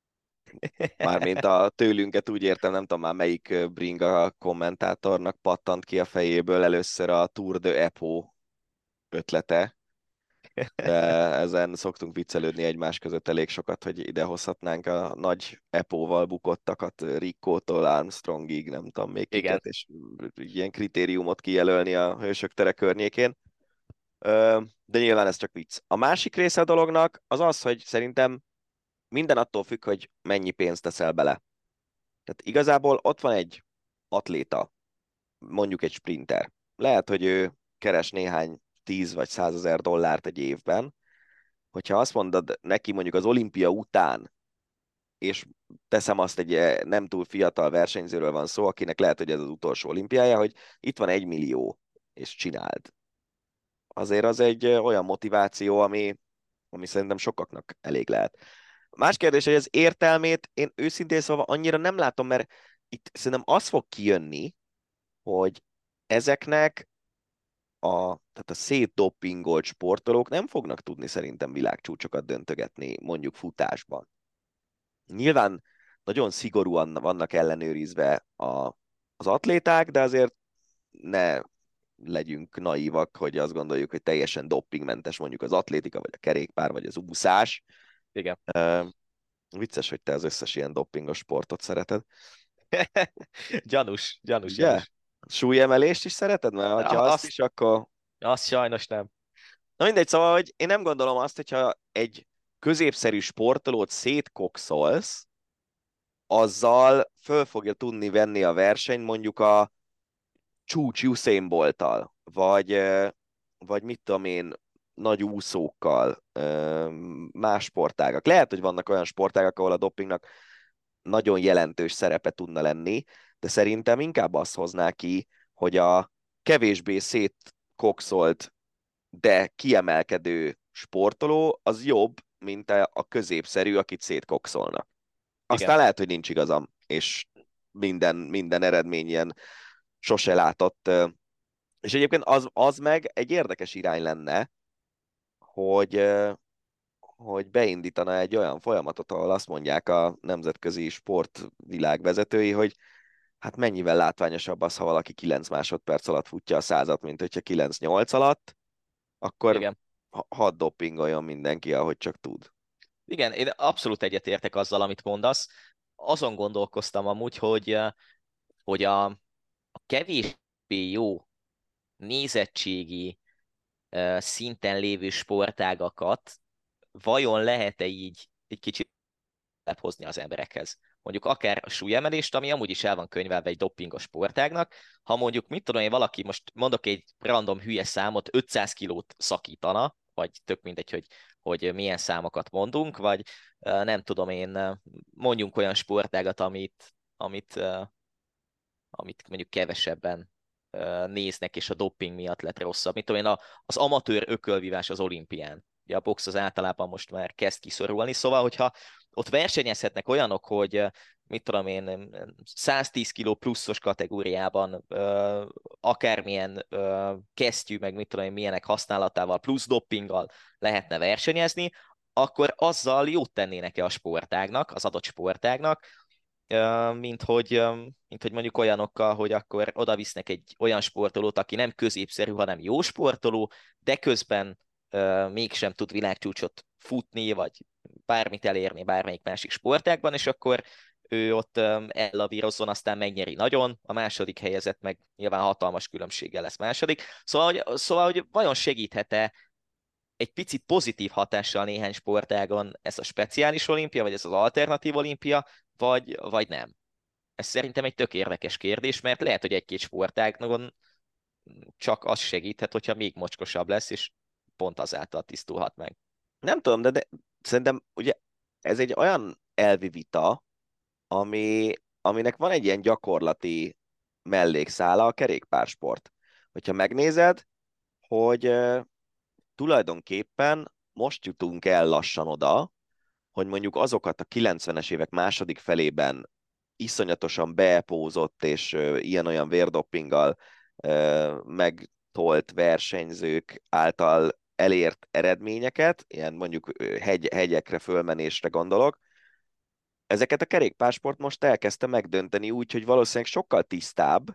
Mármint a tőlünket úgy értem, nem tudom már melyik bringa kommentátornak pattant ki a fejéből először a Tour de Epo ötlete. De ezen szoktunk viccelődni egymás között elég sokat, hogy ide hozhatnánk a nagy epóval bukottakat, Riccótól Armstrongig, nem tudom még kiket, és ilyen kritériumot kijelölni a Hősök tere környékén. De nyilván ez csak vicc. A másik része a dolognak az az, hogy szerintem minden attól függ, hogy mennyi pénzt teszel bele. Tehát igazából ott van egy atléta, mondjuk egy sprinter. Lehet, hogy ő keres néhány tíz vagy százezer dollárt egy évben. Hogyha azt mondod neki mondjuk az olimpia után, és teszem azt, egy nem túl fiatal versenyzőről van szó, akinek lehet, hogy ez az utolsó olimpiája, hogy itt van egy millió, és csináld. Azért az egy olyan motiváció, ami, ami szerintem sokaknak elég lehet. Más kérdés, hogy az értelmét én őszintén szóval annyira nem látom, mert itt szerintem az fog kijönni, hogy ezeknek a, tehát a szétdopingolt sportolók nem fognak tudni szerintem világcsúcsokat döntögetni mondjuk futásban. Nyilván nagyon szigorúan vannak ellenőrizve a, az atléták, de azért ne legyünk naívak, hogy azt gondoljuk, hogy teljesen dopingmentes mondjuk az atlétika, vagy a kerékpár, vagy az úszás. Igen. Uh, vicces, hogy te az összes ilyen dopingos sportot szereted. Gyanús, gyanús, Ugye? gyanús. Súlyemelést is szereted? Mert ha azt, azt is, akkor... Azt sajnos nem. Na mindegy, szóval, hogy én nem gondolom azt, hogyha egy középszerű sportolót szétkokszolsz, azzal föl fogja tudni venni a versenyt mondjuk a csúcs Usain Bolttal, vagy, vagy mit tudom én, nagy úszókkal, más sportágak. Lehet, hogy vannak olyan sportágak, ahol a dopingnak nagyon jelentős szerepe tudna lenni, de szerintem inkább azt hozná ki, hogy a kevésbé szétkokszolt, de kiemelkedő sportoló az jobb, mint a középszerű, akit szétkokszolnak. Aztán Igen. lehet, hogy nincs igazam, és minden, minden eredmény ilyen sose látott. És egyébként az, az meg egy érdekes irány lenne, hogy, hogy beindítana egy olyan folyamatot, ahol azt mondják a nemzetközi sportvilág vezetői, hogy hát mennyivel látványosabb az, ha valaki kilenc másodperc alatt futja a százat, mint hogyha kilenc nyolc alatt, akkor Igen. hadd dopingoljon mindenki, ahogy csak tud. Igen, én abszolút egyetértek azzal, amit mondasz. Azon gondolkoztam amúgy, hogy, hogy a, a kevésbé jó nézettségi szinten lévő sportágakat vajon lehet-e így egy kicsit hozni az emberekhez. Mondjuk akár a súlyemelést, ami amúgy is el van könyvelve egy dopingos sportágnak, ha mondjuk, mit tudom én, valaki, most mondok egy random hülye számot, ötszáz kilót szakítana, vagy tök mindegy, hogy, hogy milyen számokat mondunk, vagy nem tudom én, mondjunk olyan sportágat, amit, amit, amit mondjuk kevesebben néznek, és a doping miatt lett rosszabb. Mit tudom én, az amatőr ökölvívás az olimpián. Ugye a box az általában most már kezd kiszorulni, szóval, hogyha ott versenyezhetnek olyanok, hogy mit tudom én, száztíz kiló pluszos kategóriában akármilyen kesztyű, meg mit tudom én, milyenek használatával, plusz doppinggal lehetne versenyezni, akkor azzal jót tennének-e a sportágnak, az adott sportágnak, mint hogy, mint hogy mondjuk olyanokkal, hogy akkor oda visznek egy olyan sportolót, aki nem középszerű, hanem jó sportoló, de közben uh, mégsem tud világcsúcsot futni, vagy bármit elérni bármelyik másik sportágban, és akkor ő ott um, ellavírozzon, aztán megnyeri nagyon, a második helyezett meg nyilván hatalmas különbséggel lesz második. Szóval, hogy, szóval, hogy vajon segíthet-e egy picit pozitív hatással néhány sportágon ez a speciális olimpia, vagy ez az alternatív olimpia, vagy, vagy nem? Ez szerintem egy tök érdekes kérdés, mert lehet, hogy egy-két sportágon csak az segíthet, hogyha még mocskosabb lesz, és pont azáltal tisztulhat meg. Nem tudom, de, de szerintem ugye ez egy olyan elvi vita, ami, aminek van egy ilyen gyakorlati mellékszála, a kerékpársport. Hogyha megnézed, hogy uh, tulajdonképpen most jutunk el lassan oda, hogy mondjuk azokat a kilencvenes évek második felében iszonyatosan beepózott és uh, ilyen-olyan vérdoppinggal uh, megtolt versenyzők által elért eredményeket, ilyen mondjuk hegy, hegyekre fölmenésre gondolok, ezeket a kerékpársport most elkezdte megdönteni úgy, hogy valószínűleg sokkal tisztább,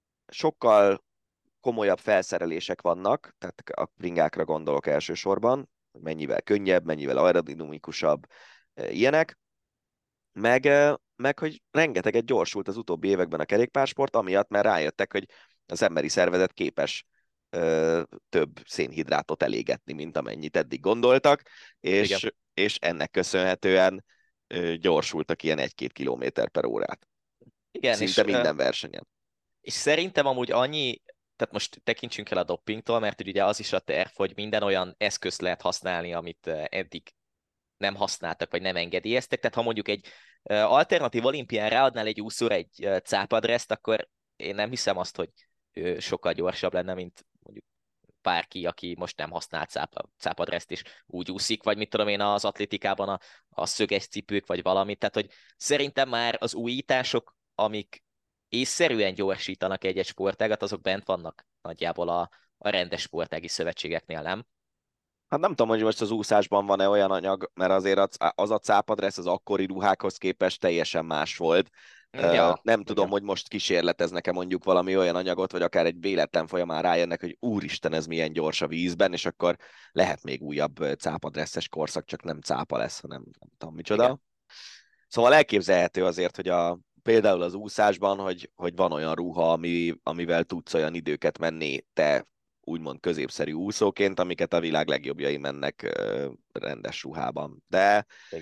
sokkal komolyabb felszerelések vannak, tehát a bringákra gondolok elsősorban, mennyivel könnyebb, mennyivel aerodinamikusabb, ilyenek, meg, meg hogy rengeteget gyorsult az utóbbi években a kerékpársport, amiatt már rájöttek, hogy az emberi szervezet képes ö, több szénhidrátot elégetni, mint amennyit eddig gondoltak, és, és ennek köszönhetően ö, gyorsultak ilyen egy-két kilométer per órát. Igen, szinte és, minden versenyen. És szerintem amúgy annyi, tehát most tekintsünk el a dopingtól, mert ugye az is a terv, hogy minden olyan eszközt lehet használni, amit eddig nem használtak, vagy nem engedélyeztek. Tehát ha mondjuk egy alternatív olimpián ráadnál egy úszóra egy cápadreszt, akkor én nem hiszem azt, hogy ő sokkal gyorsabb lenne, mint mondjuk bárki, aki most nem használ cápadreszt, és úgy úszik, vagy mit tudom én az atlétikában a, a szöges cipők, vagy valamit. Tehát, hogy szerintem már az újítások, amik észszerűen gyorsítanak egy-egy sportágat, azok bent vannak nagyjából a, a rendes sportági szövetségeknél, nem? Hát nem tudom, hogy most az úszásban van-e olyan anyag, mert azért az a cápadressz az akkori ruhákhoz képest teljesen más volt. Ja, nem tudom, igen. Hogy most kísérleteznek-e mondjuk valami olyan anyagot, vagy akár egy véletlen folyamán rájönnek, hogy úristen, ez milyen gyors a vízben, és akkor lehet még újabb cápadresszes korszak, csak nem cápa lesz, hanem nem tudom micsoda. Igen. Szóval elképzelhető azért, hogy a, például az úszásban, hogy, hogy van olyan ruha, ami, amivel tudsz olyan időket menni te úgymond középszerű úszóként, amiket a világ legjobbjai mennek uh, rendes ruhában. De,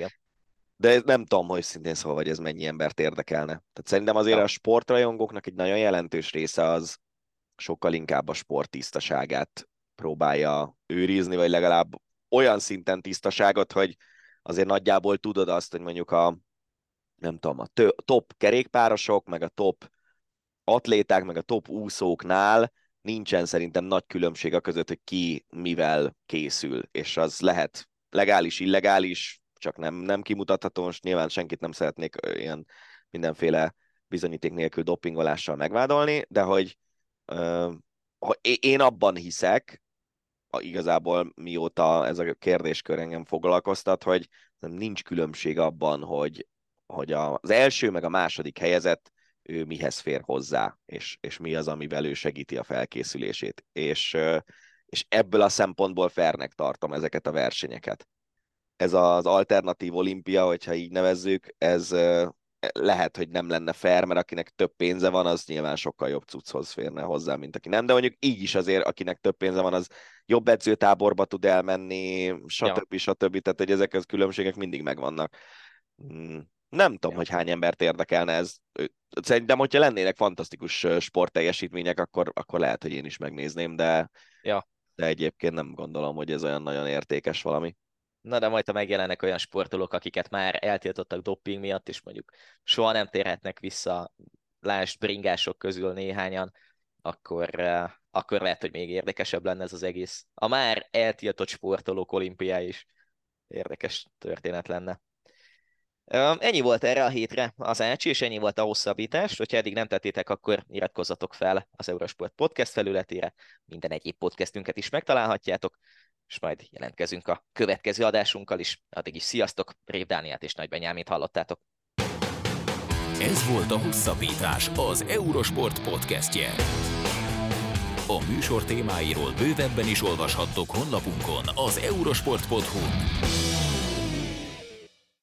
de nem tudom, hogy szintén szóval, hogy ez mennyi embert érdekelne. Tehát szerintem azért ja. A sportrajongóknak egy nagyon jelentős része az sokkal inkább a sport tisztaságát próbálja őrizni, vagy legalább olyan szinten tisztaságot, hogy azért nagyjából tudod azt, hogy mondjuk a nem tudom, a top kerékpárosok, meg a top atléták, meg a top úszóknál nincsen szerintem nagy különbség a között, hogy ki mivel készül, és az lehet legális, illegális, csak nem, nem kimutatható, most nyilván senkit nem szeretnék ilyen mindenféle bizonyíték nélkül dopingolással megvádolni, de hogy uh, én abban hiszek, igazából mióta ez a kérdéskör engem foglalkoztat, hogy nincs különbség abban, hogy, hogy az első meg a második helyezett ő mihez fér hozzá, és, és mi az, amivel ő segíti a felkészülését. És, és ebből a szempontból fairnek tartom ezeket a versenyeket. Ez az alternatív olimpia, hogyha így nevezzük, ez lehet, hogy nem lenne fair, mert akinek több pénze van, az nyilván sokkal jobb cucchoz férne hozzá, mint aki nem. De mondjuk így is azért, akinek több pénze van, az jobb edzőtáborba tud elmenni, stb. Ja. stb. Tehát, hogy ezek a különbségek mindig megvannak. Nem tudom, ja. hogy hány embert érdekelne ez. Szerintem, hogyha lennének fantasztikus sportteljesítmények, akkor, akkor lehet, hogy én is megnézném, de, ja. de egyébként nem gondolom, hogy ez olyan nagyon értékes valami. Na de majd, ha megjelennek olyan sportolók, akiket már eltiltottak doping miatt, és mondjuk soha nem térhetnek vissza, lásd bringások közül néhányan, akkor, uh, akkor lehet, hogy még érdekesebb lenne ez az egész. A már eltiltott sportolók olimpiája is érdekes történet lenne. Um, ennyi volt erre a hétre az Ácsi, és ennyi volt a hosszabbítás. Hogyha eddig nem tettétek, akkor iratkozzatok fel az Eurosport podcast felületére. Minden egyéb podcastünket is megtalálhatjátok, és majd jelentkezünk a következő adásunkkal is. Addig is sziasztok, Rév Dánielt és Nagy Benyámint hallottátok. Ez volt a Hosszabbítás, az Eurosport podcastje. A műsor témáiról bővebben is olvashattok honlapunkon, az eurosport pont hu.